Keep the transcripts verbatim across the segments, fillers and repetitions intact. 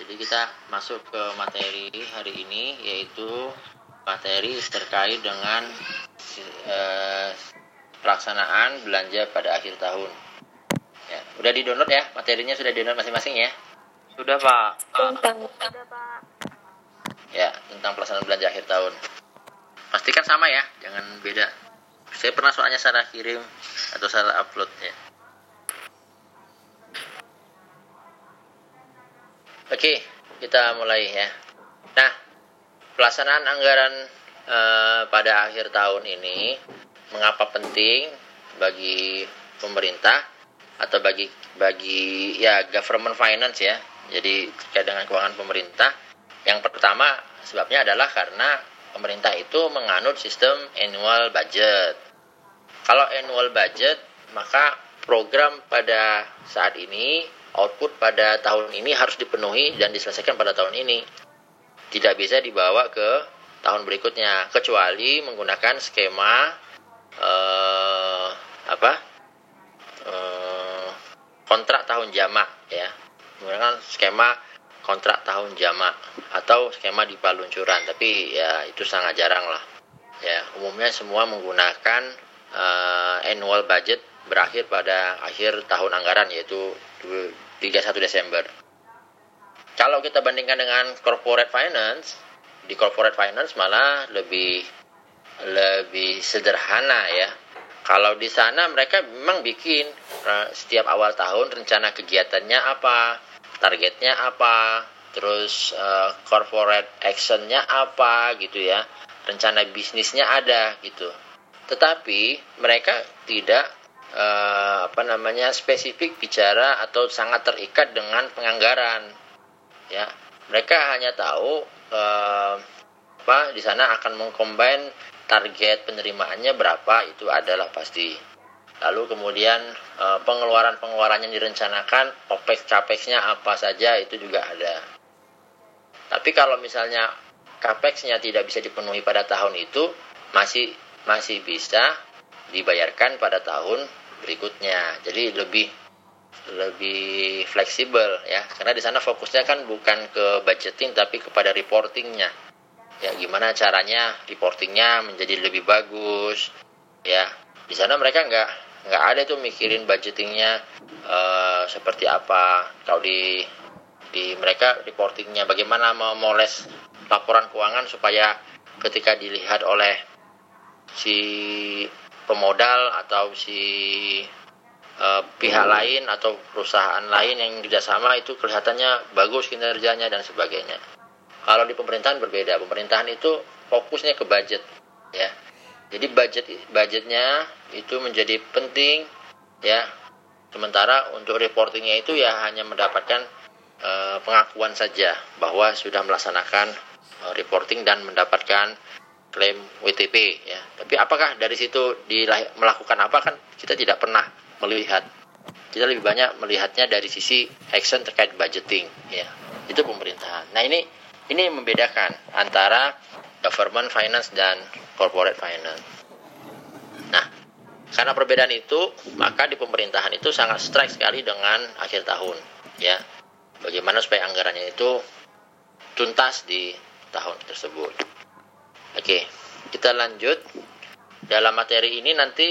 Jadi kita masuk ke materi hari ini, yaitu materi terkait dengan eh, pelaksanaan belanja pada akhir tahun. Ya, udah di-download ya, materinya sudah di-download masing-masing ya? Sudah, Pak. Tentang Ya, tentang pelaksanaan belanja akhir tahun. Pastikan sama ya, jangan beda. Saya pernah soalnya salah kirim atau salah upload ya. Oke, kita mulai ya. Nah, pelaksanaan anggaran eh, pada akhir tahun ini mengapa penting bagi pemerintah atau bagi bagi ya government finance ya. Jadi terkait dengan keuangan pemerintah. Yang pertama sebabnya adalah karena pemerintah itu menganut sistem annual budget. Kalau annual budget, maka program pada saat ini, output pada tahun ini harus dipenuhi dan diselesaikan pada tahun ini. Tidak bisa dibawa ke tahun berikutnya, kecuali menggunakan skema eh, apa eh, kontrak tahun jamak ya, menggunakan skema kontrak tahun jamak atau skema D I P A luncuran. Tapi ya itu sangat jarang lah. Ya, umumnya semua menggunakan uh, annual budget berakhir pada akhir tahun anggaran, yaitu tiga puluh satu Desember. Kalau kita bandingkan dengan corporate finance, di corporate finance malah lebih lebih sederhana ya. Kalau di sana mereka memang bikin uh, setiap awal tahun rencana kegiatannya apa, targetnya apa, terus uh, corporate actionnya apa gitu ya, rencana bisnisnya ada gitu. Tetapi mereka tidak uh, apa namanya spesifik bicara atau sangat terikat dengan penganggaran ya. Mereka hanya tahu uh, apa di sana akan mengcombine target penerimaannya berapa, itu adalah pasti. Lalu kemudian e, pengeluaran-pengeluaran yang direncanakan, opex capexnya apa saja, itu juga ada. Tapi kalau misalnya capexnya tidak bisa dipenuhi pada tahun itu, masih masih bisa dibayarkan pada tahun berikutnya. Jadi lebih lebih fleksibel ya, karena di sana fokusnya kan bukan ke budgeting tapi kepada reportingnya. Ya, gimana caranya reportingnya menjadi lebih bagus ya. Di sana mereka nggak nggak ada tuh mikirin budgetingnya uh, seperti apa. Kalau di di mereka reportingnya bagaimana memoles laporan keuangan supaya ketika dilihat oleh si pemodal atau si uh, pihak lain atau perusahaan lain yang kerjasama itu kelihatannya bagus kinerjanya dan sebagainya. Kalau di pemerintahan berbeda. Pemerintahan itu fokusnya ke budget ya. Jadi budget budgetnya itu menjadi penting ya. Sementara untuk reportingnya itu ya hanya mendapatkan e, pengakuan saja bahwa sudah melaksanakan e, reporting dan mendapatkan klaim W T P ya. Tapi apakah dari situ dilah- melakukan apa, kan kita tidak pernah melihat. Kita lebih banyak melihatnya dari sisi action terkait budgeting ya. Itu pemerintahan. Nah, ini ini membedakan antara government finance dan corporate finance. Nah, karena perbedaan itu, maka di pemerintahan itu sangat strike sekali dengan akhir tahun, ya. Bagaimana supaya anggarannya itu tuntas di tahun tersebut. Oke, kita lanjut. Dalam materi ini nanti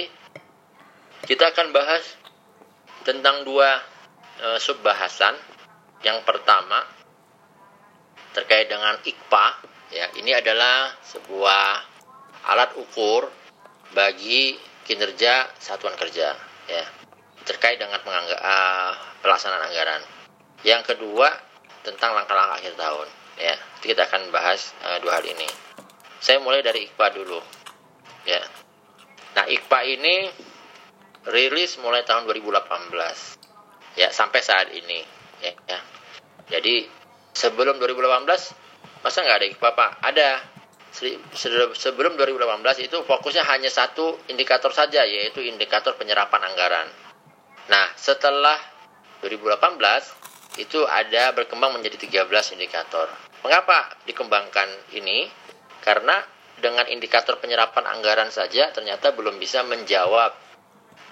kita akan bahas tentang dua e, sub bahasan. Yang pertama terkait dengan I K P A. Ya, ini adalah sebuah alat ukur bagi kinerja satuan kerja ya, terkait dengan pengangga- uh, pelaksanaan anggaran. Yang kedua tentang langkah-langkah akhir tahun ya. Kita akan bahas uh, dua hal ini. Saya mulai dari I K P A dulu ya. Nah, I K P A ini rilis mulai tahun dua ribu delapan belas ya sampai saat ini ya, ya. Jadi sebelum dua ribu delapan belas masa nggak ada I K P A, Pak? Ada. Sebelum dua ribu delapan belas itu fokusnya hanya satu indikator saja, yaitu indikator penyerapan anggaran. Nah, setelah dua ribu delapan belas itu ada berkembang menjadi tiga belas indikator. Mengapa dikembangkan ini? Karena dengan indikator penyerapan anggaran saja ternyata belum bisa menjawab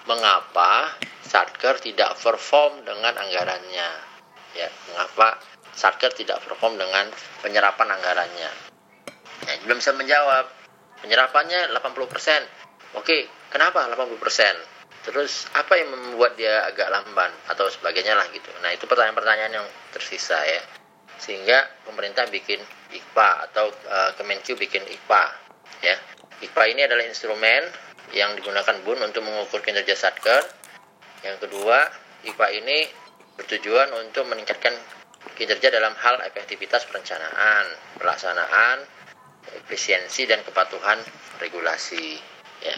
mengapa Satker tidak perform dengan anggarannya. Ya, mengapa Satker tidak perform dengan penyerapan anggarannya. Nah, belum bisa menjawab. Penyerapannya delapan puluh persen. Oke, kenapa delapan puluh persen? Terus apa yang membuat dia agak lamban atau sebagainya lah gitu. Nah, itu pertanyaan-pertanyaan yang tersisa ya. Sehingga pemerintah bikin I K P A atau uh, Kemenq bikin I K P A ya. I K P A ini adalah instrumen yang digunakan B U N untuk mengukur kinerja Satker. Yang kedua, I K P A ini bertujuan untuk meningkatkan kinerja dalam hal efektivitas perencanaan, pelaksanaan, efisiensi dan kepatuhan regulasi ya.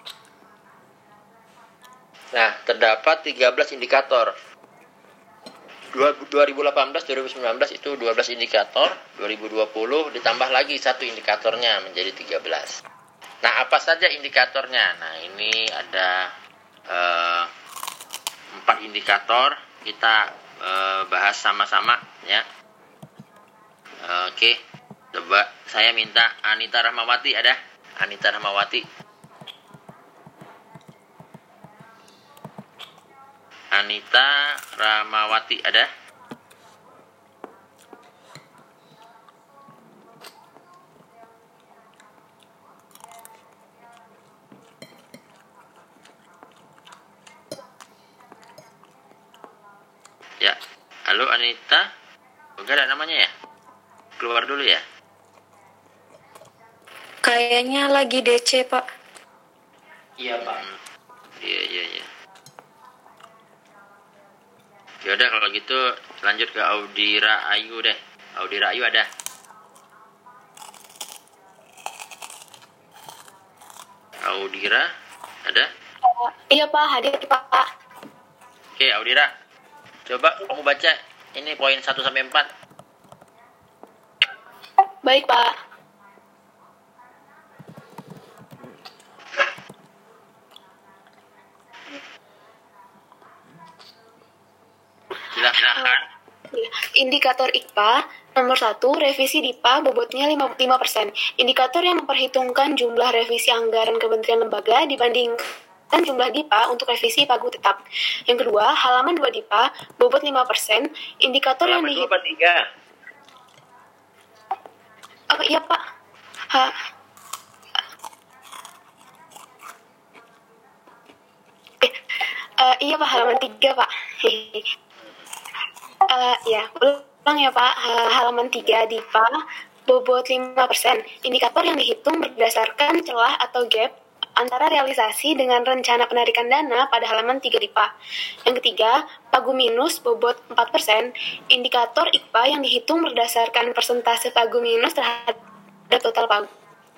Nah, terdapat tiga belas indikator. dua ribu delapan belas dua ribu sembilan belas itu dua belas indikator, dua ribu dua puluh ditambah lagi satu indikatornya menjadi tiga belas. Nah, apa saja indikatornya? Nah, ini ada eh, empat indikator, kita eh, bahas sama-sama ya. Oke, coba saya minta Anita Rahmawati, ada? Anita Rahmawati. Anita Rahmawati ada? Ya, halo Anita. Enggak ada namanya ya? Keluar dulu ya. Kayaknya lagi D C, Pak. Iya, Pak. Hmm. Iya, iya, iya. Ya udah kalau gitu lanjut ke Audira Ayu deh. Audira Ayu ada? Audira ada? Uh, iya, Pak, hadir, Pak. Oke, Audira. Coba kamu baca ini poin satu sampai empat. Baik, Pak. Silakan. Indikator I K P A nomor satu, revisi D I P A bobotnya lima puluh lima persen. Indikator yang memperhitungkan jumlah revisi anggaran kementerian lembaga dibandingkan jumlah D I P A untuk revisi pagu tetap. Yang kedua, halaman dua D I P A bobot lima persen. Indikator halaman yang dihitung. tiga. Oh, iya, Pak. Ha. Eh, uh, iya, Pak, halaman tiga, Pak. Uh, ya, ulang ya Pak, uh, halaman tiga D I P A bobot lima persen. Indikator yang dihitung berdasarkan celah atau gap antara realisasi dengan rencana penarikan dana pada halaman tiga D I P A. Yang ketiga, pagu minus bobot empat persen. Indikator I K P A yang dihitung berdasarkan persentase pagu minus terhadap total pagu.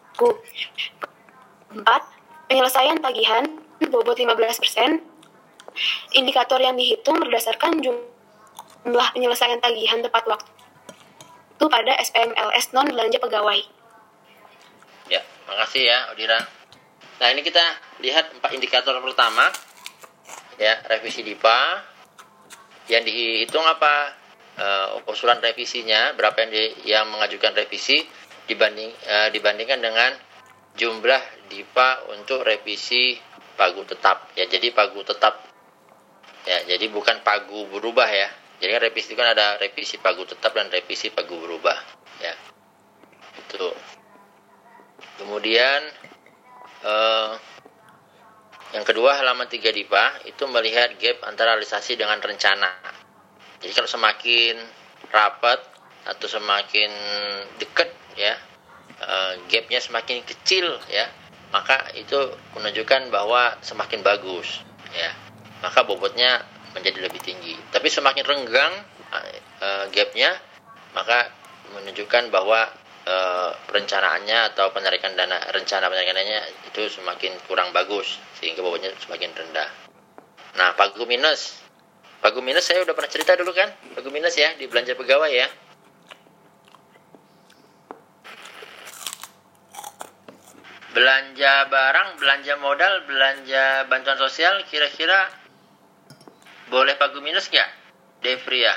Empat, penyelesaian tagihan bobot lima belas persen. Indikator yang dihitung berdasarkan jumlah penyelesaian tagihan tepat waktu itu pada S P M L S non belanja pegawai. Ya, makasih ya Audira. Nah, ini kita lihat empat indikator pertama. Ya, revisi D I P A. Yang dihitung apa? Uh, usulan revisinya, berapa yang di, yang mengajukan revisi dibanding uh, dibandingkan dengan jumlah D I P A untuk revisi pagu tetap. Ya, jadi pagu tetap. Ya, jadi bukan pagu berubah ya. Jadi kan revisi itu kan ada revisi pagu tetap dan revisi pagu berubah ya. Itu. Kemudian eh, yang kedua halaman tiga D I P A itu melihat gap antara realisasi dengan rencana. Jadi kalau semakin rapat atau semakin dekat ya, eh, gapnya semakin kecil ya, maka itu menunjukkan bahwa semakin bagus ya. Maka bobotnya menjadi lebih tinggi. Tapi semakin renggang uh, gapnya, maka menunjukkan bahwa uh, perencanaannya atau penarikan dana, rencana penarikan dananya itu semakin kurang bagus, sehingga bobotnya semakin rendah. Nah, pagu minus. Pagu minus saya udah pernah cerita dulu kan? Pagu minus ya, di belanja pegawai ya. Belanja barang, belanja modal, belanja bantuan sosial, kira-kira boleh pagu minus nggak, Devria?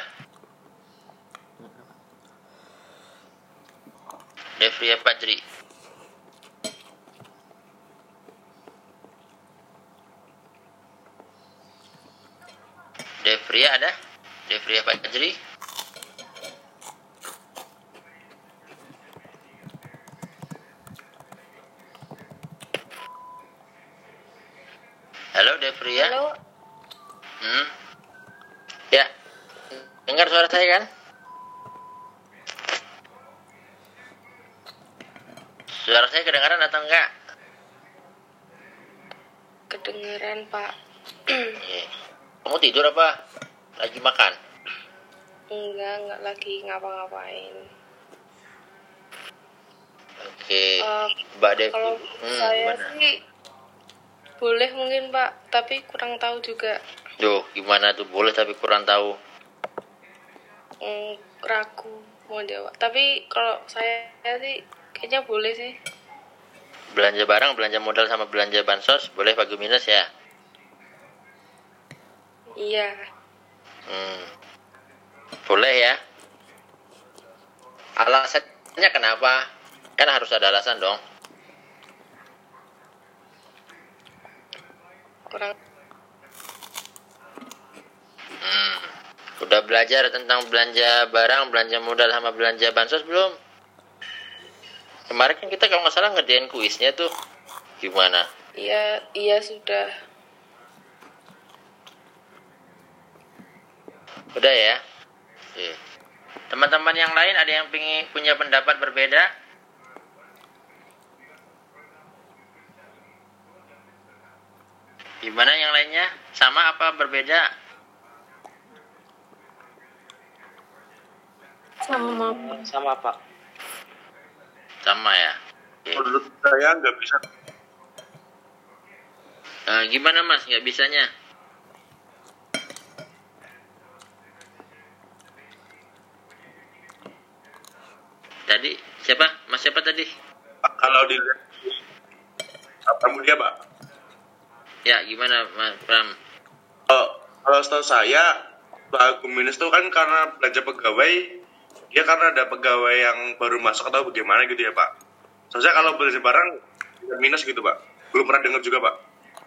Devria Fajri. Devria ada? Devria Fajri? Halo Devria. Halo. Hmm. Ya. Dengar suara saya kan? Suara saya kedengaran atau enggak? Kedengeran, Pak. Iya. Kamu tidur apa? Lagi makan? Enggak, enggak lagi ngapa-ngapain. Oke. Uh, Mbak Devi. Kalau Hmm, saya gimana? sih boleh mungkin, Pak, tapi kurang tahu juga. Duh, gimana tuh? Boleh tapi kurang tahu. Hmm, ragu mau jawab. Tapi kalau saya sih kayaknya boleh sih. Belanja barang, belanja modal sama belanja bansos boleh pagu minus ya? Iya. Hmm. Boleh ya? Alasannya kenapa? Kan harus ada alasan dong. Kurang. Hmm. Udah belajar tentang belanja barang, belanja modal sama belanja bansos belum? Kemarin kan kita kalau nggak salah ngerjain kuisnya tuh. Gimana? Iya, iya sudah. Udah ya? Oke. Teman-teman yang lain ada yang pingin punya pendapat berbeda? Gimana yang lainnya? Sama apa berbeda? Sama. Sama Pak. Sama ya? Oke. Menurut saya nggak bisa. Eh, gimana Mas? Nggak bisanya? Tadi siapa? Mas siapa tadi? Kalau dilihat apa mulia Pak? Ya gimana Mas Pram? Kalau kalau setahu saya pagu minus itu kan karena belanja pegawai, dia karena ada pegawai yang baru masuk atau bagaimana gitu ya Pak. Soalnya kalau belanja barang minus gitu Pak. Belum pernah dengar juga Pak.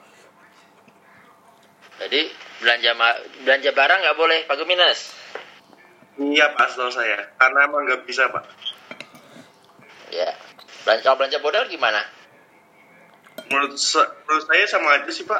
Jadi belanja ma- belanja barang nggak boleh pagu minus? Iya Pak, setahu saya. Karena emang nggak bisa Pak. Ya. Belanja, kalau belanja modal gimana? Menurut, se- menurut saya sama aja sih Pak.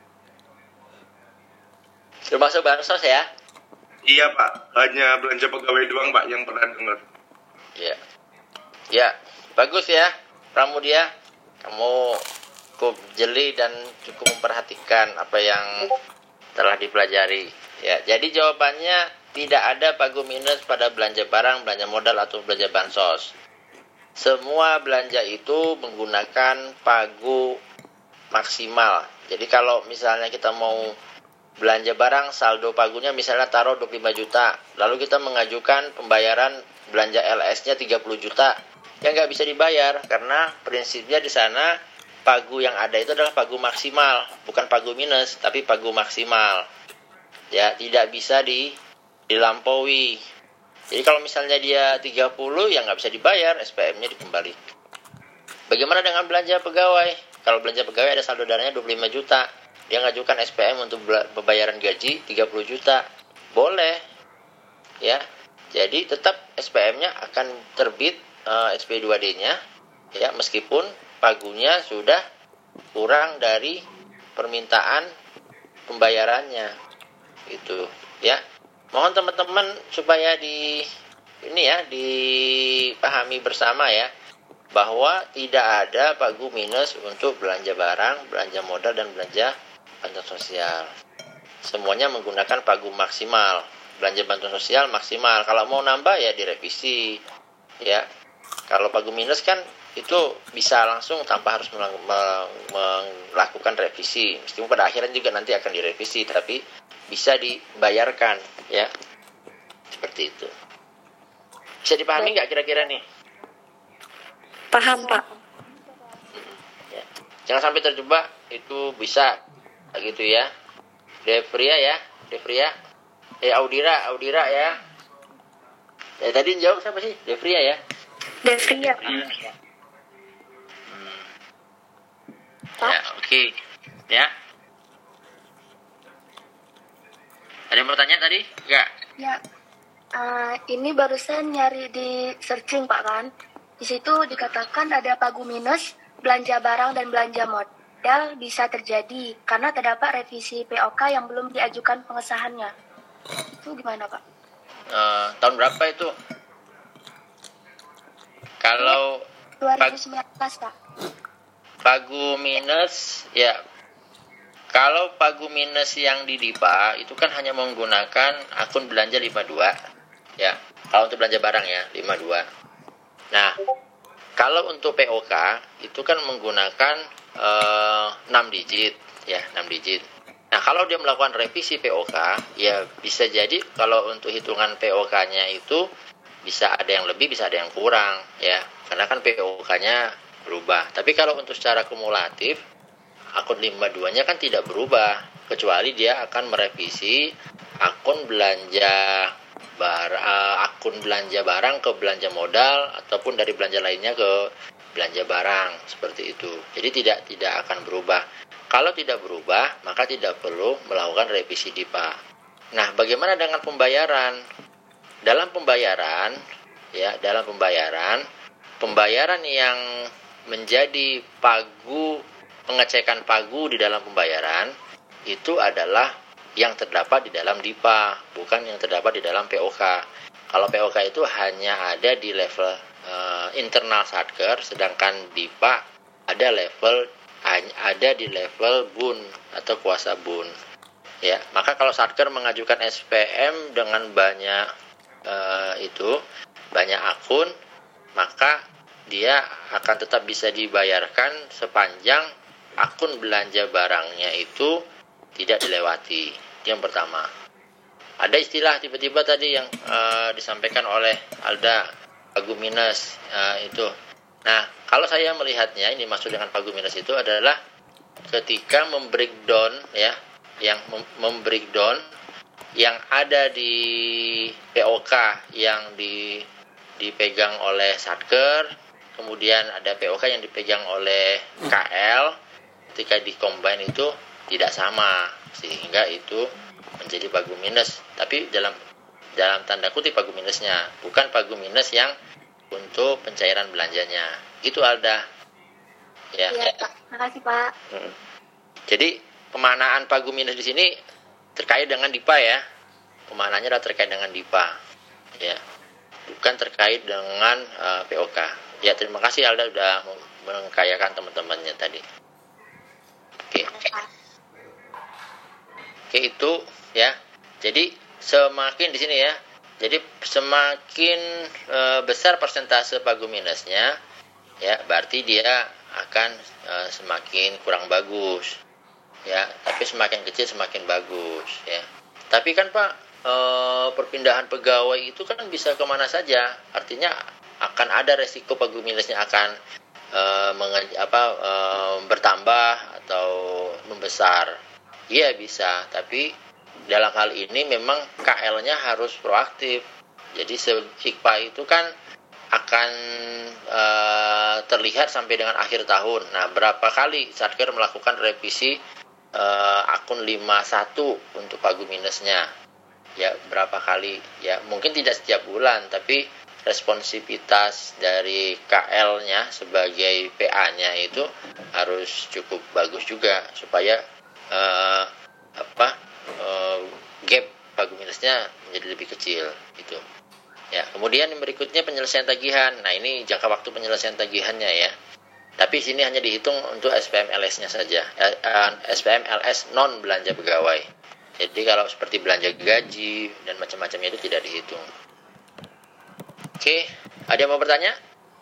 Termasuk bansos ya? Iya Pak, hanya belanja pegawai doang Pak yang pernah dengar. Ya. Ya, bagus ya, Pramudia. Kamu cukup jeli dan cukup memperhatikan apa yang telah dipelajari. Ya, jadi jawabannya tidak ada pagu minus pada belanja barang, belanja modal atau belanja bansos. Semua belanja itu menggunakan pagu maksimal. Jadi kalau misalnya kita mau belanja barang, saldo pagunya misalnya taruh dua puluh lima juta, lalu kita mengajukan pembayaran belanja L S-nya tiga puluh juta, ya nggak bisa dibayar karena prinsipnya di sana pagu yang ada itu adalah pagu maksimal, bukan pagu minus, tapi pagu maksimal. Ya, tidak bisa di dilampaui. Jadi kalau misalnya dia tiga puluh ya nggak bisa dibayar, S P M-nya dikembali. Bagaimana dengan belanja pegawai? Kalau belanja pegawai ada saldo dananya dua puluh lima juta, dia ngajukan S P M untuk pembayaran gaji tiga puluh juta. Boleh. Ya. Jadi tetap S P M-nya akan terbit uh, S P dua D-nya ya, meskipun pagunya sudah kurang dari permintaan pembayarannya. Gitu, ya. Mohon teman-teman supaya di ini ya dipahami bersama ya bahwa tidak ada pagu minus untuk belanja barang, belanja modal dan belanja bantuan sosial. Semuanya menggunakan pagu maksimal. Belanja bantuan sosial maksimal. Kalau mau nambah ya direvisi. Ya. Kalau pagu minus kan itu bisa langsung tanpa harus melang- melakukan revisi. Meskipun pada akhirnya juga nanti akan direvisi, tapi bisa dibayarkan ya, seperti itu. Bisa dipahami nggak kira-kira nih? Paham Pak. Ya. Jangan sampai terjebak, itu bisa gitu ya. Devria ya, Devria. Eh Audira, Audira ya. Ya tadi yang jawab siapa sih? Devria ya. Devria. Hmm. Ya, oke. Okay. Ya. Ada yang mau tanya tadi? Enggak. Ya, uh, ini barusan nyari di searching Pak kan. Di situ dikatakan ada pagu minus, belanja barang dan belanja modal modal bisa terjadi karena terdapat revisi P O K yang belum diajukan pengesahannya. Itu gimana, Pak? Uh, tahun berapa itu? Kalau dua ribu sembilan belas, Pak. Pagu minus, ya. Kalau pagu minus yang di DIPA itu kan hanya menggunakan akun belanja lima puluh dua. Ya, kalau untuk belanja barang ya, lima puluh dua. Nah, kalau untuk P O K itu kan menggunakan uh, enam digit, ya, enam digit. Nah, kalau dia melakukan revisi P O K, ya bisa jadi kalau untuk hitungan P O K-nya itu bisa ada yang lebih, bisa ada yang kurang, ya. Karena kan P O K-nya berubah. Tapi kalau untuk secara kumulatif, akun lima puluh dua-nya kan tidak berubah, kecuali dia akan merevisi akun belanja bar, uh, akun belanja barang ke belanja modal ataupun dari belanja lainnya ke belanja barang, seperti itu. Jadi tidak tidak akan berubah. Kalau tidak berubah, maka tidak perlu melakukan revisi DIPA. Nah, bagaimana dengan pembayaran? Dalam pembayaran, ya, dalam pembayaran, pembayaran yang menjadi pagu, pengecekan pagu di dalam pembayaran itu adalah yang terdapat di dalam DIPA, bukan yang terdapat di dalam P O K. Kalau P O K itu hanya ada di level uh, internal Satker, sedangkan DIPA ada level ada di level B U N atau kuasa B U N. Ya, maka kalau Satker mengajukan S P M dengan banyak uh, itu banyak akun, maka dia akan tetap bisa dibayarkan sepanjang akun belanja barangnya itu tidak dilewati. Yang pertama, ada istilah tiba-tiba tadi yang uh, disampaikan oleh Alda, pagu minus uh, itu. Nah, kalau saya melihatnya, ini maksud dengan pagu minus itu adalah ketika membreakdown, ya, yang mem- membreakdown yang ada di P O K yang di, dipegang oleh Satker, kemudian ada P O K yang dipegang oleh K L, ketika dikombine itu tidak sama, sehingga itu menjadi pagu minus, tapi dalam dalam tanda kutip pagu minusnya, bukan pagu minus yang untuk pencairan belanjanya. Itu Alda. Ya. Iya, Pak. Makasih, Pak. Hmm. Jadi pemaknaan pagu minus di sini terkait dengan DIPA, ya. Pemaknaannya adalah terkait dengan DIPA. Ya. Bukan terkait dengan uh, P O K. Ya, terima kasih Alda sudah mengkayakan teman-temannya tadi. Oke. Oke, itu ya. Jadi semakin di sini ya. Jadi semakin e, besar persentase pagu minusnya, ya, berarti dia akan e, semakin kurang bagus. Ya, tapi semakin kecil semakin bagus, ya. Tapi kan Pak, e, perpindahan pegawai itu kan bisa kemana saja. Artinya akan ada resiko pagu minusnya akan e, menge, apa, e, bertambah atau membesar. Iya bisa, tapi dalam hal ini memang K L-nya harus proaktif. Jadi I K P A itu kan akan e, terlihat sampai dengan akhir tahun. Nah, berapa kali Satker melakukan revisi e, akun lima puluh satu untuk pagu minusnya? Ya, berapa kali? Ya, mungkin tidak setiap bulan, tapi responsivitas dari K L-nya sebagai P A-nya itu harus cukup bagus juga supaya Uh, apa uh, gap pagu minusnya menjadi lebih kecil gitu. Ya, kemudian yang berikutnya penyelesaian tagihan. Nah, ini jangka waktu penyelesaian tagihannya, ya. Tapi sini hanya dihitung untuk S P M L S-nya saja. Uh, S P M L S non belanja pegawai. Jadi kalau seperti belanja gaji dan macam-macamnya itu tidak dihitung. Oke, ada yang mau bertanya?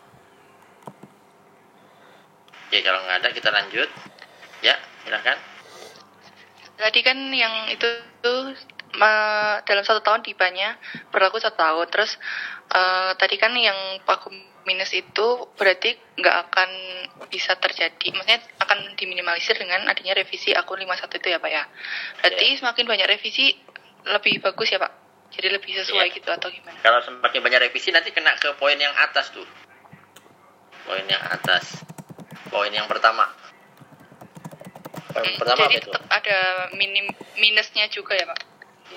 Oke, kalau nggak ada kita lanjut. Ya, silakan. Tadi kan yang itu tuh uh, dalam satu tahun D I P A-nya berlaku satu tahun. Terus uh, tadi kan yang pagu minus itu berarti nggak akan bisa terjadi. Maksudnya akan diminimalisir dengan adanya revisi akun lima puluh satu itu ya Pak ya. Berarti yeah. Semakin banyak revisi lebih bagus ya Pak. Jadi lebih sesuai yeah. Gitu atau gimana? Kalau semakin banyak revisi nanti kena ke poin yang atas tuh. Poin yang atas. Poin yang pertama. Hmm, pertama jadi tetap ada minim minusnya juga ya Pak?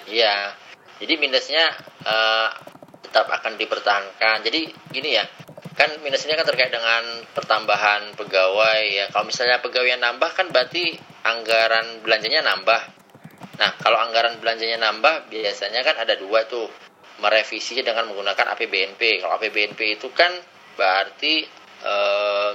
Iya, jadi minusnya uh, tetap akan dipertahankan. Jadi gini ya, kan minus ini kan terkait dengan pertambahan pegawai ya. Kalau misalnya pegawai yang nambah kan berarti anggaran belanjanya nambah. Nah, kalau anggaran belanjanya nambah biasanya kan ada dua tuh, merevisi dengan menggunakan A P B N P. Kalau A P B N P itu kan berarti eh,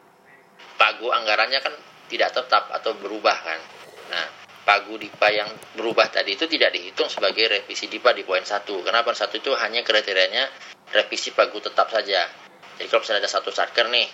pagu anggarannya kan tidak tetap atau berubah kan. Nah, pagu D I P A yang berubah tadi itu tidak dihitung sebagai revisi D I P A di poin satu. Karena poin satu itu hanya kriterianya revisi pagu tetap saja. Jadi kalau misalnya ada satu satker nih,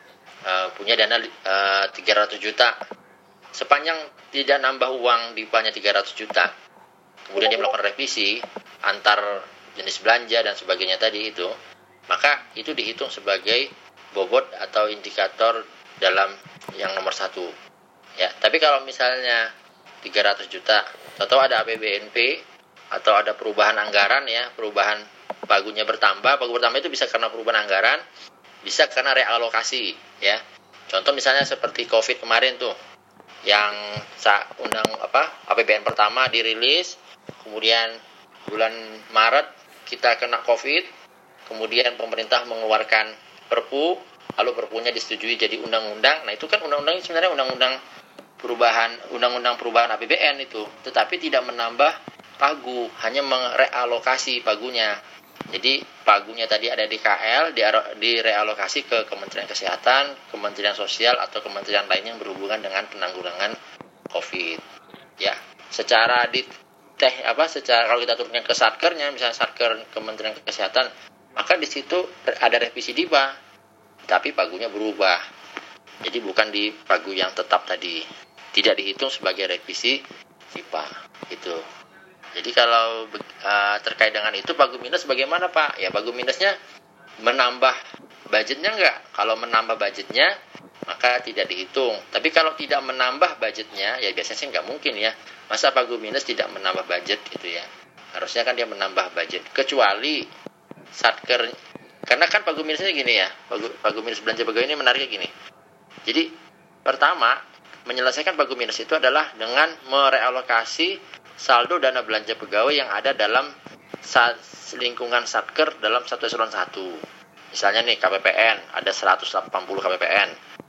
uh, punya dana uh, tiga ratus juta, sepanjang tidak nambah uang D I P A-nya tiga ratus juta, kemudian dia melakukan revisi antar jenis belanja dan sebagainya tadi itu, maka itu dihitung sebagai bobot atau indikator dalam yang nomor satu. Ya, tapi kalau misalnya tiga ratus juta, atau ada A P B N P atau ada perubahan anggaran ya, perubahan pagunya bertambah, pagu bertambah itu bisa karena perubahan anggaran, bisa karena realokasi ya. Contoh misalnya seperti Covid kemarin tuh, yang undang apa A P B N pertama dirilis, kemudian bulan Maret kita kena Covid, kemudian pemerintah mengeluarkan Perpu, lalu Perpunya disetujui jadi undang-undang. Nah itu kan undang-undang ini sebenarnya undang-undang perubahan undang-undang perubahan A P B N itu, tetapi tidak menambah pagu, hanya merealokasi pagunya. Jadi pagunya tadi ada di K L, direalokasi ke Kementerian Kesehatan, Kementerian Sosial atau kementerian lain yang berhubungan dengan penanggulangan Covid. Ya, secara di teh apa secara kalau kita turunkan ke satkernya, misalnya satker Kementerian Kesehatan, maka di situ ada revisi D I P A, tapi pagunya berubah. Jadi bukan di pagu yang tetap tadi, tidak dihitung sebagai revisi D I P A itu. Jadi kalau uh, terkait dengan itu pagu minus bagaimana Pak? Ya pagu minusnya menambah budgetnya enggak? Kalau menambah budgetnya maka tidak dihitung. Tapi kalau tidak menambah budgetnya ya biasanya sih enggak mungkin ya. Masa pagu minus tidak menambah budget gitu ya? Harusnya kan dia menambah budget. Kecuali satker, karena kan pagu minusnya gini ya. Pagu, pagu minus belanja pegawai ini menariknya gini. Jadi pertama menyelesaikan pagu minus itu adalah dengan merealokasi saldo dana belanja pegawai yang ada dalam lingkungan satker dalam satu eselon satu. Misalnya nih K P P N ada seratus delapan puluh K P P N.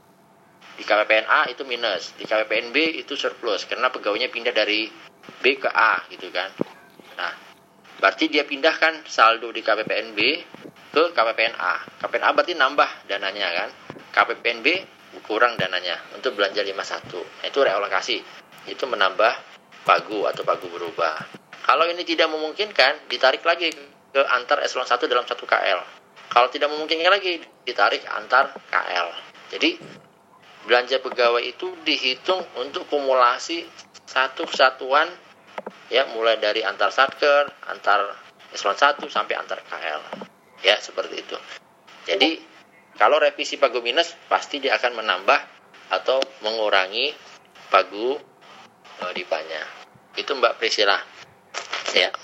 Di K P P N A itu minus, di K P P N B itu surplus karena pegawainya pindah dari B ke A gitu kan. Nah, berarti dia pindahkan saldo di K P P N B ke K P P N A. K P P N A berarti nambah dananya kan. K P P N B kurang dananya untuk belanja lima puluh satu. Nah, itu realokasi. Itu menambah pagu atau pagu berubah. Kalau ini tidak memungkinkan, ditarik lagi ke antar eselon satu dalam satu K L. Kalau tidak memungkinkan lagi, ditarik antar K L. Jadi belanja pegawai itu dihitung untuk kumulasi satu kesatuan ya, mulai dari antar satker, antar eselon satu sampai antar K L. Ya, seperti itu. Jadi kalau revisi pagu minus pasti dia akan menambah atau mengurangi pagu uh, D I P A-nya. Itu Mbak Priscilla. Ya.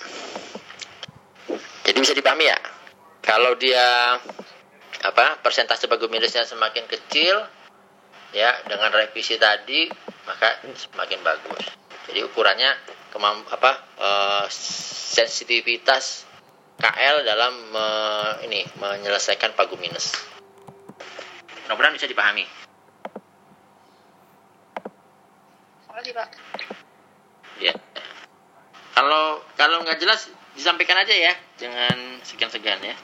Jadi bisa dipahami ya. Kalau dia apa persentase pagu minusnya semakin kecil ya dengan revisi tadi maka semakin bagus. Jadi ukurannya kemamp apa uh, sensitivitas K L dalam uh, ini menyelesaikan pagu minus. Mudah-mudahan bisa dipahami. Terima kasih Pak. Ya. Kalau kalau nggak jelas disampaikan aja ya, jangan segan-segan ya.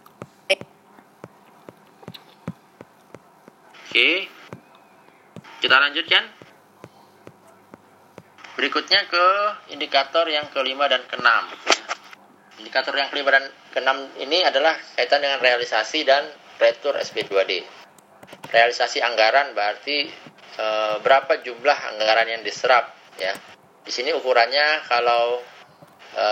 Oke, kita lanjutkan. Berikutnya ke indikator yang kelima dan keenam. Indikator yang kelima dan keenam ini adalah kaitan dengan realisasi dan retur S P dua D. Realisasi anggaran berarti e, berapa jumlah anggaran yang diserap ya. Di sini ukurannya kalau e,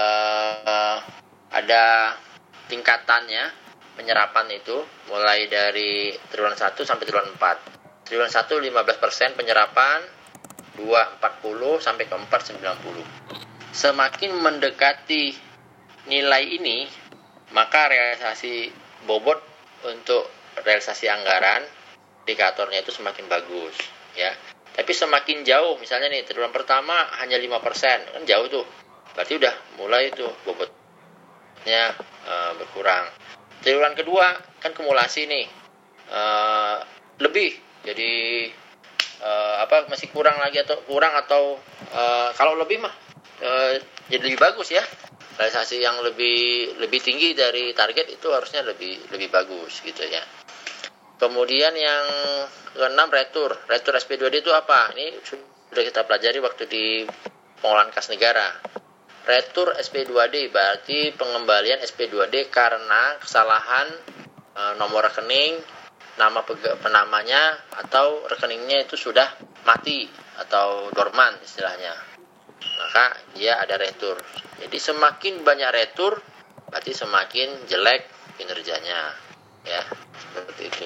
ada tingkatannya penyerapan itu mulai dari triwulan satu sampai triwulan empat. Triwulan satu lima belas persen penyerapan, dua empat puluh sampai ke empat sembilan puluh. Semakin mendekati nilai ini, maka realisasi bobot untuk realisasi anggaran indikatornya itu semakin bagus ya. Tapi semakin jauh, misalnya nih triwulan pertama hanya lima persen, kan jauh tuh. Berarti udah mulai tuh bobotnya e, berkurang. Triwulan kedua kan kumulasi nih, uh, lebih, jadi uh, apa masih kurang lagi atau kurang atau uh, kalau lebih mah uh, jadi lebih bagus ya. Realisasi yang lebih lebih tinggi dari target itu harusnya lebih lebih bagus gitu ya. Kemudian yang keenam retur. Retur S P dua D itu apa? Ini sudah kita pelajari waktu di pengolahan kas negara. Retur S P dua D berarti pengembalian S P dua D karena kesalahan e, nomor rekening, nama pega- penamanya atau rekeningnya itu sudah mati atau dorman istilahnya. Maka dia ada retur. Jadi semakin banyak retur berarti semakin jelek kinerjanya. Ya, seperti itu.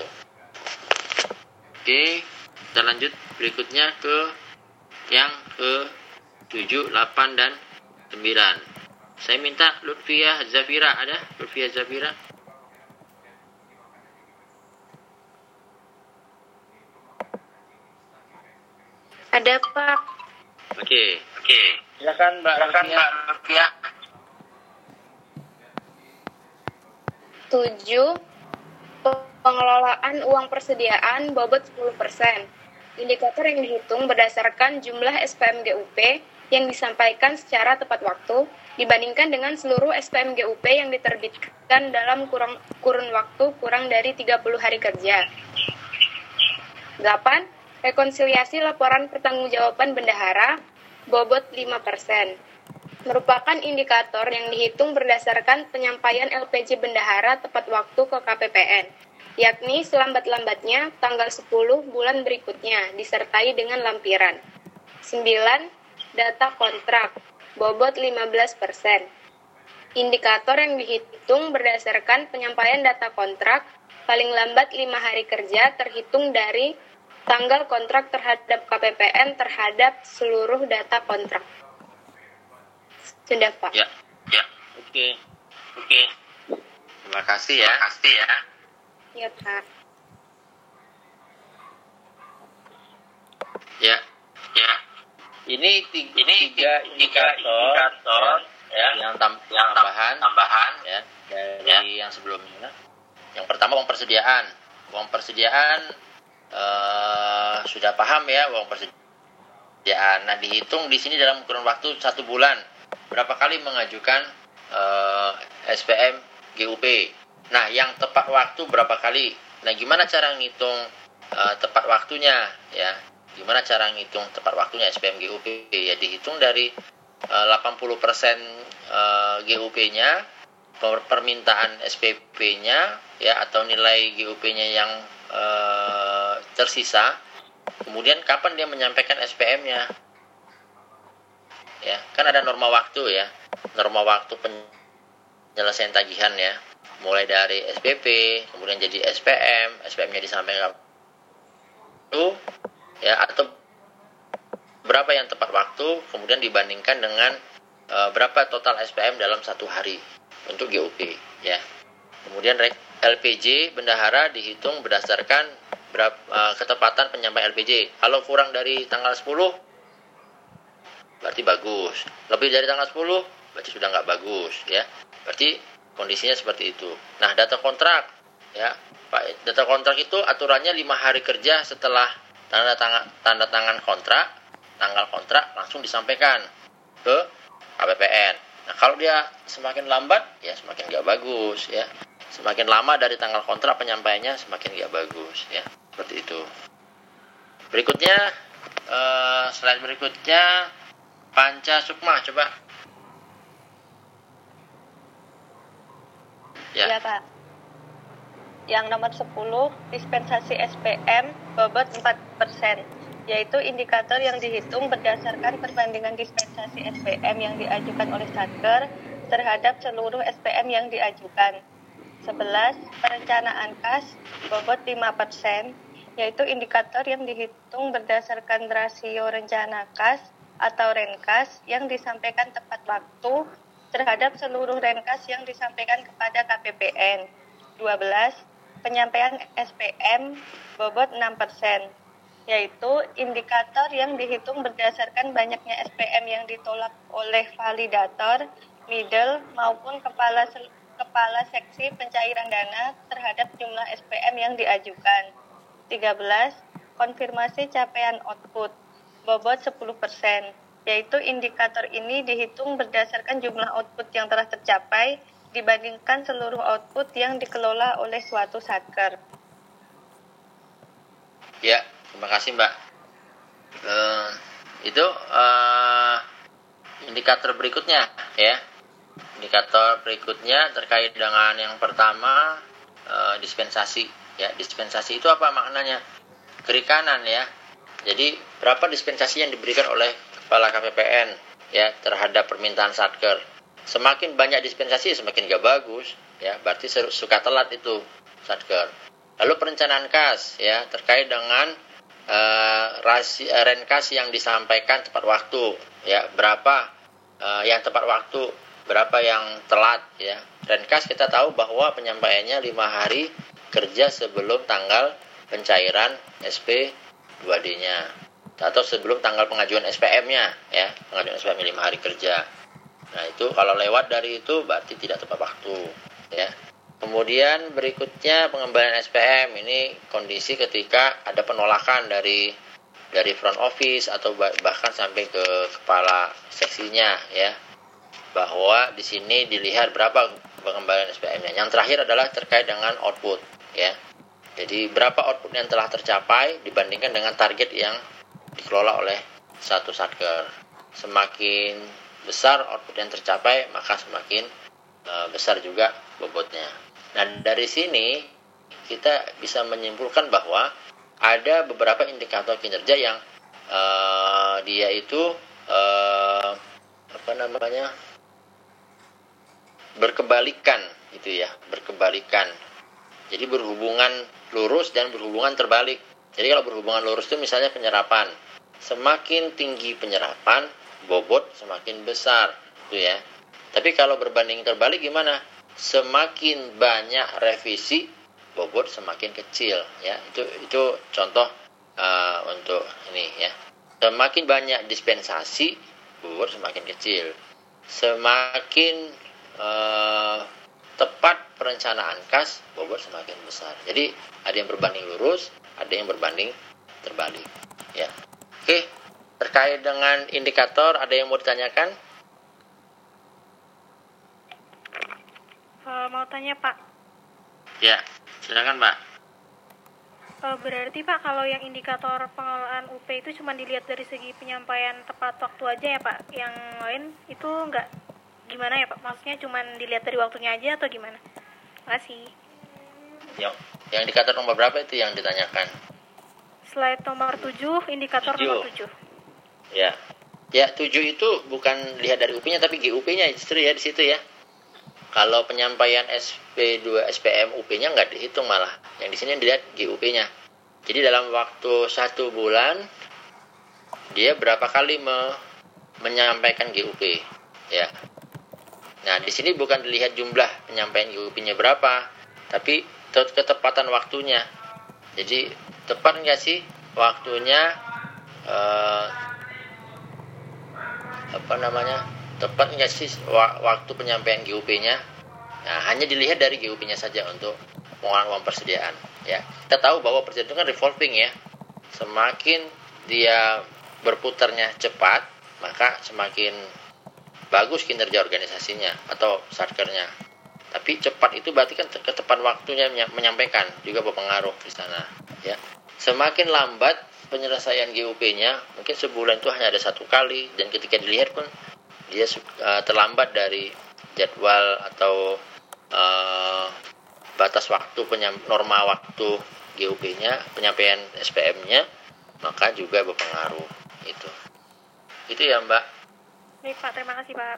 Oke, kita lanjut berikutnya ke yang ke tujuh, delapan dan sembilan. Saya minta Lutfia Zafira, ada? Lutfia Zafira. Ada, Pak. Oke, oke. Silakan Mbak Lutfia. Lutfia. tujuh. Pengelolaan uang persediaan bobot sepuluh persen. Indikator yang dihitung berdasarkan jumlah S P M G U P yang disampaikan secara tepat waktu dibandingkan dengan seluruh S P M G U P yang diterbitkan dalam kurang, kurun waktu kurang dari tiga puluh hari kerja. delapan. Rekonsiliasi laporan pertanggungjawaban bendahara bobot lima persen. Merupakan indikator yang dihitung berdasarkan penyampaian L P J bendahara tepat waktu ke K P P N, yakni selambat-lambatnya tanggal sepuluh bulan berikutnya, disertai dengan lampiran. sembilan. Data kontrak, bobot lima belas persen. Indikator yang dihitung berdasarkan penyampaian data kontrak, paling lambat lima hari kerja terhitung dari tanggal kontrak terhadap K P P N terhadap seluruh data kontrak. Sudah, Pak. Ya, ya. Oke. Oke. Terima kasih ya. Terima kasih ya. Ya, Pak. Ya, ya. Ini tiga, ini tiga indikator, indikator ya, yang, tam, yang tambahan, tambahan ya dari ya. Yang sebelumnya. Yang pertama uang persediaan. Uang persediaan uh, sudah paham ya uang persediaan. Nah, dihitung di sini dalam kurun waktu satu bulan. Berapa kali mengajukan uh, S P M G U P? Nah, yang tepat waktu berapa kali? Nah, gimana cara ngitung uh, tepat waktunya ya? Gimana cara ngitung tepat waktunya S P M G U P? Ya dihitung dari uh, delapan puluh persen uh, G U P-nya, per permintaan S P P-nya ya atau nilai G U P-nya yang uh, tersisa. Kemudian kapan dia menyampaikan S P M-nya? Ya, kan ada norma waktu ya. Norma waktu penyelesaian tagihan ya. Mulai dari S P P, kemudian jadi S P M, S P M-nya disampaikan itu ya atau berapa yang tepat waktu kemudian dibandingkan dengan e, berapa total S P M dalam satu hari untuk G U P ya. Kemudian L P J bendahara dihitung berdasarkan berapa e, ketepatan penyampaian L P J. Kalau kurang dari tanggal sepuluh berarti bagus. Lebih dari tanggal sepuluh berarti sudah nggak bagus ya. Berarti kondisinya seperti itu. Nah, data kontrak ya. Pak, data kontrak itu aturannya lima hari kerja setelah tanda tangan tanda tangan kontrak, tanggal kontrak langsung disampaikan ke K P P N. Nah, kalau dia semakin lambat ya semakin nggak bagus ya. Semakin lama dari tanggal kontrak penyampaiannya semakin nggak bagus ya. Seperti itu. Berikutnya eh, slide berikutnya Panca Sukma, coba. Ya. Ya, Pak. Yang nomor sepuluh, dispensasi S P M bobot empat persen, yaitu indikator yang dihitung berdasarkan perbandingan dispensasi S P M yang diajukan oleh Satker terhadap seluruh S P M yang diajukan. sebelas. Perencanaan kas bobot lima persen, yaitu indikator yang dihitung berdasarkan rasio rencana kas atau renkas yang disampaikan tepat waktu terhadap seluruh renkas yang disampaikan kepada K P P N. dua belas. Penyampaian S P M bobot enam persen, yaitu indikator yang dihitung berdasarkan banyaknya S P M yang ditolak oleh validator, middle, maupun kepala kepala seksi pencairan dana terhadap jumlah S P M yang diajukan. tiga belas. Konfirmasi capaian output, bobot sepuluh persen, yaitu indikator ini dihitung berdasarkan jumlah output yang telah tercapai dibandingkan seluruh output yang dikelola oleh suatu satker. Ya, terima kasih Mbak. Uh, itu uh, indikator berikutnya ya. Indikator berikutnya terkait dengan yang pertama uh, dispensasi ya. Dispensasi itu apa maknanya? Kiri kanan ya. Jadi berapa dispensasi yang diberikan oleh kepala K P P N ya terhadap permintaan satker. Semakin banyak dispensasi semakin gak bagus ya. Berarti suka telat itu satker. Lalu perencanaan kas ya terkait dengan uh, rasi, uh, renkas yang disampaikan tepat waktu ya. Berapa uh, yang tepat waktu, berapa yang telat ya. Renkas kita tahu bahwa penyampaiannya lima hari kerja sebelum tanggal pencairan S P dua D-nya atau sebelum tanggal pengajuan S P M-nya ya, pengajuan S P M lima hari kerja. Nah, itu kalau lewat dari itu berarti tidak tepat waktu ya. Kemudian berikutnya pengembalian S P M, ini kondisi ketika ada penolakan dari dari front office atau bahkan sampai ke kepala seksinya ya. Bahwa di sini dilihat berapa pengembalian S P M-nya. Yang terakhir adalah terkait dengan output ya. Jadi berapa output yang telah tercapai dibandingkan dengan target yang dikelola oleh satu satker. Semakin besar output yang tercapai, maka semakin uh, besar juga bobotnya. Nah, dari sini kita bisa menyimpulkan bahwa ada beberapa indikator kinerja yang uh, dia itu uh, apa namanya berkebalikan itu ya, berkebalikan. Jadi berhubungan lurus dan berhubungan terbalik. Jadi kalau berhubungan lurus itu misalnya penyerapan. Semakin tinggi penyerapan, bobot semakin besar. Itu ya. Tapi kalau berbanding terbalik gimana? Semakin banyak revisi, bobot semakin kecil. Ya, itu itu contoh uh, untuk ini ya. Semakin banyak dispensasi, bobot semakin kecil. Semakin uh, tepat perencanaan kas, bobot semakin besar. Jadi ada yang berbanding lurus, ada yang berbanding terbalik. Ya, oke. Terkait dengan indikator, ada yang mau ditanyakan? Uh, mau tanya Pak. Ya, silakan Pak. Uh, berarti Pak kalau yang indikator pengelolaan U P itu cuma dilihat dari segi penyampaian tepat waktu aja ya Pak. Yang lain itu enggak gimana ya Pak? Maksudnya cuma dilihat dari waktunya aja atau gimana? Makasih. Yang, yang indikator nomor berapa itu yang ditanyakan? Slide nomor tujuh, indikator tujuh. nomor tujuh. Ya. Ya, tujuh itu bukan lihat dari U P-nya tapi G U P-nya justru ya di situ ya. Kalau penyampaian S P dua S P M U P-nya nggak dihitung malah. Yang di sini dilihat G U P-nya. Jadi dalam waktu satu bulan dia berapa kali me- menyampaikan G U P ya. Nah, di sini bukan dilihat jumlah penyampaian G U P-nya berapa, tapi ketepatan waktunya. Jadi, tepat nggak sih waktunya, eh, apa namanya, tepat nggak sih waktu penyampaian G U P-nya? Nah, hanya dilihat dari G U P-nya saja untuk pengelolaan uang persediaan. Ya, kita tahu bahwa persediaan itu kan revolving ya. Semakin dia berputarnya cepat, maka semakin bagus kinerja organisasinya atau satkernya. Tapi cepat itu berarti kan ketepat waktunya menyampaikan juga berpengaruh di sana. Ya, semakin lambat penyelesaian G U P-nya, mungkin sebulan itu hanya ada satu kali dan ketika dilihat pun dia uh, terlambat dari jadwal atau uh, batas waktu penyam, norma waktu G U P-nya, penyampaian S P M-nya, maka juga berpengaruh. Itu. Itu ya Mbak. Baik Pak, terima kasih Pak.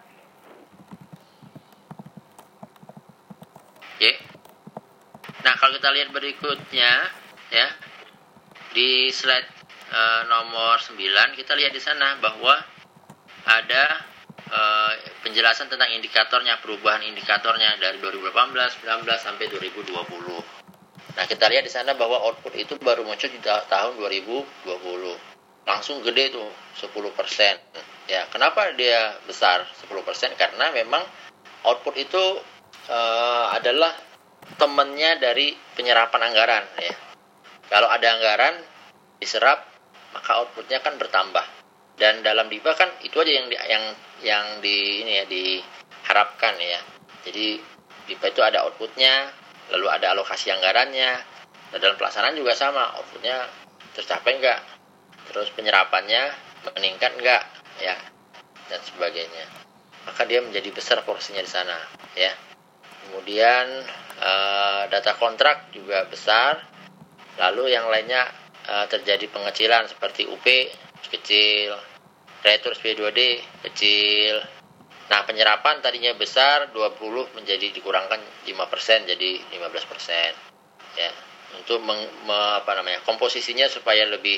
Oke. Nah, kalau kita lihat berikutnya ya, di slide uh, nomor sembilan kita lihat di sana bahwa ada uh, penjelasan tentang indikatornya, perubahan indikatornya dari dua ribu delapan belas, sembilan belas sampai dua ribu dua puluh. Nah, kita lihat di sana bahwa output itu baru muncul di tahun dua ribu dua puluh. Langsung gede tuh, sepuluh persen. Ya, kenapa dia besar sepuluh persen? Karena memang output itu uh, adalah temennya dari penyerapan anggaran ya. Kalau ada anggaran diserap, maka outputnya kan bertambah. Dan dalam D I P A kan itu aja yang di, yang yang di ini ya diharapkan ya. Jadi D I P A itu ada outputnya, lalu ada alokasi anggarannya. Dan dalam pelaksanaan juga sama, outputnya tercapai enggak, terus penyerapannya meningkat enggak ya, dan sebagainya. Maka dia menjadi besar porsinya di sana ya. Kemudian uh, data kontrak juga besar. Lalu yang lainnya uh, terjadi pengecilan seperti U P kecil, retur S P dua D kecil. Nah, penyerapan tadinya besar dua puluh menjadi dikurangkan lima persen jadi lima belas persen. Ya, untuk meng, me, apa namanya? komposisinya supaya lebih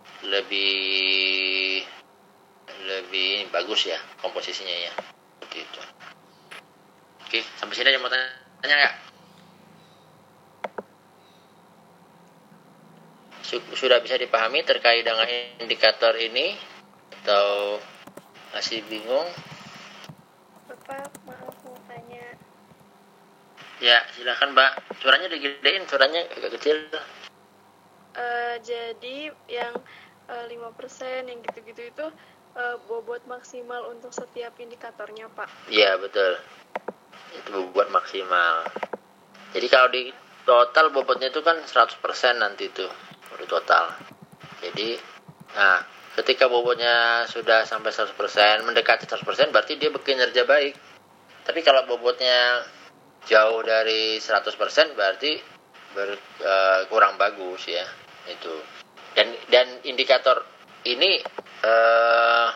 lebih lebih bagus ya komposisinya ya. Seperti itu. Oke, sampai sini ada mau tanya enggak? Sudah bisa dipahami terkait dengan indikator ini atau masih bingung? Bapak, maaf mau tanya. Ya, silakan Mbak. Suaranya digedein, suaranya agak kecil. Uh, jadi yang uh, lima persen yang gitu-gitu itu uh, bobot maksimal untuk setiap indikatornya, Pak? Iya, betul. Itu bobot maksimal. Jadi kalau di total bobotnya itu kan seratus persen nanti itu. Total. Jadi, nah, ketika bobotnya sudah sampai seratus persen, mendekati seratus persen berarti dia bekinerja baik. Tapi kalau bobotnya jauh dari seratus persen berarti ber, uh, kurang bagus ya. Itu. Dan dan indikator ini uh,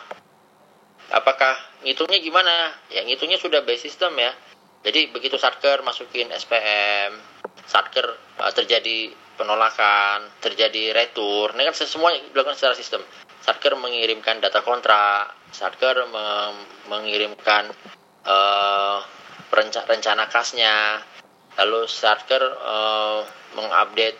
apakah ngitungnya gimana? Ya, ngitungnya sudah by system ya. Jadi begitu Satker masukin S P M, Satker uh, terjadi penolakan, terjadi retur, ini kan semua dilakukan secara sistem. Satker mengirimkan data kontrak, Satker mem- mengirimkan uh, perenca- rencana kasnya, lalu Satker uh, mengupdate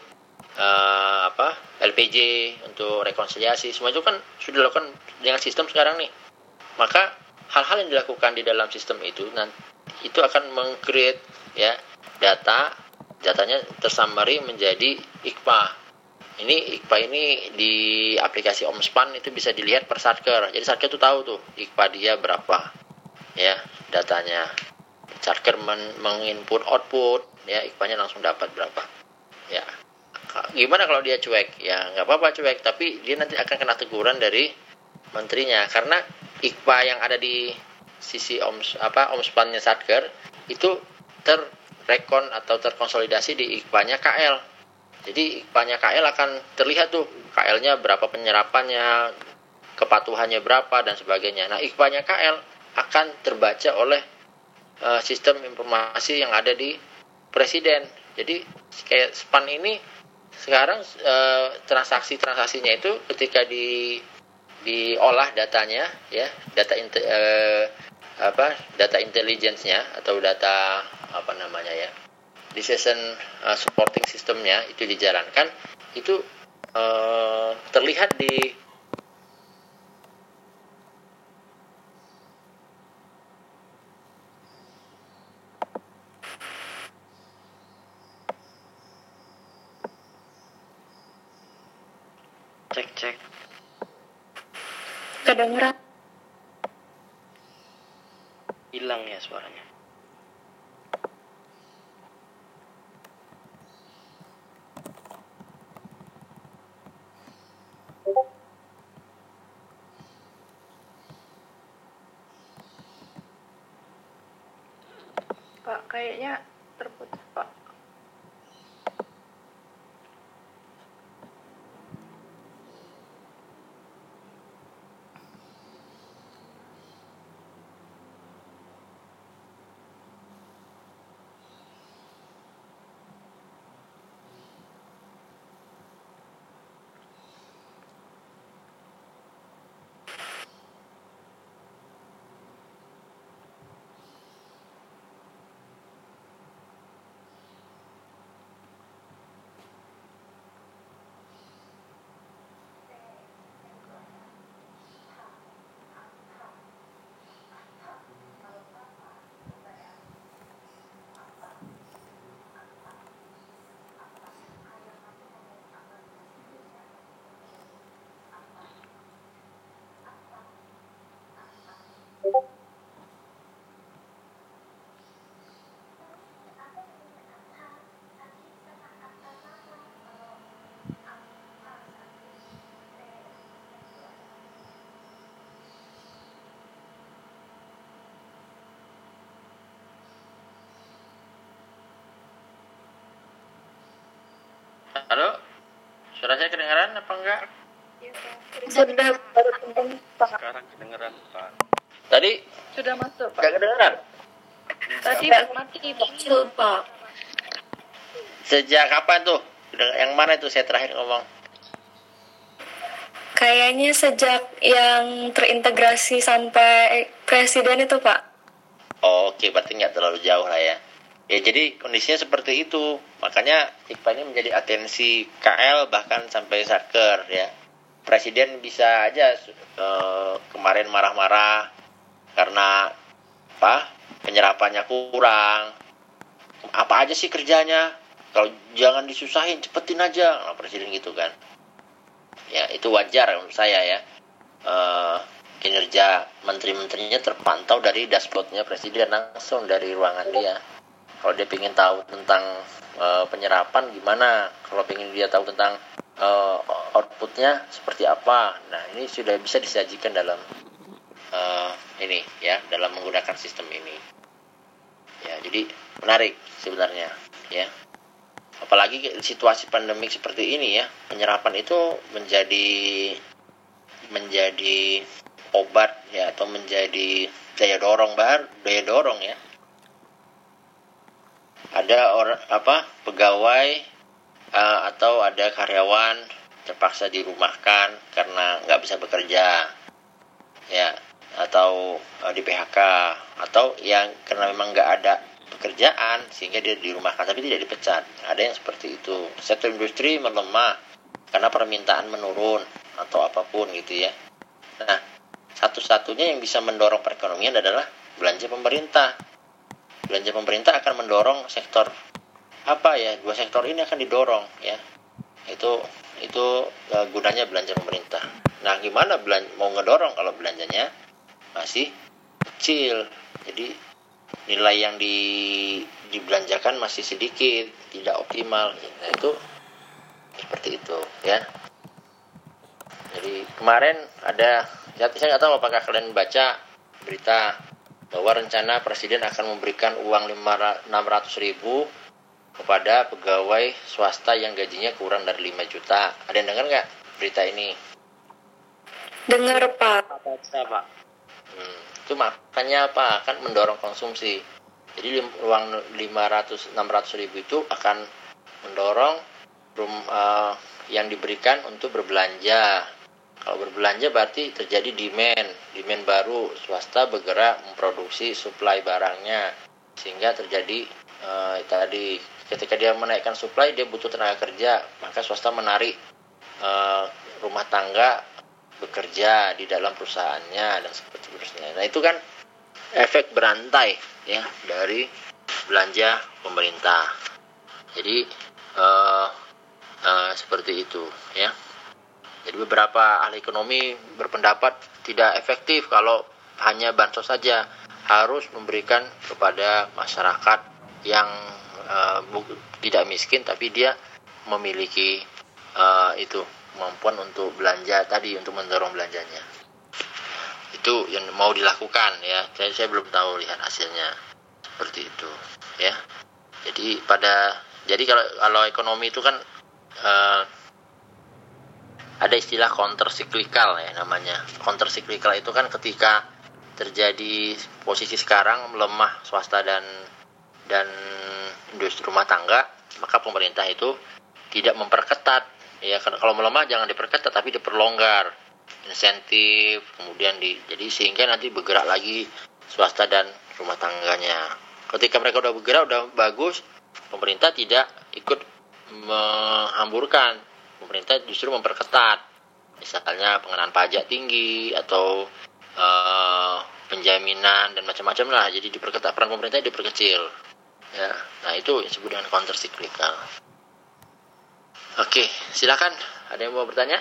uh, apa L P J untuk rekonsiliasi, semua itu kan sudah dilakukan dengan sistem sekarang nih. Maka hal-hal yang dilakukan di dalam sistem itu nanti itu akan meng-create ya data. Datanya tersummary menjadi I K P A. Ini I K P A ini di aplikasi Omspan itu bisa dilihat per Satker. Jadi Satker itu tahu tuh I K P A dia berapa. Ya, datanya. Satker men- menginput output, ya I K P A-nya langsung dapat berapa. Ya. Gimana kalau dia cuek? Ya, nggak apa-apa cuek, tapi dia nanti akan kena teguran dari menterinya karena I K P A yang ada di sisi Oms apa Omspan-nya Satker itu ter rekon atau terkonsolidasi di I K P A-nya K L. Jadi I K P A-nya K L akan terlihat tuh K L-nya berapa penyerapannya, kepatuhannya berapa dan sebagainya. Nah, I K P A-nya K L akan terbaca oleh uh, sistem informasi yang ada di presiden. Jadi kayak Span ini sekarang uh, transaksi-transaksinya itu ketika di diolah datanya ya, data inte, uh, apa data intelligence-nya atau data apa namanya ya decision uh, supporting systemnya itu dijalankan itu uh, terlihat di cek cek Kedengeran. hilang ya suaranya. Pak, kayaknya terputus, Pak. Halo, suara saya kedengaran apa enggak? Sudah baru penting Pak. Sekarang kedengeran Pak. Tadi Sudah masuk, Pak. enggak kedengaran? Tadi mati, Pak. Pak. Sejak kapan tuh? Yang mana itu saya terakhir ngomong? Kayaknya sejak yang terintegrasi sampai presiden itu Pak. Oh, oke, berarti nggak terlalu jauh lah ya. Ya, jadi kondisinya seperti itu. Makanya I K P A ini menjadi atensi K L bahkan sampai Satker ya. Presiden bisa aja eh, kemarin marah-marah karena apa? Penyerapannya kurang. Apa aja sih kerjanya? Kalau jangan disusahin, cepetin aja. Nah, presiden gitu kan. Ya, itu wajar menurut saya ya. Eh, kinerja menteri-menterinya terpantau dari dashboardnya presiden langsung dari ruangan dia. Kalau dia ingin tahu tentang uh, penyerapan gimana, kalau ingin dia tahu tentang uh, outputnya seperti apa, nah ini sudah bisa disajikan dalam uh, ini ya, dalam menggunakan sistem ini. Ya, jadi menarik sebenarnya ya. Apalagi situasi pandemik seperti ini ya, penyerapan itu menjadi menjadi obat ya, atau menjadi daya dorong baru, daya dorong ya. Ada orang apa pegawai uh, atau ada karyawan terpaksa dirumahkan karena nggak bisa bekerja ya, atau uh, di P H K, atau yang karena memang nggak ada pekerjaan sehingga dia dirumahkan tapi tidak dipecat. Ada yang seperti itu. Sektor industri melemah karena permintaan menurun atau apapun gitu ya. Nah, satu-satunya yang bisa mendorong perekonomian adalah belanja pemerintah. Belanja pemerintah akan mendorong sektor apa ya, dua sektor ini akan didorong ya. Itu itu uh, gunanya belanja pemerintah. Nah, gimana belanja, mau ngedorong kalau belanjanya masih kecil. Jadi nilai yang di, dibelanjakan masih sedikit, tidak optimal. Nah, itu seperti itu ya. Jadi kemarin ada, saya nggak tahu apakah kalian baca berita bahwa rencana presiden akan memberikan uang enam ratus ribu kepada pegawai swasta yang gajinya kurang dari lima juta. Ada yang dengar nggak berita ini? Dengar Pak. Pak. Hmm, itu makanya apa? Akan mendorong konsumsi. Jadi uang lima ratus enam ratus ribu itu akan mendorong rum, uh, yang diberikan untuk berbelanja. Kalau berbelanja berarti terjadi demand, demand baru, swasta bergerak memproduksi supply barangnya, sehingga terjadi uh, tadi ketika dia menaikkan supply dia butuh tenaga kerja, maka swasta menarik uh, rumah tangga bekerja di dalam perusahaannya dan seperti seterusnya. Nah, itu kan efek berantai ya dari belanja pemerintah. Jadi uh, uh, seperti itu ya. Jadi beberapa ahli ekonomi berpendapat tidak efektif kalau hanya bansos saja, harus memberikan kepada masyarakat yang uh, tidak miskin tapi dia memiliki uh, itu kemampuan untuk belanja tadi, untuk mendorong belanjanya. Itu yang mau dilakukan ya. Saya, saya belum tahu lihat hasilnya seperti itu ya. Jadi pada jadi kalau kalau ekonomi itu kan uh, ada istilah counter cyclical ya namanya. Counter cyclical itu kan ketika terjadi posisi sekarang melemah swasta dan dan industri rumah tangga, maka pemerintah itu tidak memperketat ya. Kalau melemah jangan diperketat tapi diperlonggar insentif, kemudian di jadi sehingga nanti bergerak lagi swasta dan rumah tangganya. Ketika mereka udah bergerak udah bagus, pemerintah tidak ikut menghamburkan. Pemerintah justru memperketat, misalnya pengenaan pajak tinggi atau uh, penjaminan dan macam-macam lah. Jadi diperketat, peran pemerintah diperkecil. Ya, nah itu yang disebut dengan counter cyclical. Oke, silakan. Ada yang mau bertanya?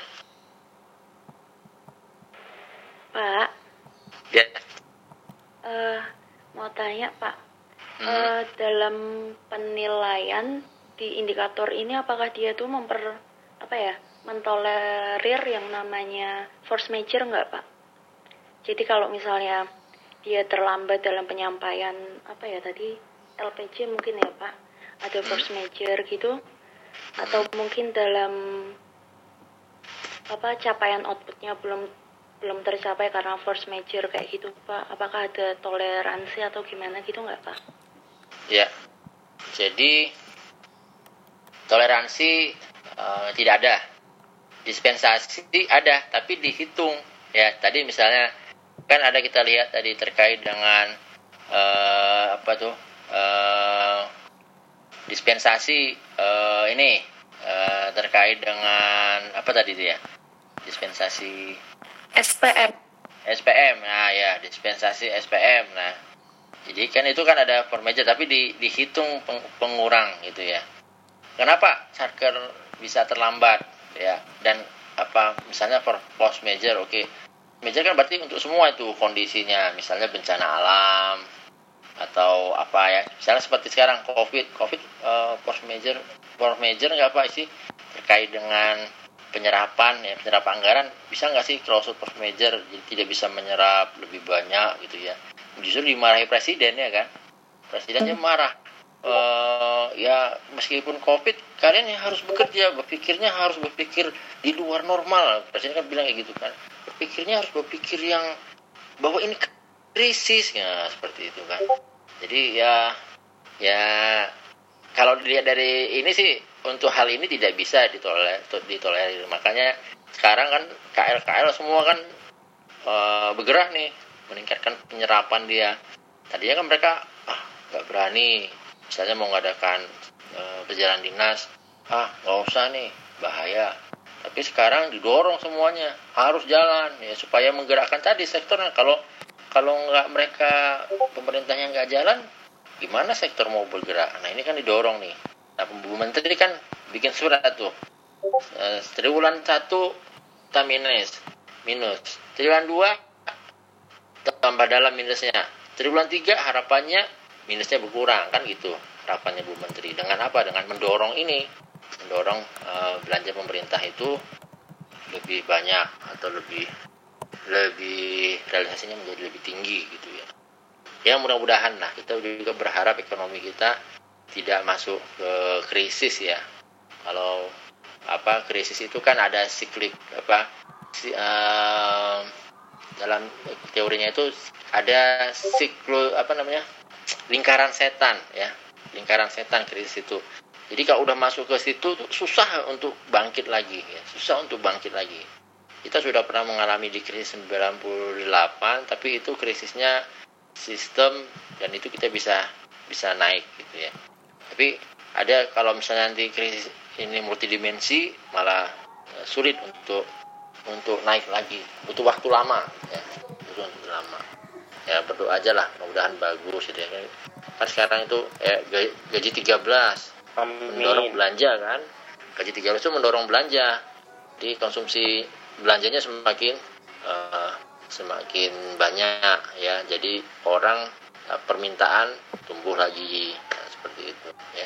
Pak. Ya. Uh, mau tanya Pak. Hmm. Uh, dalam penilaian di indikator ini apakah dia tuh memper apa ya mentolerir yang namanya force major nggak Pak? Jadi kalau misalnya dia terlambat dalam penyampaian apa ya tadi L P J mungkin ya Pak, ada force major gitu, atau mungkin dalam apa capaian outputnya belum belum tercapai karena force major kayak gitu Pak? Apakah ada toleransi atau gimana gitu nggak Pak? Ya, jadi toleransi uh, tidak ada, dispensasi ada tapi dihitung ya. Tadi misalnya kan ada kita lihat tadi terkait dengan uh, apa tuh uh, dispensasi uh, ini uh, terkait dengan apa tadi itu ya, dispensasi S P M. S P M, nah ya dispensasi S P M. Nah, jadi kan itu kan ada force major tapi di, dihitung peng, pengurang gitu ya. Kenapa satker bisa terlambat ya? Dan apa misalnya for force major, oke, okay. Major kan berarti untuk semua itu kondisinya, misalnya bencana alam atau apa ya, misalnya seperti sekarang COVID, COVID uh, force major, force major nggak apa sih terkait dengan penyerapan ya, penyerapan anggaran bisa nggak sih clause force major jadi tidak bisa menyerap lebih banyak gitu ya, justru dimarahi presiden ya kan, presidennya marah, uh, ya meskipun COVID kalian yang harus bekerja, berpikirnya harus berpikir di luar normal, presiden kan bilang kayak gitu kan, berpikirnya harus berpikir yang bahwa ini krisis ya seperti itu kan. Jadi ya ya kalau dilihat dari ini sih untuk hal ini tidak bisa ditoler, ditolerir. Makanya sekarang kan K L K L semua kan e, bergerak nih meningkatkan penyerapan dia. Tadinya kan mereka ah nggak berani, misalnya mau mengadakan e, perjalanan dinas, ah nggak usah nih bahaya. Tapi sekarang didorong semuanya harus jalan ya supaya menggerakkan tadi sektornya. Kalau kalau nggak mereka pemerintahnya nggak jalan, gimana sektor mau bergerak? Nah ini kan didorong nih. Nah, Bu Menteri kan bikin surat tuh, e, triwulan satu kita minus, minus, triwulan dua tambah dalam minusnya, triwulan tiga harapannya minusnya berkurang kan gitu, harapannya Bu Menteri. Dengan apa? Dengan mendorong ini, mendorong e, belanja pemerintah itu lebih banyak atau lebih lebih realisasinya menjadi lebih tinggi gitu ya. Ya mudah-mudahan lah, kita juga berharap ekonomi kita tidak masuk ke krisis ya. Kalau apa krisis itu kan ada siklik apa si, uh, dalam teorinya itu ada siklus apa namanya lingkaran setan ya, lingkaran setan krisis itu. Jadi kalau udah masuk ke situ susah untuk bangkit lagi ya, susah untuk bangkit lagi. Kita sudah pernah mengalami di krisis sembilan puluh delapan, tapi itu krisisnya sistem dan itu kita bisa bisa naik gitu ya. Tapi ada kalau misalnya nanti krisis ini multidimensi malah uh, sulit untuk untuk naik lagi, butuh waktu lama ya, butuh waktu lama. Ya berdoa aja lah, mudah-mudahan bagus gitu ya. Kan sekarang itu ya, gaji tiga belas mendorong belanja kan, gaji tiga belas itu mendorong belanja, jadi konsumsi belanjanya semakin uh, semakin banyak ya, jadi orang uh, permintaan tumbuh lagi. Seperti itu ya,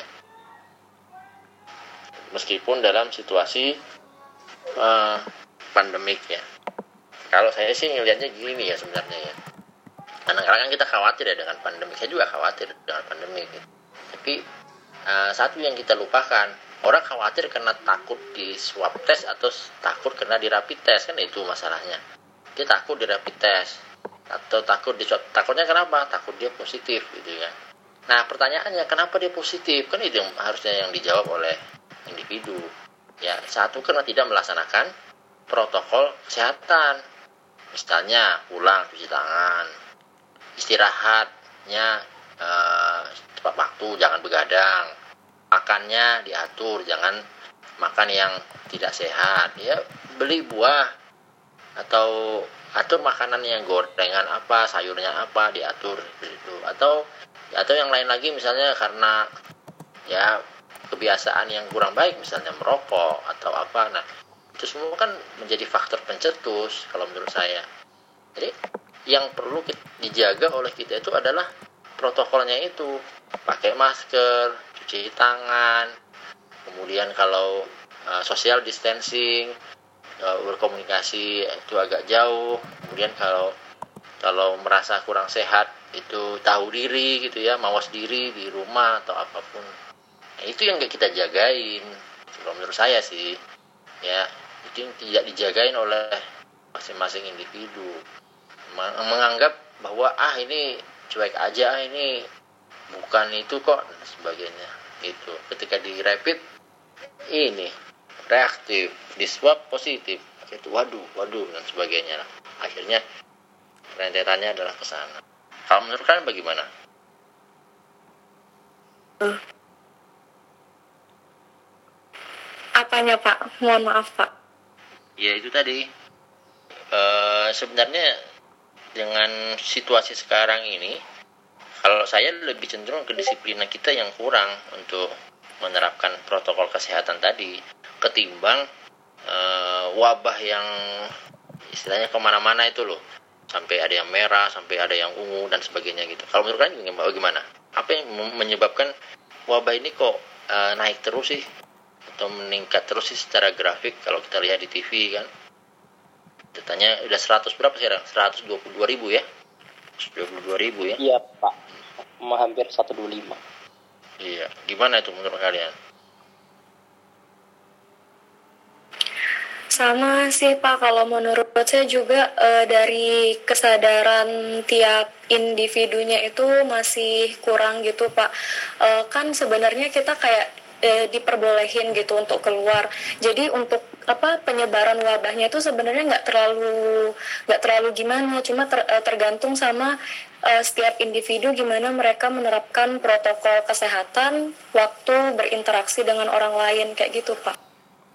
meskipun dalam situasi uh, pandemik ya. Kalau saya sih ngelihatnya gini ya sebenarnya ya, kadang-kadang kan kita khawatir ya dengan pandemik, saya juga khawatir dengan pandemik gitu. Tapi uh, satu yang kita lupakan, orang khawatir karena takut di swab test atau takut karena di rapid test, kan itu masalahnya. Dia takut di rapid test atau takut di swab, takutnya kenapa? Takut dia positif gitu ya. Nah pertanyaannya kenapa dia positif? Kan itu yang harusnya yang dijawab oleh individu. Ya satu karena tidak melaksanakan protokol kesehatan. Misalnya pulang cuci tangan, istirahatnya eh, tepat waktu, jangan begadang, makannya diatur, jangan makan yang tidak sehat. Ya beli buah atau atur makanan yang gorengan apa, sayurnya apa diatur gitu. Atau atau yang lain lagi misalnya karena ya kebiasaan yang kurang baik misalnya merokok atau apa, nah itu semua kan menjadi faktor pencetus kalau menurut saya. Jadi yang perlu dijaga oleh kita itu adalah protokolnya itu, pakai masker, cuci tangan, kemudian kalau uh, social distancing, uh, berkomunikasi itu agak jauh, kemudian kalau kalau merasa kurang sehat itu tahu diri gitu ya, mawas diri di rumah atau apapun. Nah, itu yang kita jagain, Kalau menurut saya sih, ya itu yang tidak dijagain oleh masing-masing individu. Menganggap bahwa ah ini cuek aja, ah, ini bukan itu kok dan sebagainya. Itu ketika di rapid ini reaktif, di swab positif, itu waduh, waduh dan sebagainya. Akhirnya rentetannya adalah ke sana. Kalau menurut kalian bagaimana? Uh. Apanya Pak? Mohon maaf Pak. Ya itu tadi. Uh, sebenarnya dengan situasi sekarang ini, kalau saya lebih cenderung kedisiplinan kita yang kurang untuk menerapkan protokol kesehatan tadi, ketimbang uh, wabah yang istilahnya kemana-mana itu loh, sampai ada yang merah, sampai ada yang ungu dan sebagainya gitu. Kalau menurut kalian bagaimana? Apa yang menyebabkan wabah ini kok uh, naik terus sih, atau meningkat terus sih secara grafik kalau kita lihat di T V kan? Datanya udah seratus berapa sekarang? seratus dua puluh dua ribu ya? seratus dua puluh dua ribu ya? Iya Pak, hampir seratus dua puluh lima. Iya, gimana itu menurut kalian? Sama sih Pak, kalau menurut saya juga e, dari kesadaran tiap individunya itu masih kurang gitu Pak. E, kan sebenarnya kita kayak e, diperbolehin gitu untuk keluar. Jadi untuk apa penyebaran wabahnya itu sebenarnya nggak terlalu nggak terlalu gimana, cuma ter, e, tergantung sama e, setiap individu gimana mereka menerapkan protokol kesehatan waktu berinteraksi dengan orang lain kayak gitu Pak.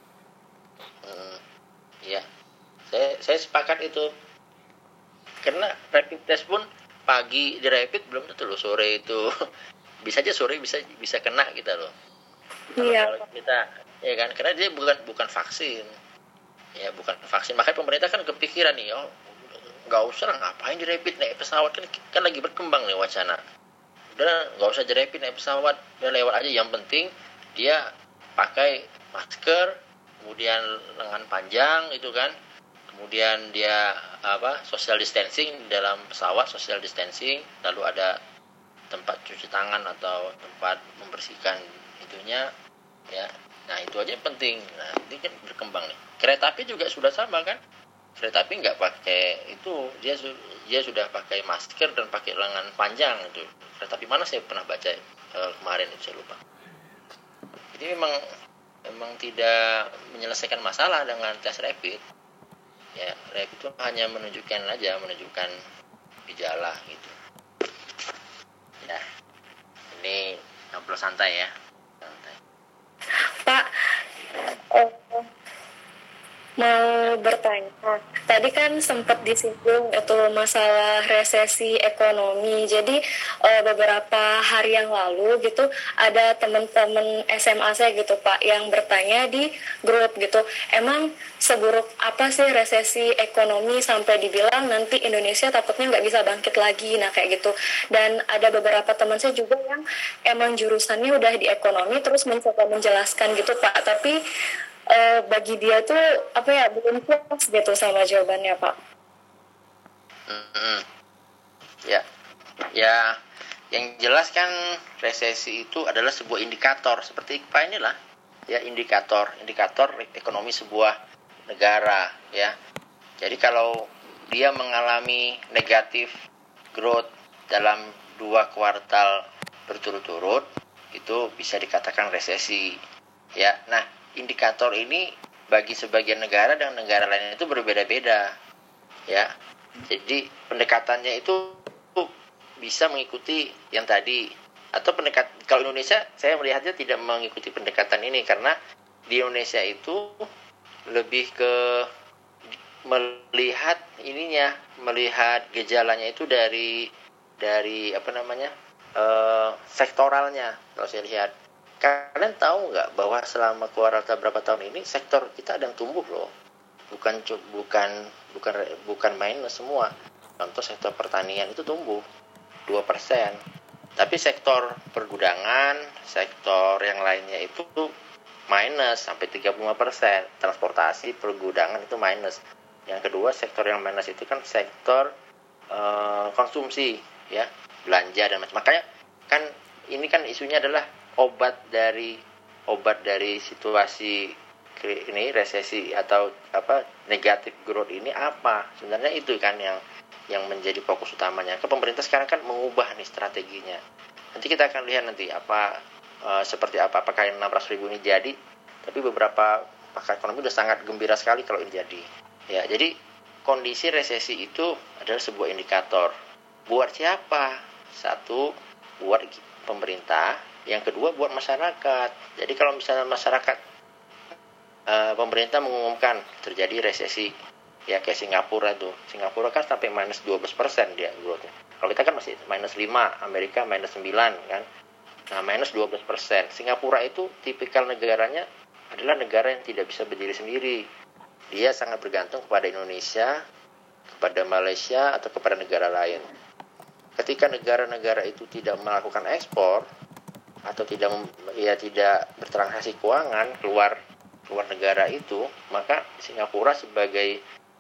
Ya, saya saya sepakat itu. Karena rapid test pun pagi di rapid belum tentu loh, sore itu bisa aja sore bisa bisa kena kita loh. Iya. Kalau kita ya kan, karena dia bukan bukan vaksin. Ya, bukan vaksin. Makanya pemerintah kan kepikiran nih, oh nggak usah lah, ngapain di rapid naik pesawat, kan kan lagi berkembang nih wacana. Udah nggak usah di rapid naik pesawat, udah lewat aja, yang penting dia pakai masker, kemudian lengan panjang itu kan, kemudian dia apa social distancing dalam pesawat, social distancing, lalu ada tempat cuci tangan atau tempat membersihkan itunya ya. Nah itu aja yang penting. Nah ini kan berkembang nih. Kereta api juga sudah sama kan, kereta api nggak pakai itu, dia dia sudah pakai masker dan pakai lengan panjang itu. Kereta api mana saya pernah baca uh, kemarin itu saya lupa. Jadi memang memang tidak menyelesaikan masalah dengan tes rapid. Ya, rapid itu hanya menunjukkan aja, menunjukkan gejala gitu. Ya, ini ngobrol santai ya. Santai. Pak, eh, mau bertanya. Tadi kan sempat disinggung itu masalah resesi ekonomi. Jadi eh, beberapa hari yang lalu gitu ada teman-teman S M A saya gitu Pak yang bertanya di grup gitu, emang seburuk apa sih resesi ekonomi sampai dibilang nanti Indonesia takutnya nggak bisa bangkit lagi. Nah kayak gitu. Dan ada beberapa teman saya juga yang emang jurusannya udah di ekonomi terus mencoba menjelaskan gitu Pak, tapi Uh, bagi dia tuh apa ya belum puas gitu sama jawabannya Pak. Mm-hmm. Ya, ya yang jelas kan resesi itu adalah sebuah indikator seperti I P A inilah ya, indikator indikator ekonomi sebuah negara ya. Jadi kalau dia mengalami negatif growth dalam dua kuartal berturut-turut itu bisa dikatakan resesi ya. Nah indikator ini bagi sebagian negara dan negara lain itu berbeda-beda ya. Jadi pendekatannya itu bisa mengikuti yang tadi, atau pendekat kalau Indonesia saya melihatnya tidak mengikuti pendekatan ini karena di Indonesia itu lebih ke melihat ininya, melihat gejalanya itu dari dari apa namanya uh, sektoralnya. Kalau saya lihat, kalian tahu nggak bahwa selama kuartal berapa tahun ini sektor kita ada yang tumbuh loh, bukan bukan bukan bukan minus semua. Contoh sektor pertanian itu tumbuh dua persen, tapi sektor pergudangan, sektor yang lainnya itu minus sampai tiga puluh lima persen. Transportasi, pergudangan itu minus. Yang kedua sektor yang minus itu kan sektor uh, konsumsi ya, belanja dan macam. Makanya kan ini kan isunya adalah obat dari obat dari situasi ini resesi atau apa negatif growth ini apa? Sebenarnya itu kan yang yang menjadi fokus utamanya. Ke pemerintah sekarang kan mengubah nih strateginya. Nanti kita akan lihat nanti apa uh, seperti apa, apakah yang enam ratus ribu ini jadi. Tapi beberapa pakar ekonomi sudah sangat gembira sekali kalau ini jadi. Ya, jadi kondisi resesi itu adalah sebuah indikator. Buat siapa? Satu, buat pemerintah. Yang kedua, buat masyarakat. Jadi kalau misalnya masyarakat Uh, pemerintah mengumumkan terjadi resesi ya kayak Singapura tuh. Singapura kan sampai minus dua belas persen dia growth-nya. Kalau kita kan masih minus lima, Amerika minus sembilan kan. Nah, minus dua belas persen. Singapura itu tipikal negaranya adalah negara yang tidak bisa berdiri sendiri. Dia sangat bergantung kepada Indonesia, kepada Malaysia atau kepada negara lain. Ketika negara-negara itu tidak melakukan ekspor atau tidak ya tidak bertransaksi keuangan keluar luar negara itu, maka Singapura sebagai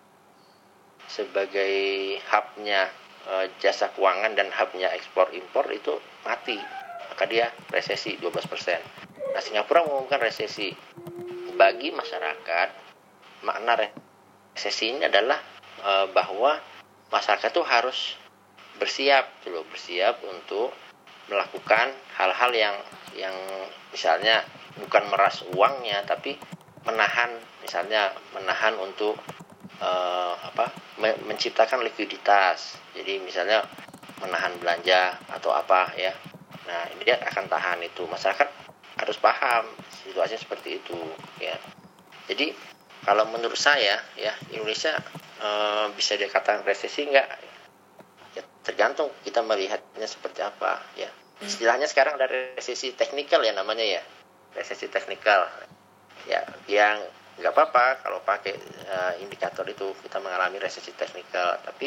sebagai hubnya e, jasa keuangan dan hubnya ekspor impor itu mati, maka dia resesi dua belas persen. Nah, Singapura mengumumkan resesi. Bagi masyarakat, makna resesi ini adalah e, bahwa masyarakat itu harus bersiap dulu, bersiap untuk melakukan hal-hal yang yang misalnya bukan meras uangnya tapi menahan, misalnya menahan untuk uh, apa me- menciptakan likuiditas. Jadi misalnya menahan belanja atau apa ya. Nah, ini dia akan tahan itu. Masyarakat harus paham situasinya seperti itu ya. Jadi kalau menurut saya ya Indonesia uh, bisa dikatakan resesi enggak? Ya, tergantung kita melihatnya seperti apa ya. Istilahnya sekarang ada resesi teknikal ya namanya ya. Resesi teknikal ya, yang nggak apa-apa kalau pakai uh, indikator itu kita mengalami resesi teknikal. Tapi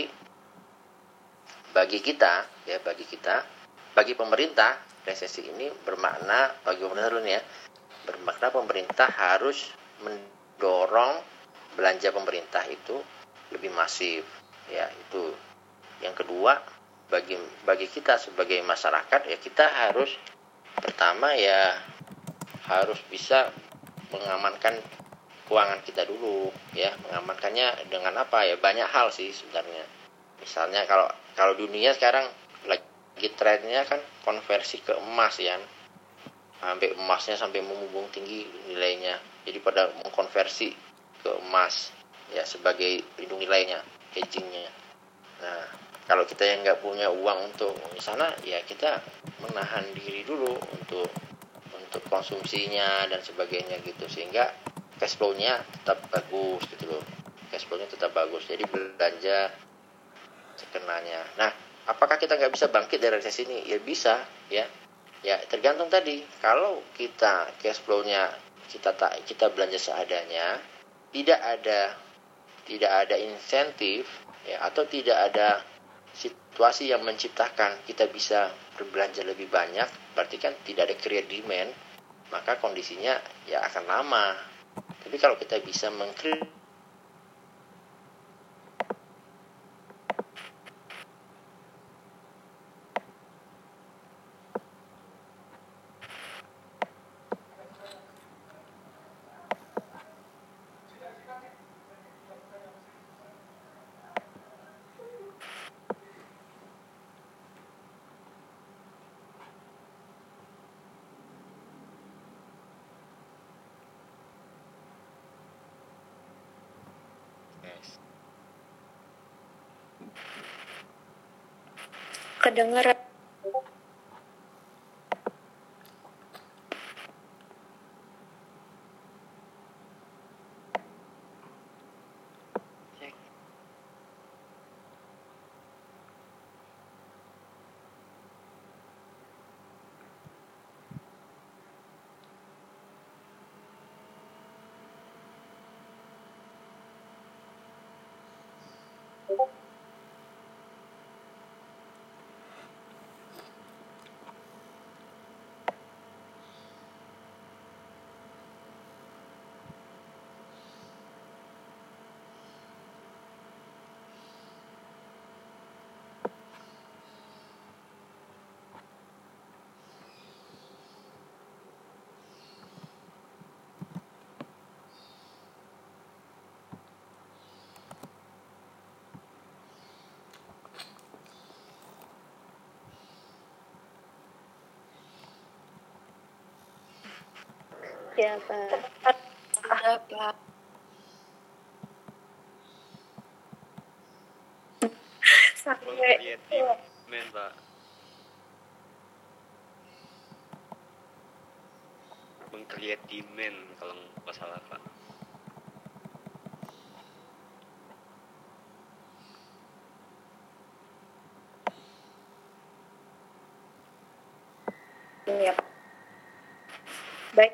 bagi kita ya bagi kita bagi pemerintah resesi ini bermakna bagi pemerintah dulu ya bermakna pemerintah harus mendorong belanja pemerintah itu lebih masif ya. Itu yang kedua, bagi bagi kita sebagai masyarakat ya kita harus pertama ya harus bisa mengamankan keuangan kita dulu ya. Mengamankannya dengan apa ya, banyak hal sih sebenarnya. Misalnya kalau kalau dunia sekarang lagi trennya kan konversi ke emas ya, sampai emasnya sampai membumbung tinggi nilainya, jadi pada mengkonversi ke emas ya sebagai lindung nilainya, hedgingnya. Nah, kalau kita yang nggak punya uang untuk di sana ya kita menahan diri dulu untuk untuk konsumsinya dan sebagainya gitu, sehingga cash flow-nya tetap bagus gitu loh. Cash flow-nya tetap bagus. Jadi belanja sekenanya. Nah, apakah kita nggak bisa bangkit dari resesi ini? Ya bisa, ya. Ya tergantung tadi. Kalau kita cash flow-nya kita tak kita belanja seadanya, tidak ada tidak ada insentif ya atau tidak ada situasi yang menciptakan kita bisa berbelanja lebih banyak, berarti kan tidak ada create demand, maka kondisinya ya akan lama. Tapi kalau kita bisa meng-create kedengeran. Ya, Pak. Sudah, Pak. Meng-create demand, Pak. Meng-create demand kalau nggak salah, Pak. Iya. Baik.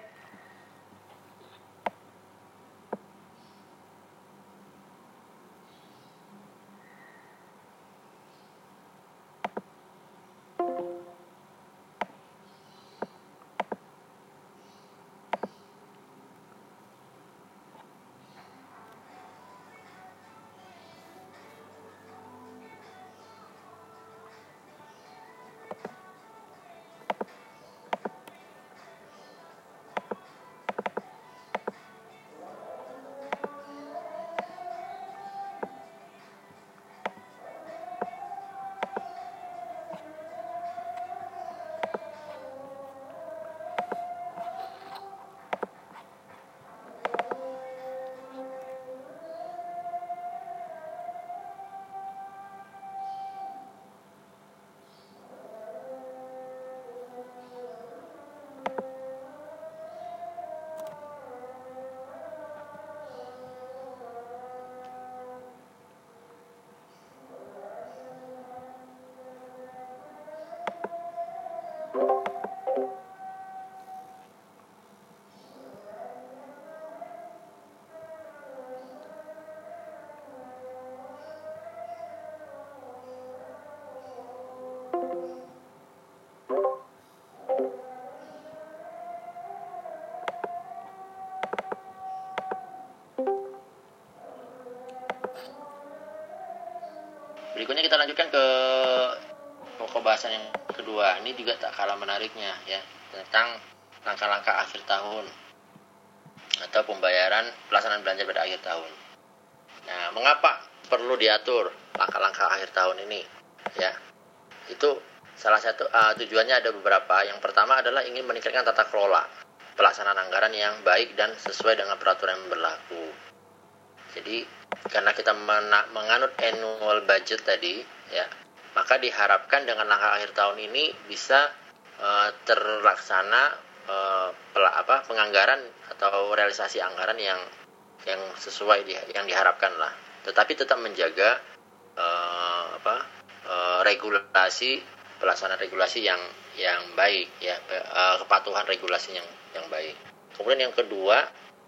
Berikutnya kita lanjutkan ke pokok bahasan yang kedua. Ini juga tak kalah menariknya ya, tentang langkah-langkah akhir tahun atau pembayaran pelaksanaan belanja pada akhir tahun. Nah, mengapa perlu diatur langkah-langkah akhir tahun ini? Ya, itu salah satu uh, tujuannya ada beberapa. Yang pertama adalah ingin meningkatkan tata kelola pelaksanaan anggaran yang baik dan sesuai dengan peraturan yang berlaku. Jadi karena kita mena- menganut annual budget tadi, ya, maka diharapkan dengan langkah akhir tahun ini bisa uh, terlaksana uh, pela- apa penganggaran atau realisasi anggaran yang yang sesuai di, yang diharapkan lah. Tetapi tetap menjaga uh, apa uh, regulasi pelaksanaan regulasi yang yang baik, ya, uh, kepatuhan regulasi yang yang baik. Kemudian yang kedua,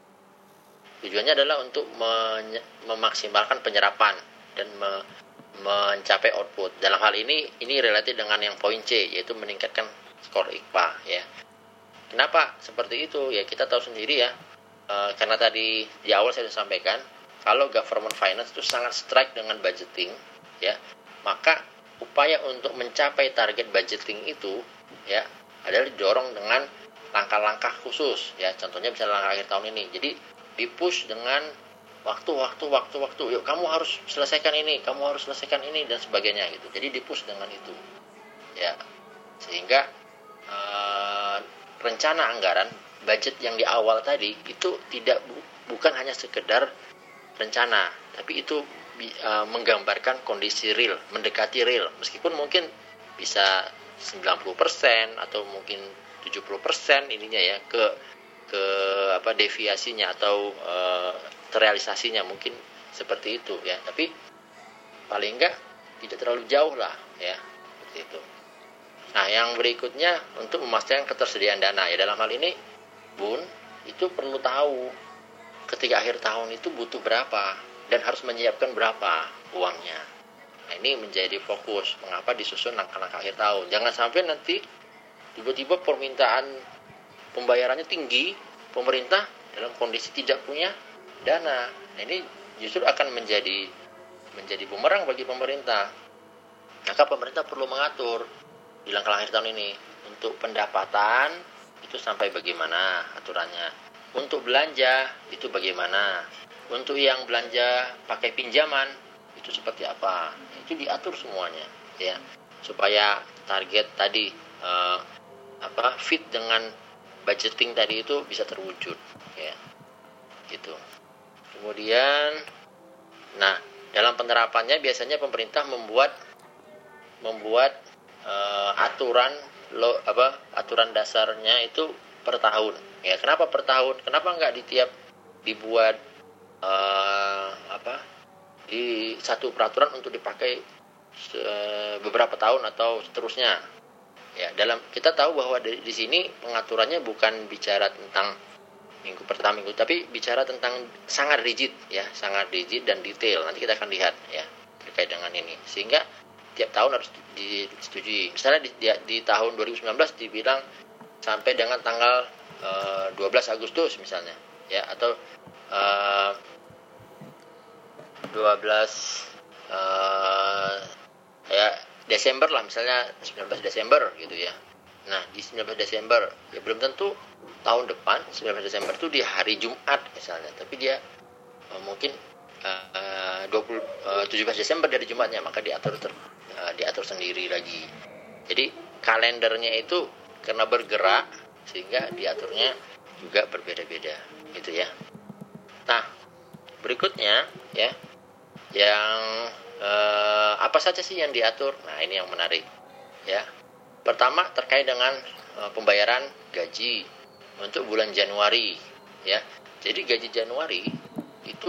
tujuannya adalah untuk menye- memaksimalkan penyerapan dan me- mencapai output. Dalam hal ini, ini relatif dengan yang poin C, yaitu meningkatkan skor I K P A. Ya. Kenapa seperti itu? Ya kita tahu sendiri ya, e, karena tadi di awal saya sudah sampaikan, kalau government finance itu sangat strike dengan budgeting, ya, maka upaya untuk mencapai target budgeting itu, ya, adalah didorong dengan langkah-langkah khusus. Ya, contohnya misalnya langkah akhir tahun ini. Jadi dipush dengan waktu waktu waktu waktu yuk kamu harus selesaikan ini, kamu harus selesaikan ini dan sebagainya gitu. Jadi dipush dengan itu, ya, sehingga uh, rencana anggaran budget yang di awal tadi itu tidak bu- bukan hanya sekedar rencana, tapi itu uh, menggambarkan kondisi real, mendekati real, meskipun mungkin bisa sembilan puluh persen atau mungkin tujuh puluh persen ininya ya ke ke apa deviasinya atau e, terrealisasinya mungkin seperti itu ya, tapi paling enggak tidak terlalu jauh lah ya, seperti itu. Nah, yang berikutnya untuk memastikan ketersediaan dana ya, dalam hal ini Bun itu perlu tahu ketika akhir tahun itu butuh berapa dan harus menyiapkan berapa uangnya. Nah, ini menjadi fokus mengapa disusun langkah-langkah akhir tahun. Jangan sampai nanti tiba-tiba permintaan pembayarannya tinggi, pemerintah dalam kondisi tidak punya dana. Nah, ini justru akan menjadi menjadi bumerang bagi pemerintah. Maka pemerintah perlu mengatur di langkah akhir tahun ini untuk pendapatan itu sampai bagaimana aturannya. Untuk belanja itu bagaimana. Untuk yang belanja pakai pinjaman itu seperti apa. Itu diatur semuanya ya, supaya target tadi eh, apa fit dengan budgeting tadi itu bisa terwujud, ya, gitu. Kemudian, nah dalam penerapannya biasanya pemerintah membuat membuat uh, aturan lo apa aturan dasarnya itu per tahun, ya. Kenapa per tahun? Kenapa nggak di tiap dibuat uh, apa di satu peraturan untuk dipakai se- beberapa tahun atau seterusnya? Ya, dalam kita tahu bahwa di, di sini pengaturannya bukan bicara tentang minggu pertama minggu, tapi bicara tentang sangat rigid, ya, sangat rigid dan detail. Nanti kita akan lihat, ya, terkait dengan ini. Sehingga tiap tahun harus disetujui. Misalnya di, di, di tahun dua ribu sembilan belas dibilang sampai dengan tanggal uh, dua belas Agustus misalnya, ya, atau uh, dua belas uh, ya Desember lah, misalnya sembilan belas Desember gitu ya. Nah, di sembilan belas Desember ya belum tentu tahun depan sembilan belas Desember itu di hari Jumat misalnya, tapi dia uh, mungkin uh, dua puluh, uh, tujuh belas Desember dari Jumatnya, maka diatur ter, uh, diatur sendiri lagi. Jadi kalendernya itu karena bergerak sehingga diaturnya juga berbeda-beda gitu ya. Nah, berikutnya ya yang Uh, apa saja sih yang diatur? Nah, ini yang menarik, ya. Pertama terkait dengan uh, pembayaran gaji untuk bulan Januari, ya. Jadi gaji Januari itu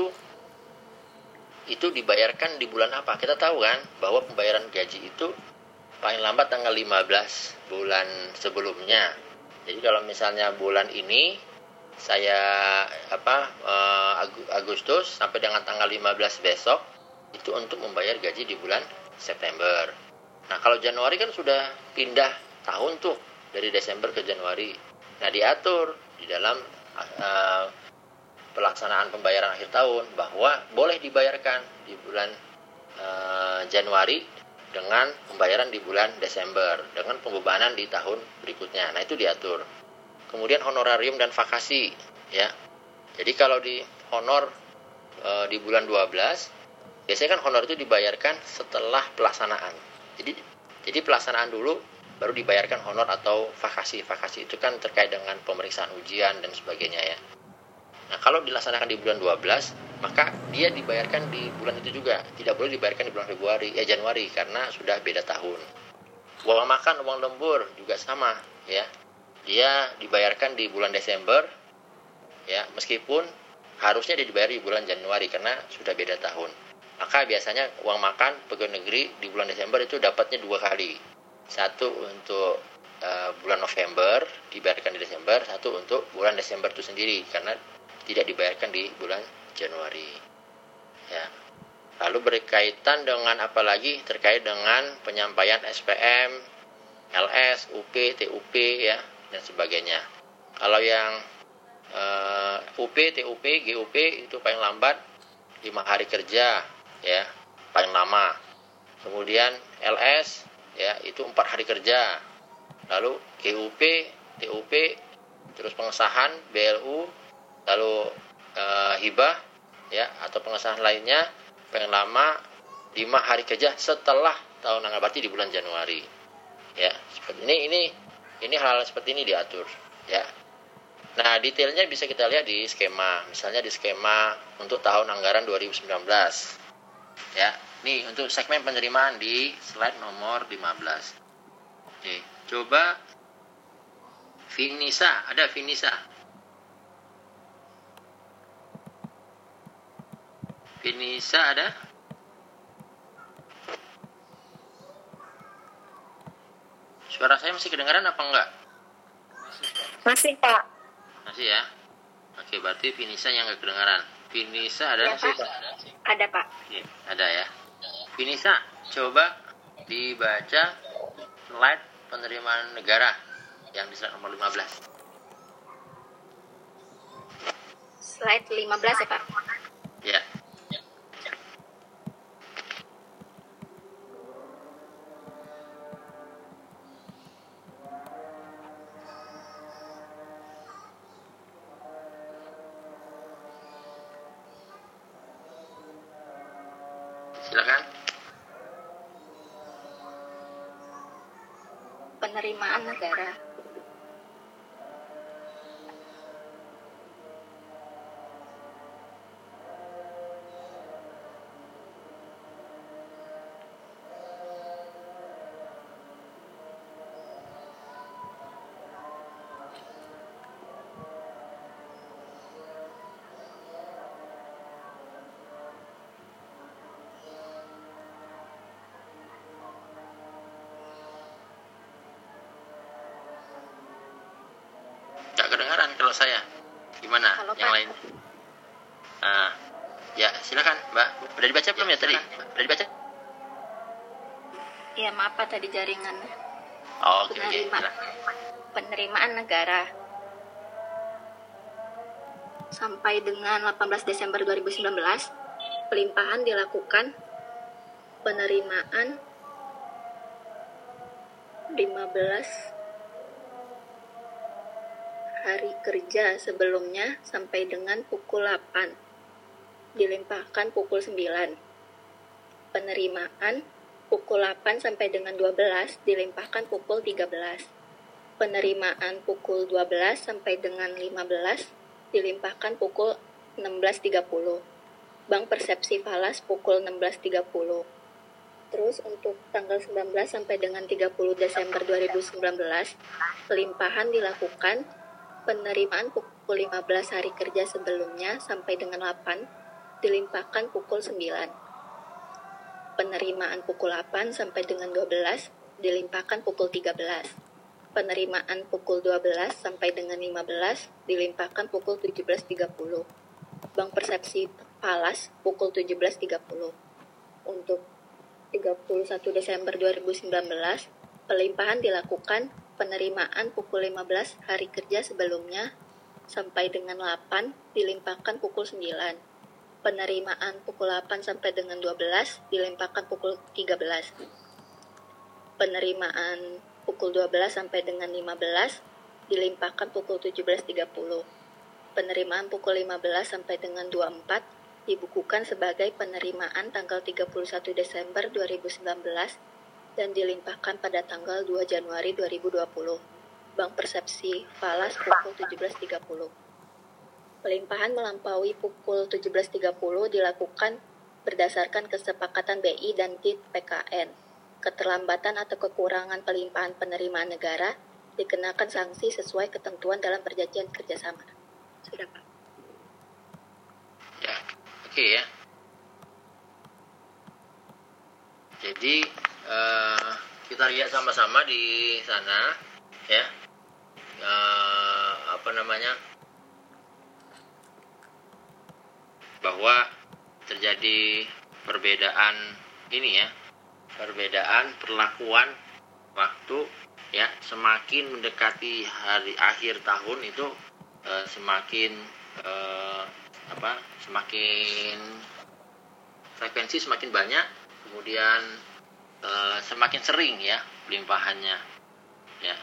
itu dibayarkan di bulan apa? Kita tahu kan bahwa pembayaran gaji itu paling lambat tanggal lima belas bulan sebelumnya. Jadi kalau misalnya bulan ini saya apa uh, Agustus sampai dengan tanggal lima belas besok itu untuk membayar gaji di bulan September. Nah, kalau Januari kan sudah pindah tahun tuh dari Desember ke Januari. Nah, diatur di dalam uh, pelaksanaan pembayaran akhir tahun bahwa boleh dibayarkan di bulan uh, Januari dengan pembayaran di bulan Desember dengan pembebanan di tahun berikutnya. Nah, itu diatur. Kemudian honorarium dan vakasi, ya. Jadi kalau di honor uh, di bulan dua belas biasanya kan honor itu dibayarkan setelah pelaksanaan. Jadi jadi pelaksanaan dulu baru dibayarkan honor atau vakasi. Vakasi itu kan terkait dengan pemeriksaan ujian dan sebagainya, ya. Nah, kalau dilaksanakan di bulan dua belas, maka dia dibayarkan di bulan itu juga. Tidak boleh dibayarkan di bulan Februari, ya Januari karena sudah beda tahun. Uang makan, uang lembur juga sama, ya. Dia dibayarkan di bulan Desember, ya, meskipun harusnya dia dibayar di bulan Januari karena sudah beda tahun. Maka biasanya uang makan pegawai negeri di bulan Desember itu dapatnya dua kali. Satu untuk uh, bulan November dibayarkan di Desember, satu untuk bulan Desember itu sendiri karena tidak dibayarkan di bulan Januari. Ya. Lalu berkaitan dengan apa lagi? Terkait dengan penyampaian S P M, L S, U P, T U P, ya, dan sebagainya. Kalau yang uh, U P, T U P, G U P itu paling lambat lima hari kerja, ya, paling lama. Kemudian L S, ya, itu empat hari kerja. Lalu G U P, T U P, terus pengesahan B L U, lalu e, hibah, ya, atau pengesahan lainnya paling lama lima hari kerja setelah tahun anggaran, berarti di bulan Januari, ya. Seperti ini ini ini hal-hal seperti ini diatur, ya. Nah, detailnya bisa kita lihat di skema. Misalnya di skema untuk tahun anggaran dua ribu sembilan belas. Ya, nih untuk segmen penerimaan di slide nomor lima belas. Oke, coba Finisa, ada Finisa. Finisa ada? Suara saya masih kedengaran apa enggak? Masih, Pak. Masih ya? Oke, berarti Finisa yang enggak kedengaran. Finisa ada? Ya, Pak. Ada, Pak. Oke, ada ya. Finisa, coba dibaca slide penerimaan negara yang di slide nomor lima belas. Slide lima belas ya, Pak? Ya. Silakan. Penerimaan negara. saya. Gimana Halo, yang Pak. lain? Nah, ya silakan Mbak. Udah dibaca belum ya, tadi? Udah dibaca? Ya maaf Pak, tadi jaringan. Oh, oke, oke. Penerima, Silakan. penerimaan negara sampai dengan delapan belas Desember dua ribu sembilan belas, pelimpahan dilakukan penerimaan lima belas hari kerja sebelumnya sampai dengan pukul delapan, dilimpahkan pukul sembilan. Penerimaan pukul delapan sampai dengan dua belas dilimpahkan pukul tiga belas. Penerimaan pukul dua belas sampai dengan lima belas dilimpahkan pukul enam belas tiga puluh. Bank Persepsi Falas pukul enam belas tiga puluh. Terus untuk tanggal sembilan belas sampai dengan tiga puluh Desember dua ribu sembilan belas, pelimpahan dilakukan penerimaan pukul lima belas hari kerja sebelumnya sampai dengan delapan dilimpahkan pukul sembilan. Penerimaan pukul delapan sampai dengan dua belas dilimpahkan pukul tiga belas. Penerimaan pukul dua belas sampai dengan lima belas dilimpahkan pukul tujuh belas tiga puluh. Bank Persepsi Falas pukul tujuh belas tiga puluh. Untuk tiga puluh satu Desember dua ribu sembilan belas, pelimpahan dilakukan penerimaan pukul lima belas hari kerja sebelumnya sampai dengan delapan dilimpahkan pukul sembilan. Penerimaan pukul delapan sampai dengan dua belas dilimpahkan pukul tiga belas. Penerimaan pukul dua belas sampai dengan lima belas dilimpahkan pukul tujuh belas tiga puluh. Penerimaan pukul lima belas sampai dengan dua puluh empat dibukukan sebagai penerimaan tanggal tiga puluh satu Desember dua ribu sembilan belas dan dilimpahkan pada tanggal dua Januari dua ribu dua puluh. Bank Persepsi Falas pukul tujuh belas tiga puluh. Pelimpahan melampaui pukul tujuh belas tiga puluh dilakukan berdasarkan kesepakatan B I dan T I T P K N. Keterlambatan atau kekurangan pelimpahan penerimaan negara dikenakan sanksi sesuai ketentuan dalam perjanjian kerjasama. Sudah, Pak. Ya, oke okay, ya. Jadi uh, kita lihat sama-sama di sana, ya. Uh, apa namanya? Bahwa terjadi perbedaan ini ya. Perbedaan perlakuan waktu ya, semakin mendekati hari akhir tahun itu eh, semakin eh, apa semakin frekuensi semakin banyak, kemudian eh, semakin sering ya pelimpahannya ya.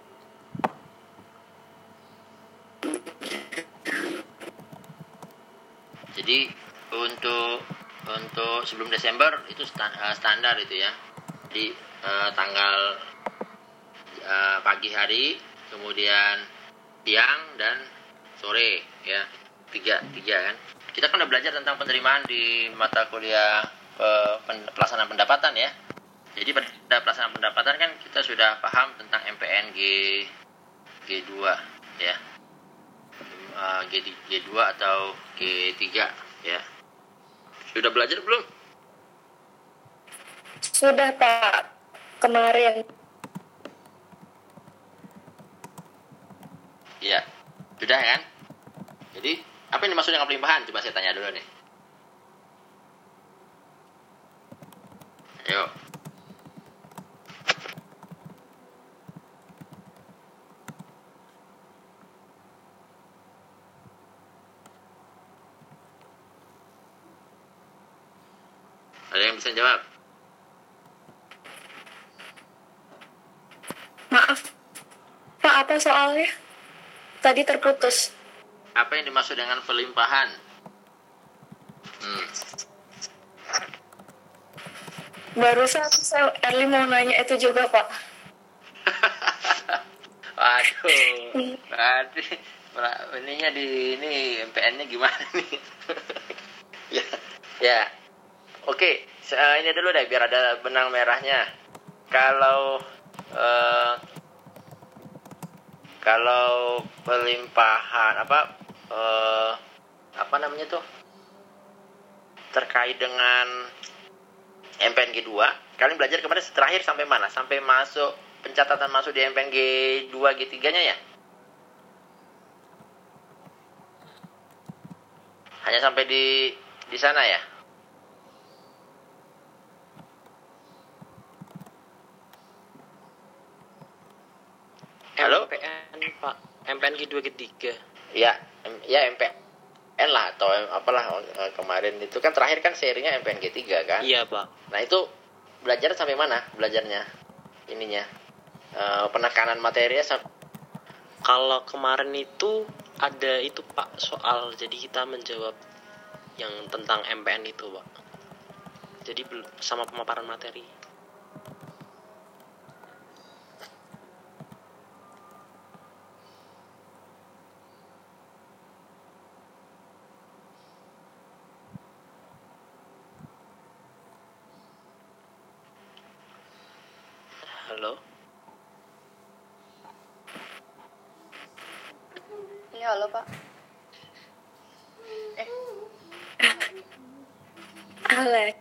Jadi untuk untuk sebelum Desember itu standar itu ya. Di uh, tanggal uh, pagi hari, kemudian siang dan sore ya. Tiga, tiga kan. Kita kan udah belajar tentang penerimaan di mata kuliah uh, pen, pelaksanaan pendapatan ya. Jadi pada pelaksanaan pendapatan kan kita sudah paham tentang M P N G G dua ya. Uh, G, G dua atau G tiga ya. Sudah belajar belum? Sudah, Pak. Kemarin. Iya. Sudah kan? Jadi, apa yang dimaksud dengan pelimpahan? Coba saya tanya dulu nih. Ayo. Ada yang bisa jawab? Maaf, Pak, apa soalnya? Tadi terputus. Apa yang dimaksud dengan pelimpahan? Hmm. Barusan saya Erli mau nanya itu juga, Pak. Waduh, berarti ininya di ini M P N-nya gimana nih? ya, ya. Oke, uh, ini dulu deh biar ada benang merahnya. Kalau uh, kalau pelimpahan apa uh, apa namanya tuh terkait dengan M P N G dua, kalian belajar kemarin terakhir sampai mana? Sampai masuk pencatatan masuk di M P N G dua G tiga-nya ya? Hanya sampai di di sana ya? Halo? M P N Pak, M P N G dua G tiga. Ya, ya M P N lah atau apalah kemarin itu kan terakhir kan serinya M P N G tiga kan? Iya Pak. Nah itu belajar sampai mana belajarnya ininya e, penekanan materinya sampai... Kalau kemarin itu ada itu Pak soal, jadi kita menjawab yang tentang M P N itu Pak. Jadi sama pemaparan materi. Halo. Iya, halo Pak. Eh. Alex.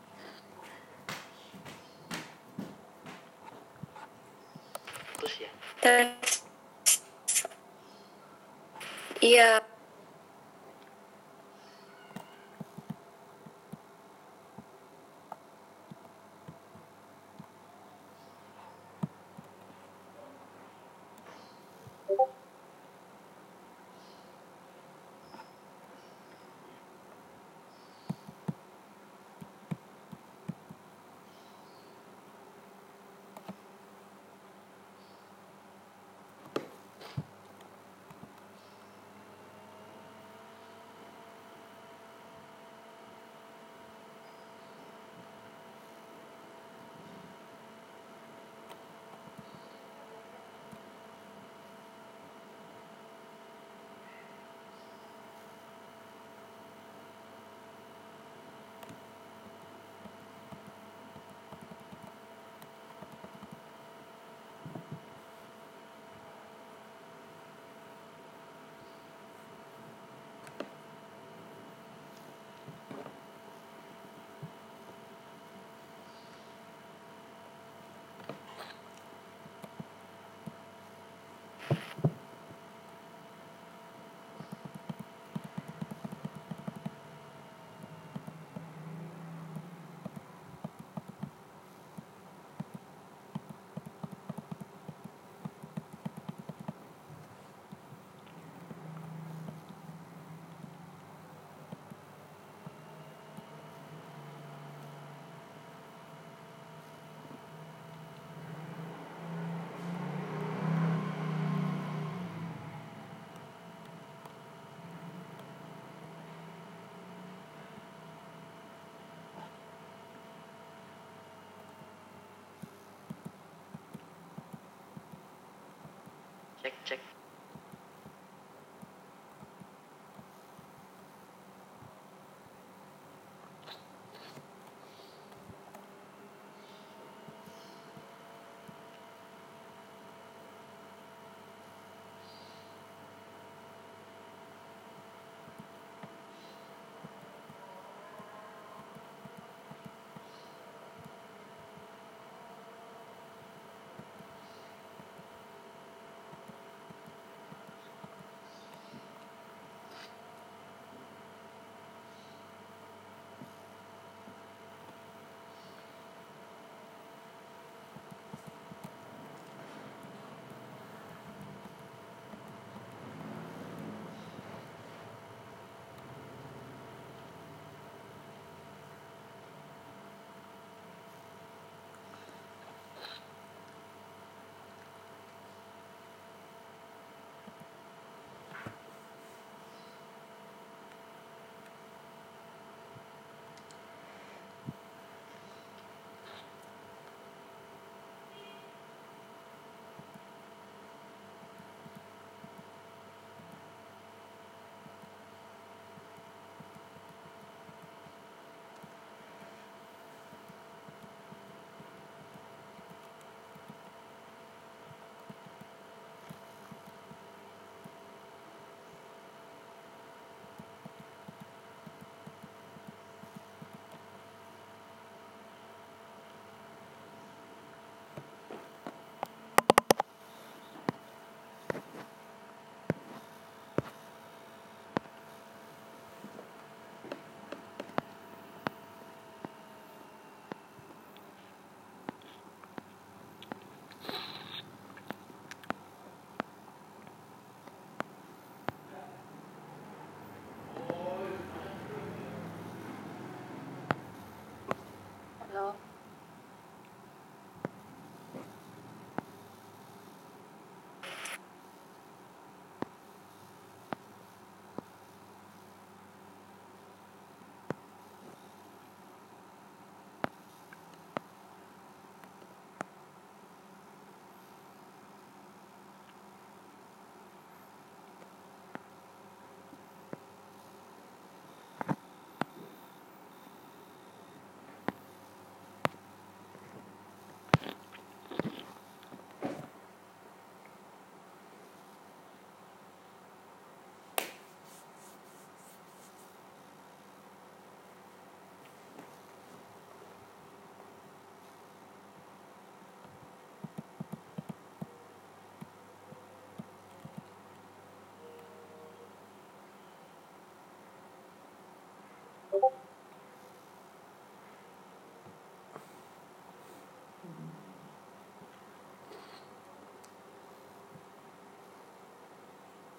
Terus ya? Tes. Iya. Cek cek.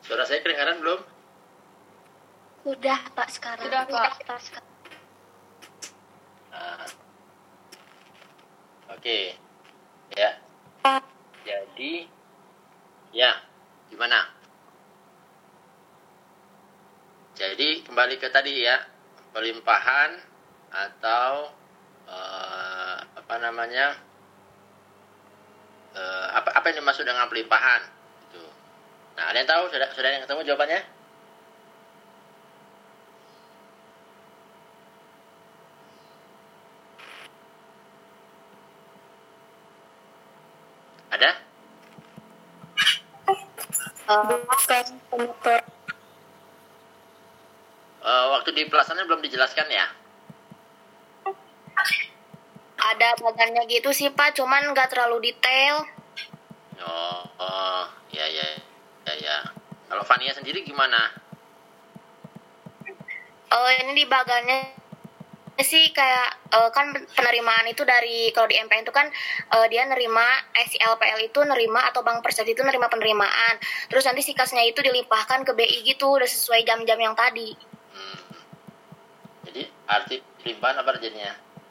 Suara saya kedengaran belum? Udah Pak sekarang. Udah, Pak. Udah, sekarang. Nah. Oke. Ya. Jadi ya, gimana? Jadi kembali ke tadi ya, pelimpahan atau eh, apa namanya? Eh, apa apa yang dimaksud dengan pelimpahan? Gitu. Nah, ada yang tahu? Sudah sudah yang ketemu jawabannya? Ada? Bukan pemotor. Uh, waktu di pelaksanaan belum dijelaskan ya? Ada bagannya gitu sih Pak, cuman nggak terlalu detail. Oh, oh, ya ya ya ya. Kalau Fania sendiri gimana? Oh ini di bagannya sih kayak uh, kan penerimaan itu dari kalau di M P N itu kan uh, dia nerima eh, si L P L itu nerima atau Bank Persepsi itu nerima penerimaan. Terus nanti si kasnya itu dilimpahkan ke B I gitu udah sesuai jam-jam yang tadi. Hmm. Jadi arti pelimpahan apa jadinya?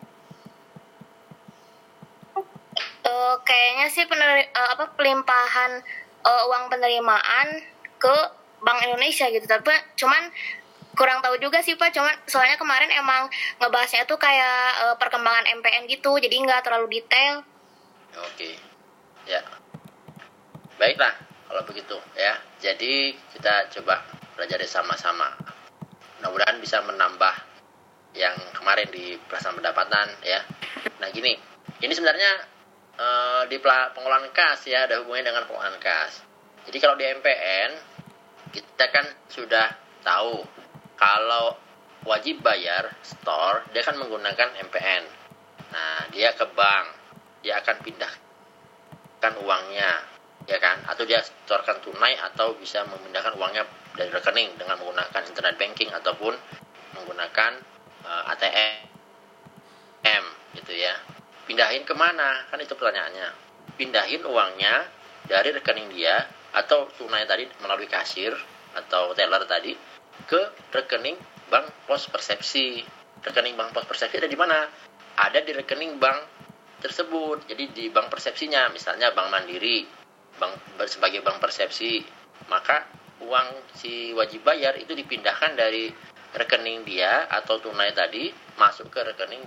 Uh, kayaknya sih peneri, uh, apa pelimpahan uh, uang penerimaan ke Bank Indonesia gitu. Tapi cuman kurang tahu juga sih Pak, cuman soalnya kemarin emang ngebahasnya tuh kayak uh, perkembangan M P N gitu, jadi nggak terlalu detail. Oke, ya, baiklah kalau begitu ya. Jadi kita coba pelajari sama-sama. Mudah-mudahan bisa menambah yang kemarin di pelaksanaan pendapatan ya. Nah gini, ini sebenarnya uh, di pengelolaan kas ya, ada hubungannya dengan pengelolaan kas. Jadi kalau di M P N kita kan sudah tahu kalau wajib bayar store, dia akan menggunakan M P N. Nah, dia ke bank, dia akan pindahkan uangnya, ya kan? Atau dia setorkan tunai atau bisa memindahkan uangnya dari rekening dengan menggunakan internet banking ataupun menggunakan uh, A T M, gitu ya. Pindahin kemana? Kan itu pertanyaannya. Pindahin uangnya dari rekening dia atau tunai tadi melalui kasir atau teller tadi ke rekening bank pos persepsi. Rekening bank pos persepsi ada di mana? Ada di rekening bank tersebut. Jadi di bank persepsinya, misalnya Bank Mandiri, bank sebagai bank persepsi, maka uang si wajib bayar itu dipindahkan dari rekening dia atau tunai tadi masuk ke rekening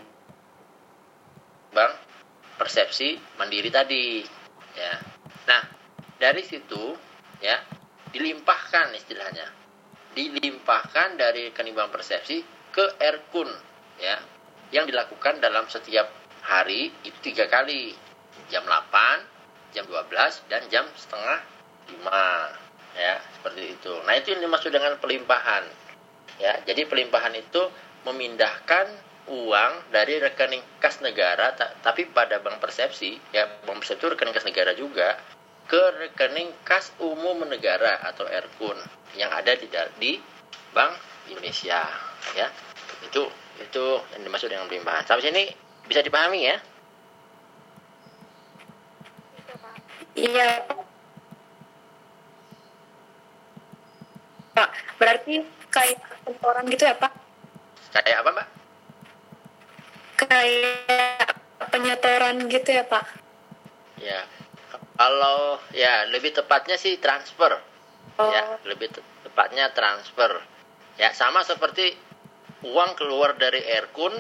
bank persepsi Mandiri tadi. Ya. Nah, dari situ ya dilimpahkan istilahnya. dilimpahkan dari rekening bank persepsi ke Erkun ya, yang dilakukan dalam setiap hari itu tiga kali, jam delapan, jam dua belas, dan jam setengah lima ya, seperti itu. Nah itu yang dimaksud dengan pelimpahan ya. Jadi pelimpahan itu memindahkan uang dari rekening kas negara ta- tapi pada bank persepsi ya, bank persepsi itu rekening kas negara juga, ke rekening kas umum negara atau Erkun yang ada di di Bank Indonesia ya. Itu itu yang dimaksud dengan pelimpahan. Sampai sini bisa dipahami ya? Iya Pak, berarti kayak pentoran gitu ya Pak? Kayak apa Mbak? Kayak penyetoran gitu ya Pak? Ya, kalau ya lebih tepatnya sih transfer. Oh. Ya, lebih te- tepatnya transfer. Ya, sama seperti uang keluar dari Erkun,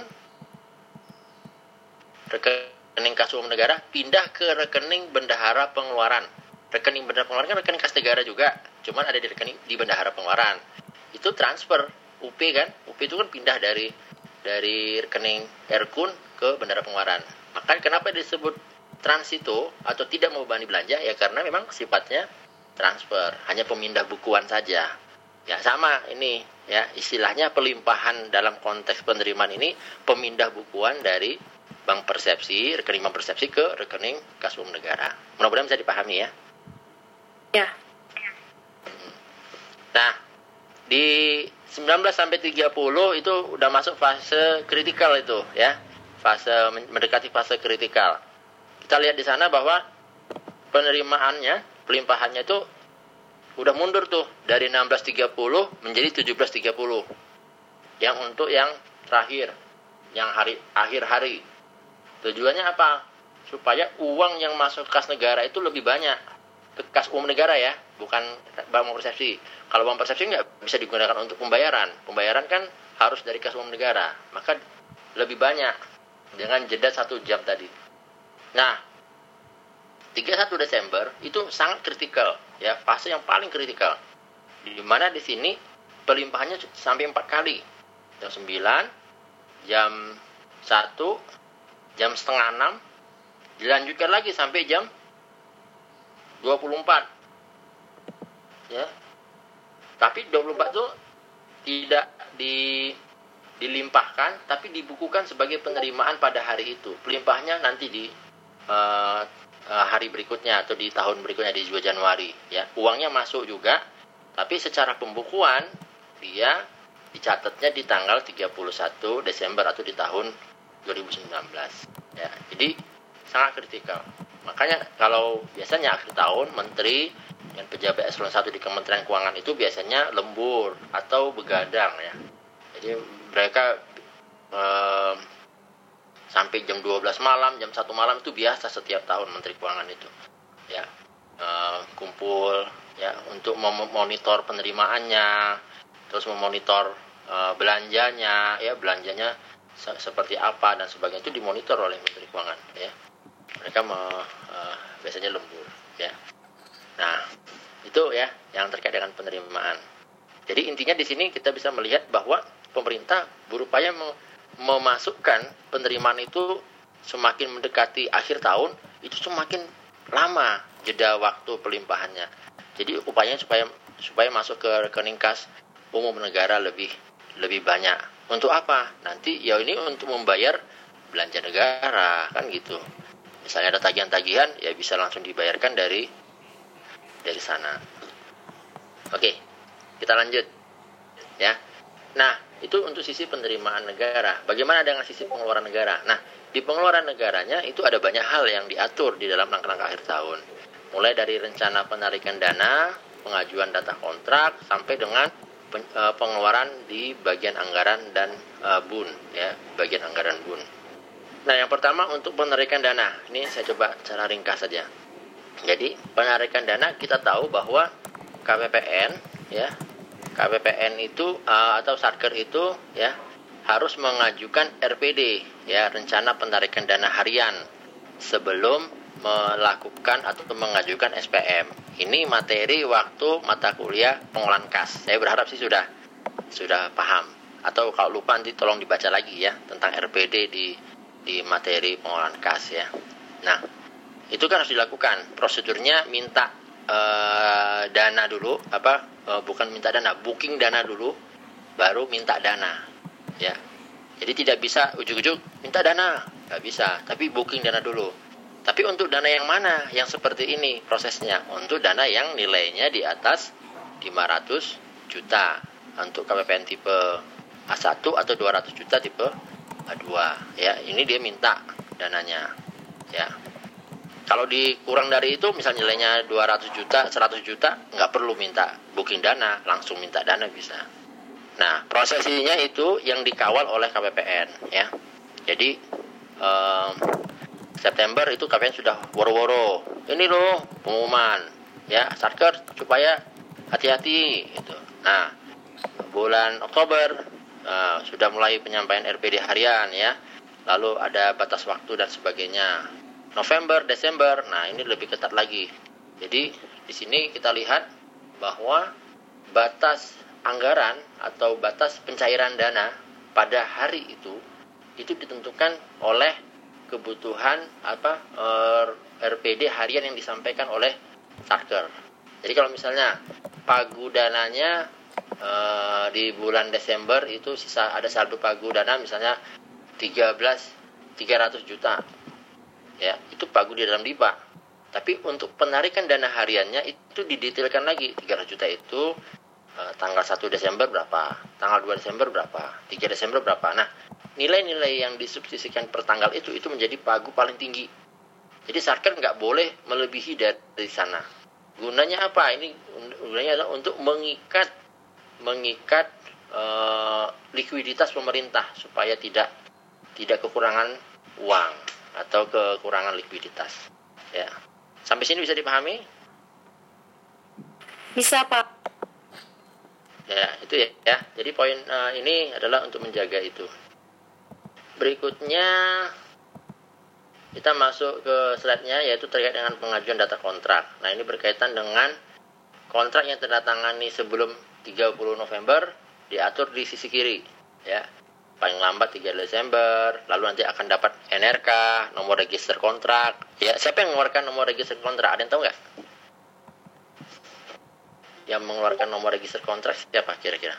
rekening kas umum negara, pindah ke rekening bendahara pengeluaran. Rekening bendahara pengeluaran kan rekening kas negara juga, cuman ada di rekening di bendahara pengeluaran. Itu transfer U P kan? U P itu kan pindah dari dari rekening Erkun ke bendahara pengeluaran. Maka kenapa disebut transito atau tidak membebani belanja ya, karena memang sifatnya transfer, hanya pemindah bukuan saja. Ya sama ini ya, istilahnya pelimpahan dalam konteks penerimaan ini pemindah bukuan dari bank persepsi, rekening bank persepsi ke rekening kas umum negara. Mudah-mudahan bisa dipahami ya. Ya. Nah, di sembilan belas sampai tiga puluh itu udah masuk fase kritikal itu ya. Fase mendekati fase kritikal. Kita lihat di sana bahwa penerimaannya, pelimpahannya itu udah mundur tuh dari enam belas tiga puluh menjadi tujuh belas tiga puluh. Yang untuk yang terakhir, yang hari akhir hari. Tujuannya apa? Supaya uang yang masuk kas negara itu lebih banyak. Kas umum negara ya, bukan bank persepsi. Kalau bank persepsi nggak bisa digunakan untuk pembayaran. Pembayaran kan harus dari kas umum negara. Maka lebih banyak dengan jeda satu jam tadi. Nah, tiga puluh satu Desember itu sangat kritikal, ya, fase yang paling kritikal. Di mana di sini pelimpahannya sampai empat kali. Jam sembilan, jam satu, jam setengah enam, dilanjutkan lagi sampai jam dua puluh empat. Ya. Tapi dua puluh empat itu tidak di dilimpahkan, tapi dibukukan sebagai penerimaan pada hari itu. Pelimpahnya nanti di uh, uh, hari berikutnya atau di tahun berikutnya di dua Januari, ya. Uangnya masuk juga, tapi secara pembukuan dia dicatatnya di tanggal tiga puluh satu Desember atau di tahun dua ribu sembilan belas, ya. Jadi sangat kritikal. Makanya kalau biasanya akhir tahun menteri dan pejabat eselon satu di Kementerian Keuangan itu biasanya lembur atau begadang, ya. Jadi mereka eh, sampai jam dua belas malam, jam satu malam itu biasa setiap tahun Menteri Keuangan itu, ya, eh, kumpul, ya, untuk memonitor penerimaannya, terus memonitor eh, belanjanya, ya, belanjanya se- seperti apa dan sebagainya, itu dimonitor oleh Menteri Keuangan, ya. Mereka me, uh, biasanya lembur, ya. Nah, itu ya yang terkait dengan penerimaan. Jadi intinya di sini kita bisa melihat bahwa pemerintah berupaya mem- memasukkan penerimaan itu semakin mendekati akhir tahun, itu semakin lama jeda waktu pelimpahannya. Jadi upayanya supaya supaya masuk ke rekening kas umum negara lebih lebih banyak. Untuk apa? Nanti ya ini untuk membayar belanja negara, kan gitu. Misalnya ada tagihan-tagihan, ya bisa langsung dibayarkan dari dari sana. Oke, kita lanjut, ya. Nah, itu untuk sisi penerimaan negara. Bagaimana dengan sisi pengeluaran negara? Nah, di pengeluaran negaranya itu ada banyak hal yang diatur di dalam rangka-rangka akhir tahun. Mulai dari rencana penarikan dana, pengajuan data kontrak, sampai dengan pen, uh, pengeluaran di bagian anggaran dan uh, B U N, ya, bagian anggaran B U N. Nah, yang pertama untuk penarikan dana. Ini saya coba cara ringkas saja. Jadi, penarikan dana kita tahu bahwa K P P N, ya, K P P N itu uh, atau Satker itu, ya, harus mengajukan R P D, ya, rencana penarikan dana harian, sebelum melakukan atau mengajukan S P M. Ini materi waktu mata kuliah pengolahan kas. Saya berharap sih sudah sudah paham. Atau kalau lupa nanti tolong dibaca lagi, ya, tentang R P D di di materi pengolahan kas, ya. Nah, itu kan harus dilakukan. Prosedurnya minta uh, dana dulu, apa uh, bukan minta dana, booking dana dulu, baru minta dana, ya. Jadi tidak bisa ujuk-ujuk minta dana, nggak bisa. Tapi booking dana dulu. Tapi untuk dana yang mana? Yang seperti ini prosesnya. Untuk dana yang nilainya di atas lima ratus juta. Untuk K P P N tipe A satu atau dua ratus juta tipe A dua, ya. Ini dia minta dananya, ya. Kalau dikurang dari itu, misalnya nilainya dua ratus juta, seratus juta, nggak perlu minta booking dana, langsung minta dana bisa. Nah, prosesinya itu yang dikawal oleh K P P N, ya. Jadi um, September itu K P P N sudah woro-woro, ini loh pengumuman, ya, Satker supaya hati-hati, gitu. Nah, bulan Oktober uh, sudah mulai penyampaian R P D harian, ya. Lalu ada batas waktu dan sebagainya. November, Desember, nah ini lebih ketat lagi. Jadi di sini kita lihat bahwa batas anggaran atau batas pencairan dana pada hari itu itu ditentukan oleh kebutuhan apa R P D harian yang disampaikan oleh Satker. Jadi kalau misalnya pagu dananya eh, di bulan Desember itu sisa ada saldo pagu dana misalnya tiga belas tiga ratus juta. Ya, itu pagu di dalam D I P A. Tapi untuk penarikan dana hariannya itu didetailkan lagi. tiga ratus juta itu eh, tanggal satu Desember berapa, tanggal dua Desember berapa, tiga Desember berapa. Nah, nilai-nilai yang disubstitusikan per tanggal itu itu menjadi pagu paling tinggi. Jadi Satker nggak boleh melebihi dari sana. Gunanya apa? Ini gunanya adalah untuk mengikat mengikat uh, likuiditas pemerintah supaya tidak tidak kekurangan uang atau kekurangan likuiditas. Ya. Sampai sini bisa dipahami? Bisa, Pak. Ya, itu ya. ya. Jadi poin uh, ini adalah untuk menjaga itu. Berikutnya kita masuk ke slide-nya, yaitu terkait dengan pengajuan data kontrak. Nah, ini berkaitan dengan kontrak yang terdatangani sebelum tiga puluh November diatur di sisi kiri, ya. Paling lambat tiga Desember, lalu nanti akan dapat N R K, nomor register kontrak. Ya, siapa yang mengeluarkan nomor register kontrak? Ada yang tahu nggak? Yang mengeluarkan nomor register kontrak siapa kira-kira?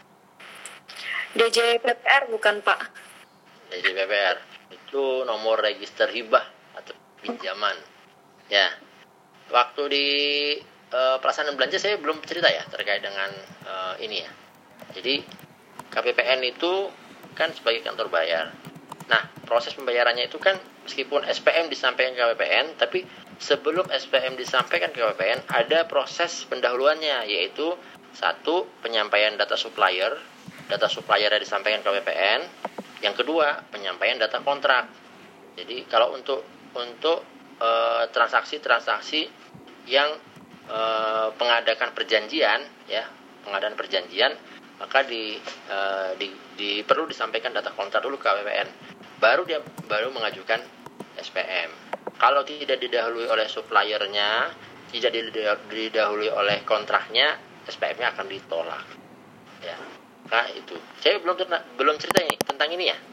D J P P R bukan, Pak? D J P P R itu nomor register hibah atau pinjaman. Ya, waktu di uh, pelaksanaan belanja saya belum cerita ya terkait dengan uh, ini ya. Jadi K P P N itu kan sebagai kantor bayar. Nah, proses pembayarannya itu kan meskipun S P M disampaikan ke K P P N, tapi sebelum S P M disampaikan ke K P P N ada proses pendahuluannya, yaitu satu, penyampaian data supplier. Data supplier yang disampaikan ke K P P N. Yang kedua, penyampaian data kontrak. Jadi kalau untuk untuk e, transaksi-transaksi yang e, pengadakan perjanjian, ya, pengadaan perjanjian, maka di, e, di, di perlu disampaikan data kontrak dulu ke K P P N. Baru dia baru mengajukan S P M. Kalau tidak didahului oleh suppliernya, tidak didahului oleh kontraknya, S P M-nya akan ditolak. Ya. Nah, itu. Saya belum belum cerita ini tentang ini ya.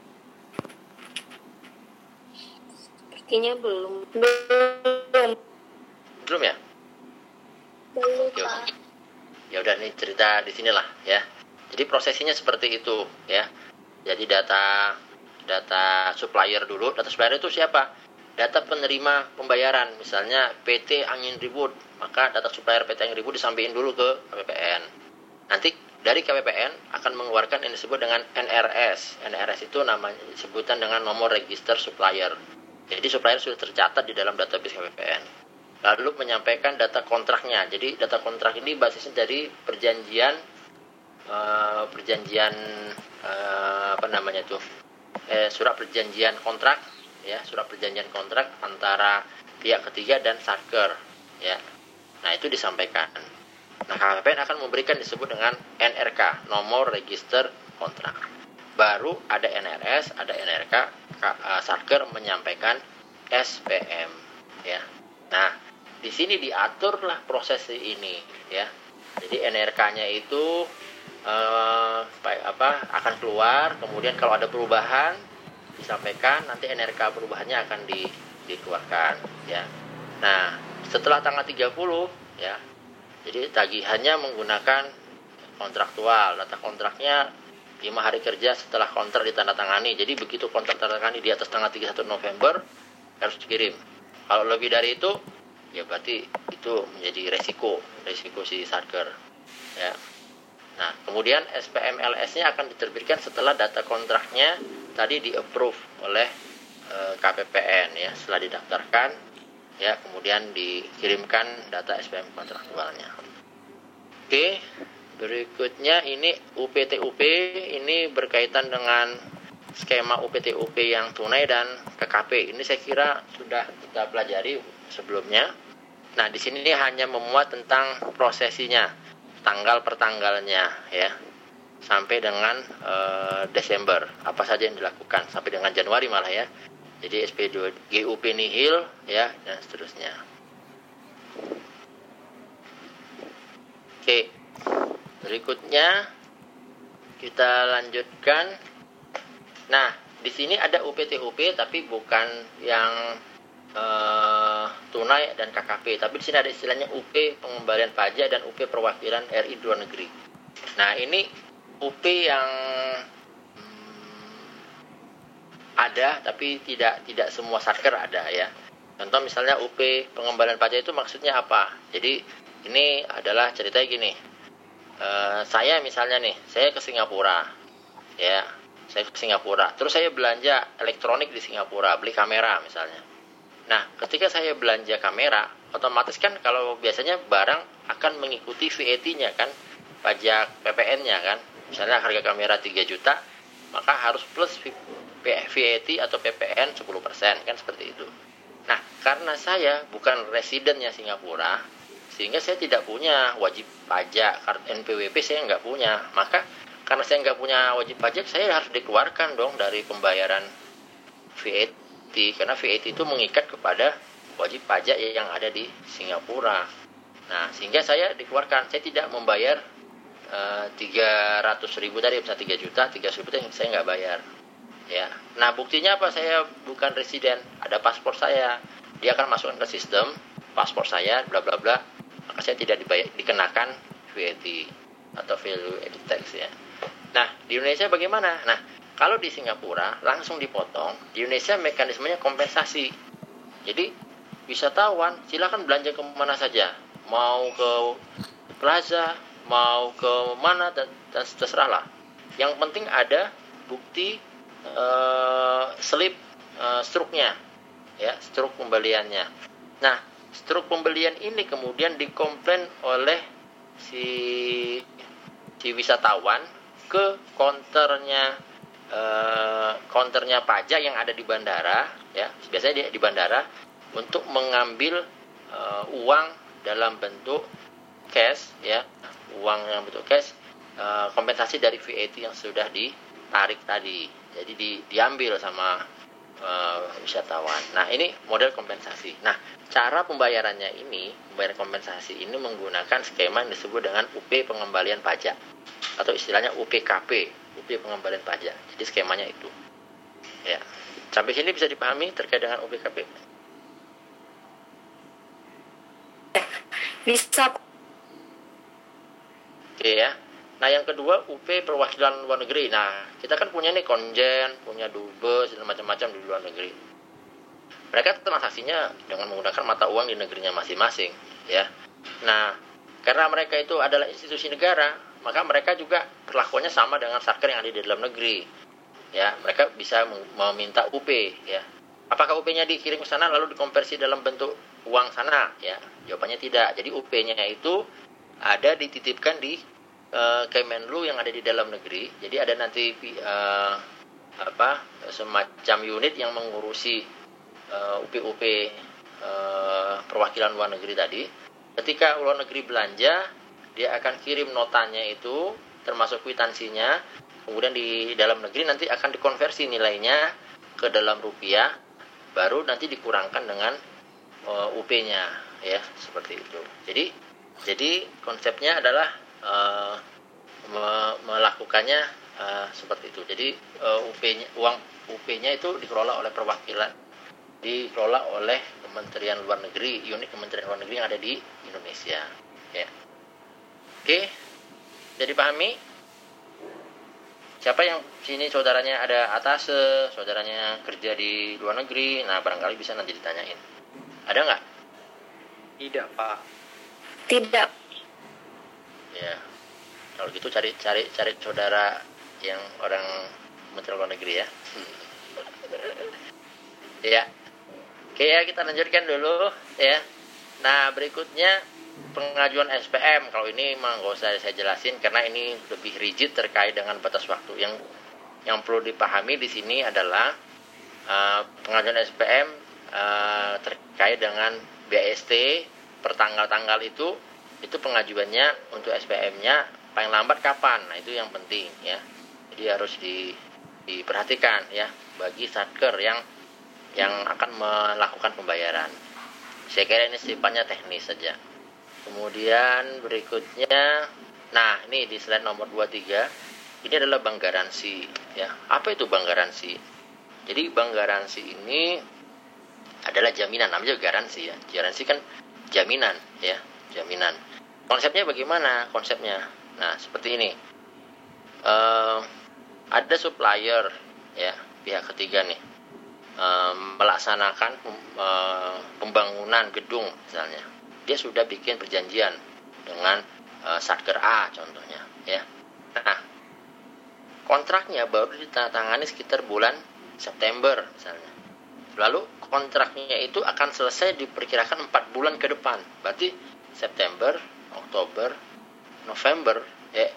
Sepertinya belum. Belum. Belum ya? Belum, Yo. Pak. Ya udah nih cerita di sinilah ya. Jadi prosesinya seperti itu ya. Jadi data data supplier dulu. Data supplier itu siapa? Data penerima pembayaran. Misalnya P T Angin Ribut, maka data supplier P T Angin Ribut disampaikan dulu ke K P P N. Nanti dari K P P N akan mengeluarkan yang disebut dengan N R S. N R S itu namanya sebutan dengan nomor register supplier. Jadi supplier sudah tercatat di dalam database K P P N. Lalu menyampaikan data kontraknya. Jadi data kontrak ini basisnya dari perjanjian uh, perjanjian uh, apa namanya itu? Eh, surat perjanjian kontrak, ya, surat perjanjian kontrak antara pihak ketiga dan satker, ya. Nah, itu disampaikan. Nah, K P P N akan memberikan disebut dengan N R K, nomor register kontrak. Baru ada N R S, ada N R K, satker menyampaikan S P M, ya. Nah, di sini diaturlah proses ini, ya. Jadi N R K-nya itu eh, apa akan keluar, kemudian kalau ada perubahan disampaikan, nanti N R K perubahannya akan di, dikeluarkan, ya. Nah, setelah tanggal tiga puluh, ya. Jadi tagihannya menggunakan kontraktual. Data kontraknya lima hari kerja setelah kontrak ditandatangani. Jadi begitu kontrak ditandatangani di atas tanggal tiga puluh satu November harus dikirim. Kalau lebih dari itu, ya berarti itu menjadi resiko, resiko si satker. Ya. Nah, kemudian S P M L S-nya akan diterbitkan setelah data kontraknya tadi di-approve oleh e, K P P N, ya, setelah didaftarkan, ya, kemudian dikirimkan data S P M kontraktualnya. Oke, berikutnya ini U P T U P, ini berkaitan dengan skema U P T U P yang tunai dan K K P. Ini saya kira sudah kita pelajari sebelumnya. Nah, di sini hanya memuat tentang prosesinya, tanggal per tanggalnya, ya, sampai dengan e, Desember, apa saja yang dilakukan, sampai dengan Januari malah, ya. Jadi S P dua G U P nihil, ya, dan seterusnya. Oke, berikutnya kita lanjutkan. Nah, di sini ada U P T U P tapi bukan yang uh, tunai dan K K P, tapi di sini ada istilahnya U P pengembalian pajak dan U P perwakilan R I di luar negeri. Nah, ini U P yang ada tapi tidak tidak semua satker ada, ya. Contoh misalnya U P pengembalian pajak itu maksudnya apa? Jadi ini adalah ceritanya gini. E, saya misalnya nih, saya ke Singapura, ya, saya ke Singapura. Terus saya belanja elektronik di Singapura, beli kamera misalnya. Nah, ketika saya belanja kamera, otomatis kan kalau biasanya barang akan mengikuti V A T-nya kan, pajak P P N-nya kan. Misalnya harga kamera tiga juta, maka harus plus V A T atau P P N sepuluh persen kan, seperti itu. Nah, karena saya bukan residennya Singapura, sehingga saya tidak punya wajib pajak, N P W P saya nggak punya. Maka karena saya nggak punya wajib pajak, saya harus dikeluarkan dong dari pembayaran V A T, karena V A T itu mengikat kepada wajib pajak yang ada di Singapura. Nah, sehingga saya dikeluarkan, saya tidak membayar uh, tiga ratus ribu tadi, misalnya tiga juta, tiga ratus ribu itu saya nggak bayar. Ya, nah buktinya apa? Saya bukan residen, ada paspor saya, dia akan masukkan ke sistem paspor saya, bla bla bla, maka saya tidak dibayar, dikenakan V A T atau value added tax ya. Nah, di Indonesia bagaimana? Nah, kalau di Singapura langsung dipotong, di Indonesia mekanismenya kompensasi. Jadi wisatawan silakan belanja ke mana saja, mau ke plaza, mau ke mana, dan, dan terserah lah. Yang penting ada bukti uh, slip uh, struknya, ya, struk pembeliannya. Nah, struk pembelian ini kemudian dikomplain oleh si si wisatawan ke counternya uh, counternya pajak yang ada di bandara, ya, biasanya dia di bandara, untuk mengambil uh, uang dalam bentuk cash, ya, uang dalam bentuk cash, uh, kompensasi dari V A T yang sudah ditarik tadi, jadi di, diambil sama uh, wisatawan. Nah, ini model kompensasi. Nah, cara pembayarannya ini, pembayaran kompensasi ini menggunakan skema yang disebut dengan U P pengembalian pajak, atau istilahnya U P K P, U P pengembalian pajak. Jadi skemanya itu. Ya. Sampai sini bisa dipahami terkait dengan U P K P? Bisa. Oke ya. Nah, yang kedua U P perwakilan luar negeri. Nah, kita kan punya nih konjen, punya dubes dan macam-macam di luar negeri. Mereka transaksinya dengan menggunakan mata uang di negerinya masing-masing, ya. Nah, karena mereka itu adalah institusi negara, maka mereka juga perlakuannya sama dengan satker yang ada di dalam negeri. Ya, mereka bisa meminta U P, ya. Apakah U P-nya dikirim ke sana lalu dikonversi dalam bentuk uang sana? Ya, jawabannya tidak. Jadi U P-nya itu ada dititipkan di uh, Kemenlu yang ada di dalam negeri. Jadi ada nanti uh, apa semacam unit yang mengurusi uh, U P-U P uh, perwakilan luar negeri tadi. Ketika luar negeri belanja, dia akan kirim notanya itu, termasuk kwitansinya. Kemudian di dalam negeri nanti akan dikonversi nilainya ke dalam rupiah, baru nanti dikurangkan dengan uh, U P-nya, ya, seperti itu. Jadi, jadi konsepnya adalah uh, me- melakukannya uh, seperti itu. Jadi uh, U P-nya, uang U P-nya itu dikelola oleh perwakilan, dikelola oleh Kementerian Luar Negeri, unit Kementerian Luar Negeri yang ada di Indonesia, ya. Oke, jadi pahami? Siapa yang sini saudaranya ada atase, saudaranya kerja di luar negeri, nah barangkali bisa nanti ditanyain. Ada nggak? Tidak, Pak. Tidak. Ya, kalau gitu cari cari cari saudara yang orang Kementerian Luar Negeri ya. Ya, oke ya, kita lanjutkan dulu ya. Nah, berikutnya pengajuan S P M. Kalau ini mah nggak usah saya jelasin karena ini lebih rigid terkait dengan batas waktu. Yang yang perlu dipahami di sini adalah uh, pengajuan S P M uh, terkait dengan B S T per tanggal-tanggal itu, itu pengajuannya untuk S P M-nya paling lambat kapan? Nah, itu yang penting ya. Jadi harus di, diperhatikan ya bagi satker yang yang akan melakukan pembayaran. Saya kira ini sifatnya teknis saja. Kemudian berikutnya, nah ini di slide nomor dua puluh tiga, ini adalah bank garansi. Ya, apa itu bank garansi? Jadi bank garansi ini adalah jaminan, namanya garansi ya. Garansi kan jaminan, ya, jaminan. Konsepnya bagaimana? Konsepnya, nah seperti ini. Uh, ada supplier, ya, pihak ketiga nih, uh, melaksanakan uh, pembangunan gedung misalnya. Dia sudah bikin perjanjian dengan uh, satker A contohnya, ya. Nah, kontraknya baru ditandatangani sekitar bulan September misalnya. lalu kontraknya itu akan selesai diperkirakan empat bulan ke depan. Berarti September, Oktober, November, ya,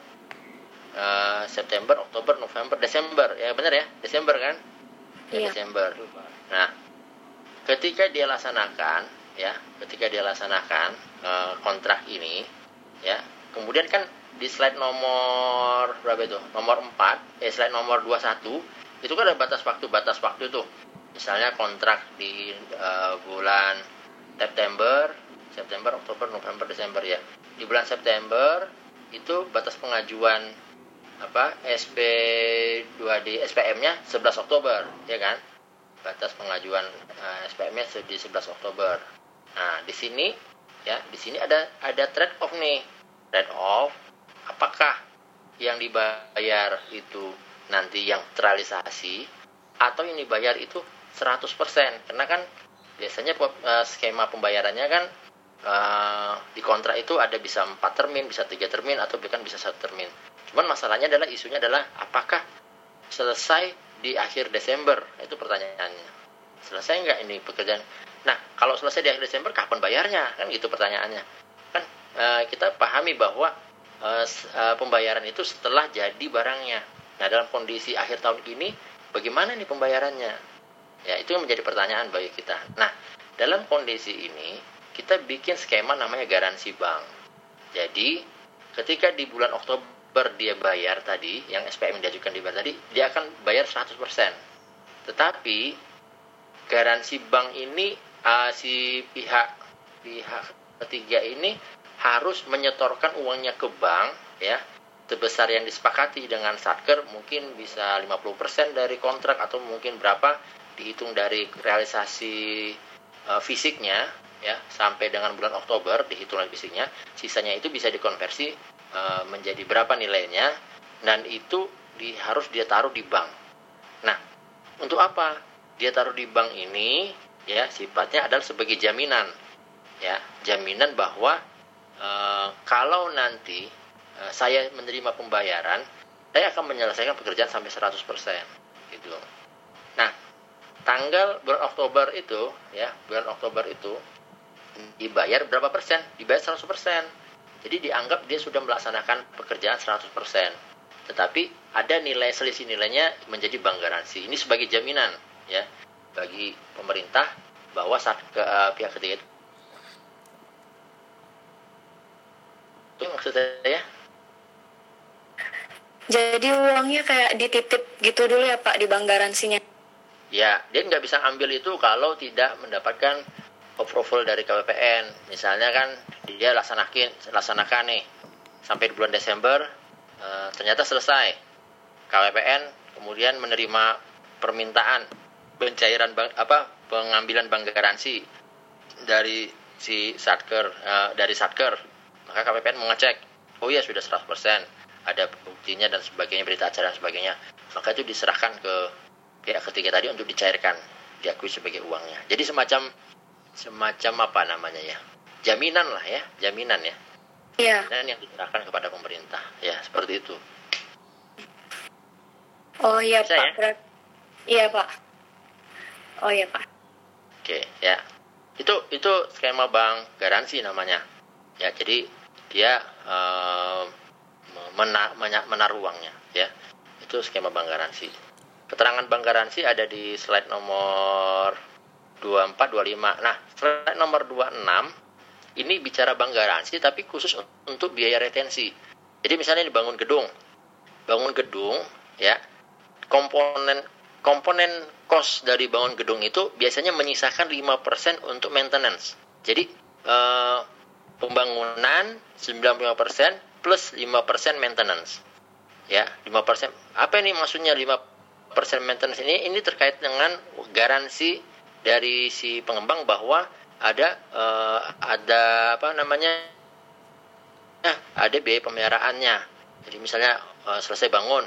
uh, September, Oktober, November, Desember, ya benar ya, Desember kan? Ya, Iya. Desember. Nah, ketika dia laksanakan, ya, ketika dia laksanakan uh, kontrak ini, ya, kemudian kan di slide nomor berapa itu? Nomor empat, eh slide nomor dua puluh satu, itu kan ada batas waktu, batas waktu tuh. Misalnya kontrak di uh, bulan September, September, Oktober, November, Desember ya. Di bulan September itu batas pengajuan apa S P dua D S P M-nya sebelas Oktober, ya kan? Batas pengajuan uh, S P M-nya di sebelas Oktober. Nah, di sini ya, di sini ada ada trade off nih. Trade off, apakah yang dibayar itu nanti yang terrealisasi atau yang dibayar itu seratus persen? Karena kan biasanya uh, skema pembayarannya kan uh, di kontrak itu ada bisa empat termin, bisa tiga termin, atau bahkan bisa satu termin. Cuman masalahnya adalah, isunya adalah apakah selesai di akhir Desember? Itu pertanyaannya. Selesai nggak ini pekerjaan? Nah, kalau selesai di akhir Desember, kapan bayarnya? Kan gitu pertanyaannya. Kan uh, kita pahami bahwa uh, uh, pembayaran itu setelah jadi barangnya. Nah, dalam kondisi akhir tahun ini, bagaimana nih pembayarannya? Ya, itu yang menjadi pertanyaan bagi kita. Nah, dalam kondisi ini, kita bikin skema namanya garansi bank. Jadi, ketika di bulan Oktober dia bayar tadi, yang S P M diajukan dibayar tadi, dia akan bayar seratus persen. Tetapi, garansi bank ini, uh, si pihak pihak ketiga ini harus menyetorkan uangnya ke bank, ya, sebesar yang disepakati dengan Satker, mungkin bisa lima puluh persen dari kontrak, atau mungkin berapa, dihitung dari realisasi uh, fisiknya, ya, sampai dengan bulan Oktober dihitung lagi fisiknya, sisanya itu bisa dikonversi uh, menjadi berapa nilainya, dan itu di, harus dia taruh di bank. Nah, untuk apa dia taruh di bank ini? Ya, sifatnya adalah sebagai jaminan, ya, jaminan bahwa uh, kalau nanti uh, saya menerima pembayaran, saya akan menyelesaikan pekerjaan sampai seratus persen, gitu. Nah, tanggal bulan Oktober itu, ya, bulan Oktober itu dibayar berapa persen? Dibayar seratus persen. Jadi dianggap dia sudah melaksanakan pekerjaan seratus persen. Tetapi ada nilai selisih nilainya menjadi bank garansi. Ini sebagai jaminan, ya, bagi pemerintah bahwa saat ke, uh, pihak ketiga itu, itu maksud saya. Jadi uangnya kayak dititip gitu dulu ya Pak di bank garansinya? Ya, dia nggak bisa ambil itu kalau tidak mendapatkan approval dari K W P N. Misalnya kan dia laksanakan, laksanakan nih sampai bulan Desember, uh, ternyata selesai. K W P N kemudian menerima permintaan pencairan bank, apa pengambilan bank garansi dari si Satker, uh, dari Satker. Maka K W P N mengecek, oh iya sudah seratus persen, ada buktinya dan sebagainya, berita acara dan sebagainya. Maka itu diserahkan ke pihak ketiga tadi untuk dicairkan, diakui sebagai uangnya. Jadi semacam semacam apa namanya ya, jaminan lah ya, jaminan ya. Iya. Jaminan yang diserahkan kepada pemerintah, ya seperti itu. Oh iya Bisa, Pak. ya? Berat- Iya Pak. Oh iya Pak. Oke, ya. Itu itu skema bank garansi namanya. Ya, jadi dia uh, mena- menaruh uangnya, ya. Itu skema bank garansi. Keterangan bank garansi ada di slide nomor dua puluh empat dua puluh lima. Nah, slide nomor dua puluh enam ini bicara bank garansi tapi khusus untuk biaya retensi. Jadi misalnya dibangun gedung. Bangun gedung, ya. Komponen komponen cost dari bangun gedung itu biasanya menyisakan lima persen untuk maintenance. Jadi eh, pembangunan sembilan puluh lima persen plus lima persen maintenance. Ya, lima persen. Apa ini maksudnya lima persen maintenance ini? Ini terkait dengan garansi dari si pengembang bahwa ada uh, ada apa namanya? Nah, ada biaya pemeliharaannya. Jadi misalnya uh, selesai bangun,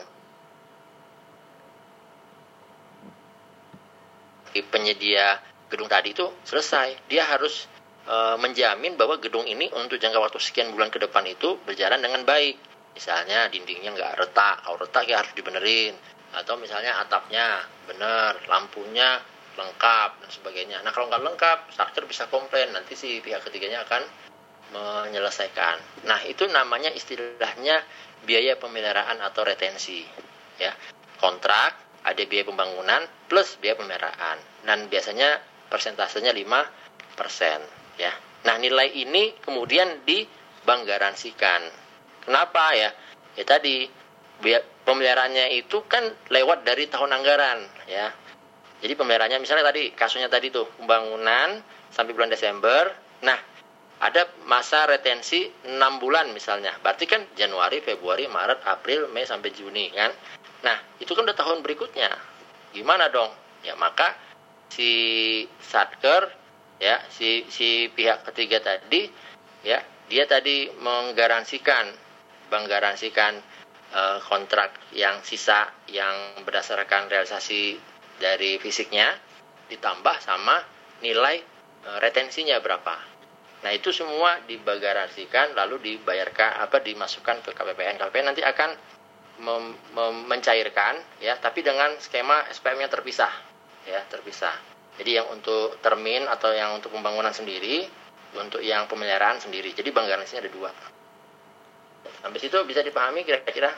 penyedia gedung tadi itu selesai, dia harus uh, menjamin bahwa gedung ini untuk jangka waktu sekian bulan ke depan itu berjalan dengan baik. Misalnya dindingnya nggak retak, kalau retak ya harus dibenerin. Atau misalnya atapnya benar, lampunya lengkap dan sebagainya. Nah kalau nggak lengkap, satker bisa komplain, nanti si pihak ketiganya akan menyelesaikan. Nah itu namanya istilahnya biaya pemeliharaan atau retensi, ya. Kontrak ada biaya pembangunan plus biaya pemeliharaan, dan biasanya persentasenya lima persen, ya. Nah nilai ini kemudian dibanggaransikan. Kenapa ya? Ya tadi biaya pemeliharaannya itu kan lewat dari tahun anggaran, ya. Jadi pemeliharaannya misalnya tadi kasusnya tadi tuh pembangunan sampai bulan Desember. Nah, ada masa retensi enam bulan misalnya. Berarti kan Januari, Februari, Maret, April, Mei sampai Juni kan. Nah, itu kan udah tahun berikutnya. Gimana dong? Ya maka si satker ya, si si pihak ketiga tadi ya, dia tadi menggaransikan menggaransikan eh, kontrak yang sisa yang berdasarkan realisasi dari fisiknya ditambah sama nilai e, retensinya berapa. Nah itu semua dibanggaransikan lalu dibayarkan apa dimasukkan ke K P P N. K P P N nanti akan mem, mem, mencairkan ya, tapi dengan skema S P M-nya terpisah ya, terpisah. Jadi yang untuk termin atau yang untuk pembangunan sendiri, untuk yang pemeliharaan sendiri. Jadi banggaransinya ada dua. Sampai situ bisa dipahami kira-kira?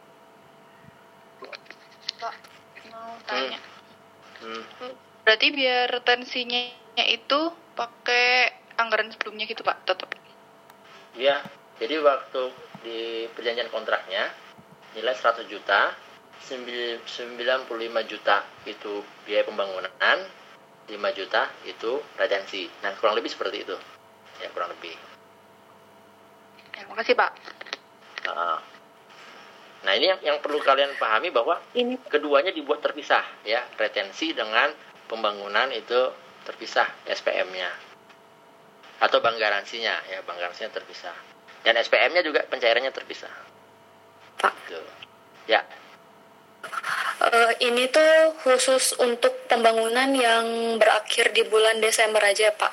Pak, mau tanya. Hmm. Hmm. Berarti biar retensinya itu pakai anggaran sebelumnya gitu Pak, tetap? Ya, jadi waktu di perjanjian kontraknya nilai seratus juta, sembilan puluh lima juta itu biaya pembangunan, lima juta itu retensi. Nah, kurang lebih seperti itu. Ya, kurang lebih. Ya, makasih Pak. Nah, Nah ini yang, yang perlu kalian pahami bahwa ini keduanya dibuat terpisah ya, retensi dengan pembangunan itu terpisah S P M-nya atau bank garansinya ya, bank garansinya terpisah, dan S P M-nya juga pencairannya terpisah. Pak. Gitu. Ya. Uh, ini tuh khusus untuk pembangunan yang berakhir di bulan Desember aja Pak?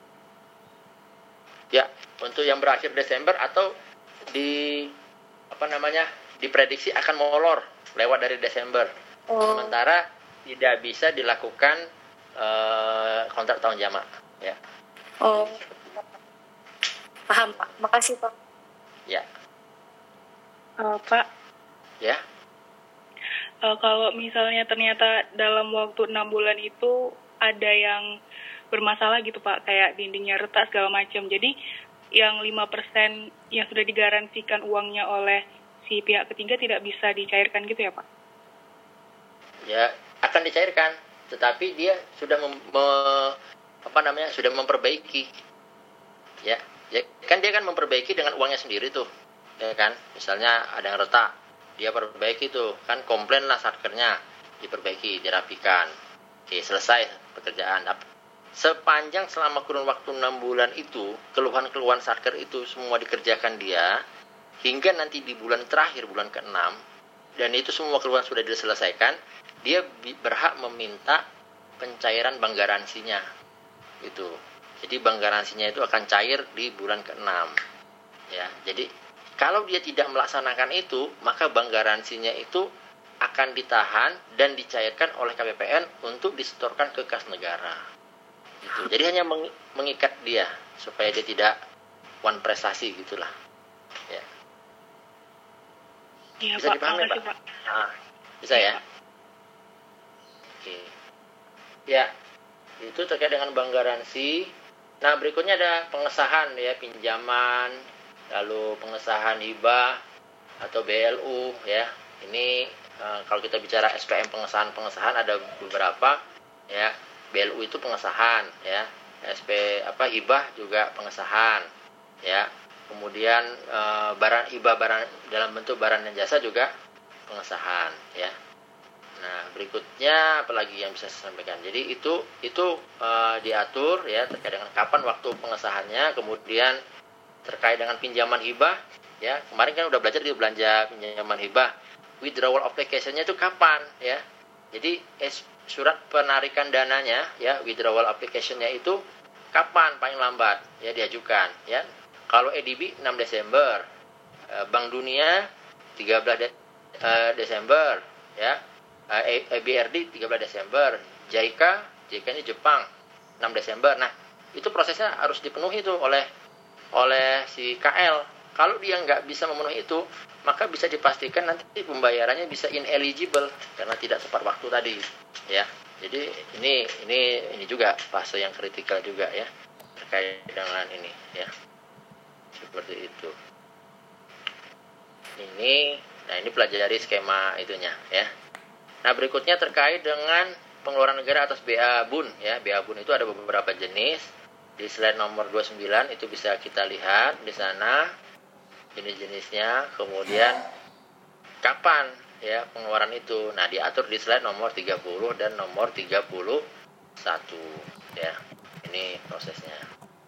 Ya, untuk yang berakhir Desember atau di apa namanya? diprediksi akan molor lewat dari Desember. Oh. Sementara tidak bisa dilakukan uh, kontrak tahun jamak ya. Oh. Paham Pak. Makasih Pak. Ya. Uh, Pak. Ya. Uh, kalau misalnya ternyata dalam waktu enam bulan itu ada yang bermasalah gitu Pak, kayak dindingnya retak segala macam. Jadi yang lima persen yang sudah digaransikan uangnya oleh si pihak ketiga tidak bisa dicairkan gitu ya Pak? Ya, akan dicairkan, tetapi dia sudah mem, me, apa namanya sudah memperbaiki, ya, ya, kan dia kan memperbaiki dengan uangnya sendiri tuh, ya kan? Misalnya ada yang retak, dia perbaiki tuh, kan komplain lah satkernya, diperbaiki, dirapikan, oke selesai pekerjaan. Sepanjang selama kurun waktu enam bulan itu, keluhan-keluhan satker itu semua dikerjakan dia. Hingga nanti di bulan terakhir, bulan keenam, dan itu semua keluhan sudah diselesaikan, dia berhak meminta pencairan bank garansinya. Gitu. Jadi bank garansinya itu akan cair di bulan keenam. Ya, jadi kalau dia tidak melaksanakan itu, maka bank garansinya itu akan ditahan dan dicairkan oleh K P P N untuk disetorkan ke kas negara. Gitu. Jadi hanya mengikat dia supaya dia tidak one prestasi gitulah. Ya. Ya, bisa Pak, dipahami Pak? Pak. Nah, bisa ya? Oke. Ya, itu terkait dengan bank garansi. Nah, berikutnya ada pengesahan ya, pinjaman, lalu pengesahan hibah atau B L U ya. Ini uh, kalau kita bicara S P M pengesahan-pengesahan ada beberapa ya. B L U itu pengesahan ya. S P apa hibah juga pengesahan ya. Kemudian e, barang hibah barang dalam bentuk barang dan jasa juga pengesahan ya. Nah, berikutnya apalagi yang bisa saya sampaikan. Jadi itu itu e, diatur ya terkait dengan kapan waktu pengesahannya, kemudian terkait dengan pinjaman hibah ya. Kemarin kan udah belajar di belanja pinjaman hibah. Withdrawal application-nya itu kapan ya. Jadi eh, surat penarikan dananya ya, withdrawal application-nya itu kapan paling lambat ya diajukan ya. Kalau E D B enam Desember, Bank Dunia tiga belas Desember, ya, E B R D tiga belas Desember, J I C A J K-nya Jepang enam Desember. Nah, itu prosesnya harus dipenuhi tuh oleh oleh si K L. Kalau dia nggak bisa memenuhi itu, maka bisa dipastikan nanti pembayarannya bisa ineligible karena tidak tepat waktu tadi, ya. Jadi ini ini ini juga fase yang kritikal juga ya terkait dengan ini ya. Seperti itu. Ini, nah ini pelajari skema itunya ya. Nah berikutnya terkait dengan pengeluaran negara atas B A B U N ya. B A B U N itu ada beberapa jenis. Di slide nomor dua puluh sembilan itu bisa kita lihat di sana jenis-jenisnya. Kemudian kapan ya pengeluaran itu. Nah diatur di slide nomor tiga puluh dan nomor tiga puluh satu ya. Ini prosesnya.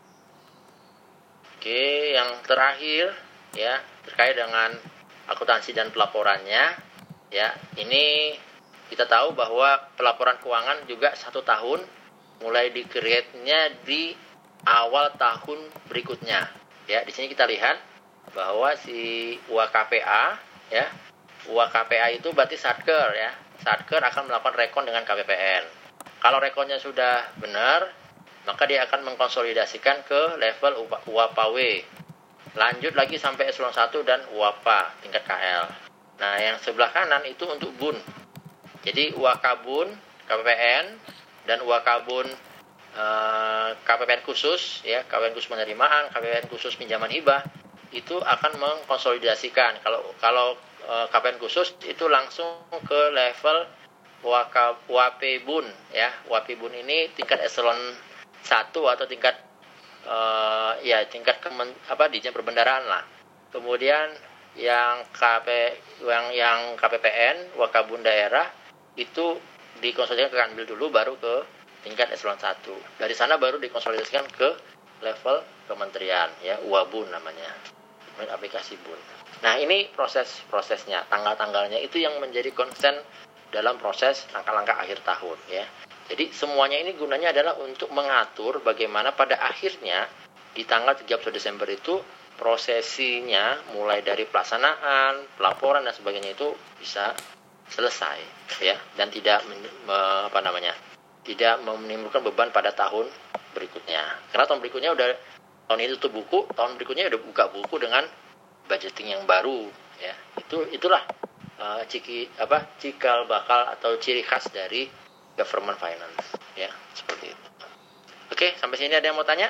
Oke, yang terakhir ya terkait dengan akuntansi dan pelaporannya ya. Ini kita tahu bahwa pelaporan keuangan juga satu tahun mulai di create-nya di awal tahun berikutnya ya. Di sini kita lihat bahwa si U A K P A ya, U A K P A itu berarti Satker ya. Satker akan melakukan rekon dengan K P P N. Kalau rekonnya sudah benar, maka dia akan mengkonsolidasikan ke level U A P A W. Lanjut lagi sampai eselon satu dan U A P A tingkat K L. Nah, yang sebelah kanan itu untuk B U N. Jadi U A K B U N, K P P N dan U A K B U N eh, K P P N khusus ya, K P P N khusus penerimaan, K P P N khusus pinjaman hibah itu akan mengkonsolidasikan. Kalau kalau eh, K P P N khusus itu langsung ke level U A K U A P B U N ya. U A P B U N ini tingkat eselon satu atau tingkat uh, ya tingkat kemen, apa di perbendaraan lah. Kemudian yang K P yang yang K P P N U A K B U N daerah itu dikonsolidasikan ke Kanwil dulu baru ke tingkat eselon satu. Dari sana baru dikonsolidasikan ke level kementerian ya, U A B U N namanya. Kemudian aplikasi B U N. Nah, ini proses-prosesnya, tanggal-tanggalnya itu yang menjadi konsen dalam proses langkah-langkah akhir tahun ya. Jadi semuanya ini gunanya adalah untuk mengatur bagaimana pada akhirnya di tanggal tiga puluh Desember itu prosesinya mulai dari pelaksanaan, pelaporan dan sebagainya itu bisa selesai ya, dan tidak men, me, apa namanya? tidak menimbulkan beban pada tahun berikutnya. Karena tahun berikutnya udah tahun ini tutup buku, tahun berikutnya udah buka buku dengan budgeting yang baru ya. Itu itulah uh, ciki apa cikal bakal atau ciri khas dari government finance ya, seperti itu. Oke, sampai sini ada yang mau tanya?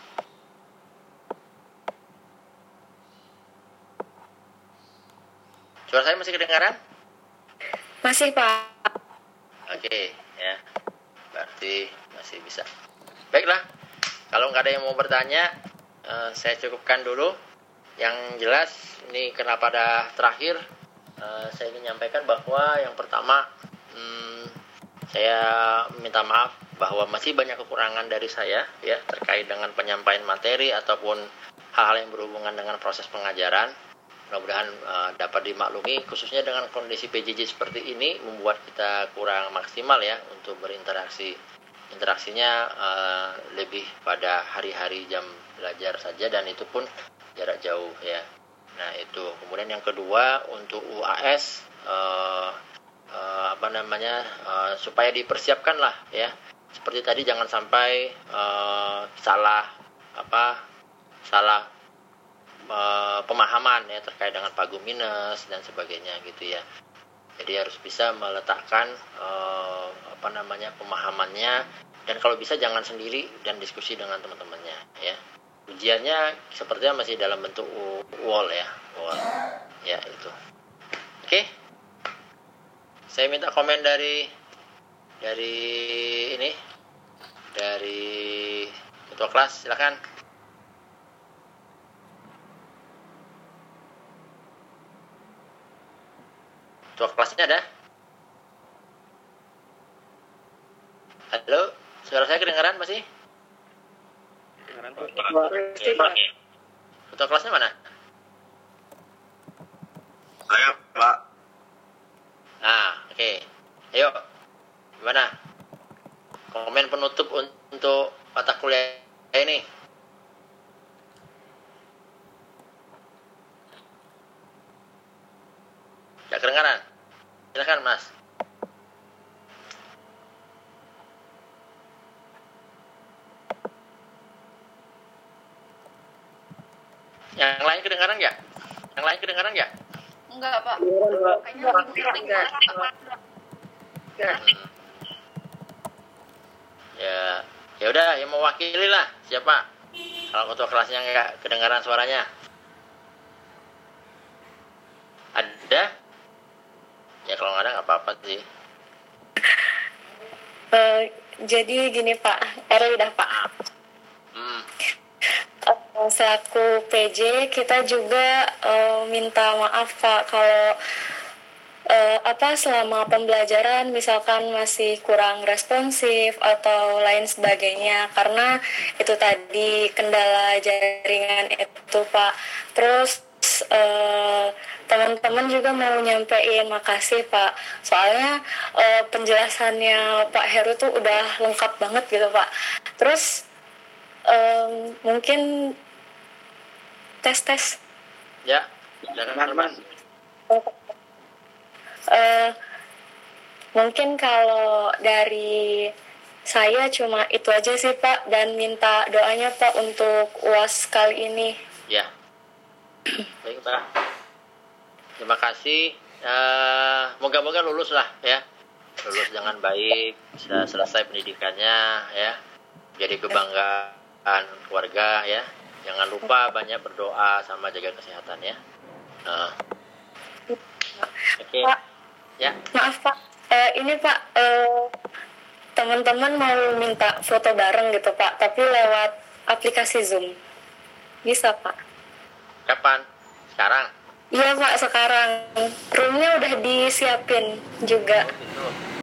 Suara saya masih kedengaran? Masih, Pak. Oke, ya. Berarti masih bisa. Baiklah. Kalau nggak ada yang mau bertanya, uh, saya cukupkan dulu. Yang jelas, ini karena pada terakhir, uh, saya ingin menyampaikan bahwa yang pertama, hmm, saya minta maaf bahwa masih banyak kekurangan dari saya ya terkait dengan penyampaian materi ataupun hal-hal yang berhubungan dengan proses pengajaran. Mudah-mudahan uh, dapat dimaklumi, khususnya dengan kondisi P J J seperti ini membuat kita kurang maksimal ya untuk berinteraksi. Interaksinya uh, lebih pada hari-hari jam belajar saja dan itu pun jarak jauh ya. Nah itu. Kemudian yang kedua untuk U A S uh, uh, apa namanya uh, supaya dipersiapkan lah ya. Seperti tadi jangan sampai uh, salah apa salah uh, pemahaman ya terkait dengan pagu minus dan sebagainya gitu ya. Jadi harus bisa meletakkan uh, apa namanya pemahamannya, dan kalau bisa jangan sendiri dan diskusi dengan teman-temannya ya. Ujiannya sepertinya masih dalam bentuk wall ya, wall ya itu. Oke, saya minta komen dari dari ini dari ketua kelas, silakan. Ketua kelasnya ada? Halo, suara saya kedengaran masih? Kedengaran, Pak. Ketua kelasnya mana? Saya, Pak. Nah, oke. Okay. Ayo, gimana? Komen penutup untuk mata kuliah ini. Gak kedengaran? Silakan, Mas. Yang lain kedengaran nggak? Yang lain kedengaran nggak? Enggak, Pak. Kayaknya enggak. Enggak. Hmm. Ya, ya udah, yang mewakili lah. Siapa? Kalau ketua kelasnya nggak kedengaran suaranya. Ada? Ya kalau nggak ada nggak apa-apa sih. Uh, jadi gini Pak, Eri udah Pak. Hmm. Uh, selaku P J kita juga uh, minta maaf Pak kalau uh, apa selama pembelajaran misalkan masih kurang responsif atau lain sebagainya karena itu tadi kendala jaringan itu Pak. Terus uh, teman-teman juga mau nyampein makasih Pak. Soalnya uh, penjelasannya Pak Heru tuh udah lengkap banget gitu Pak. Terus um, mungkin tes-tes. Ya, silakan Mas. Uh, mungkin kalau dari saya cuma itu aja sih Pak dan minta doanya Pak untuk U A S kali ini. Ya. Baik Pak. Terima kasih. Uh, moga-moga lulus lah ya. Lulus dengan baik, bisa selesai pendidikannya ya. Jadi kebanggaan keluarga ya. Jangan lupa banyak berdoa sama jaga kesehatan ya. Uh. Oke. Okay. Pak, ya. Maaf Pak, uh, ini Pak uh, teman-teman mau minta foto bareng gitu Pak, tapi lewat aplikasi Zoom. Bisa Pak? Kapan? Sekarang? Iya Pak, sekarang. Roomnya udah disiapin juga. Oh, gitu.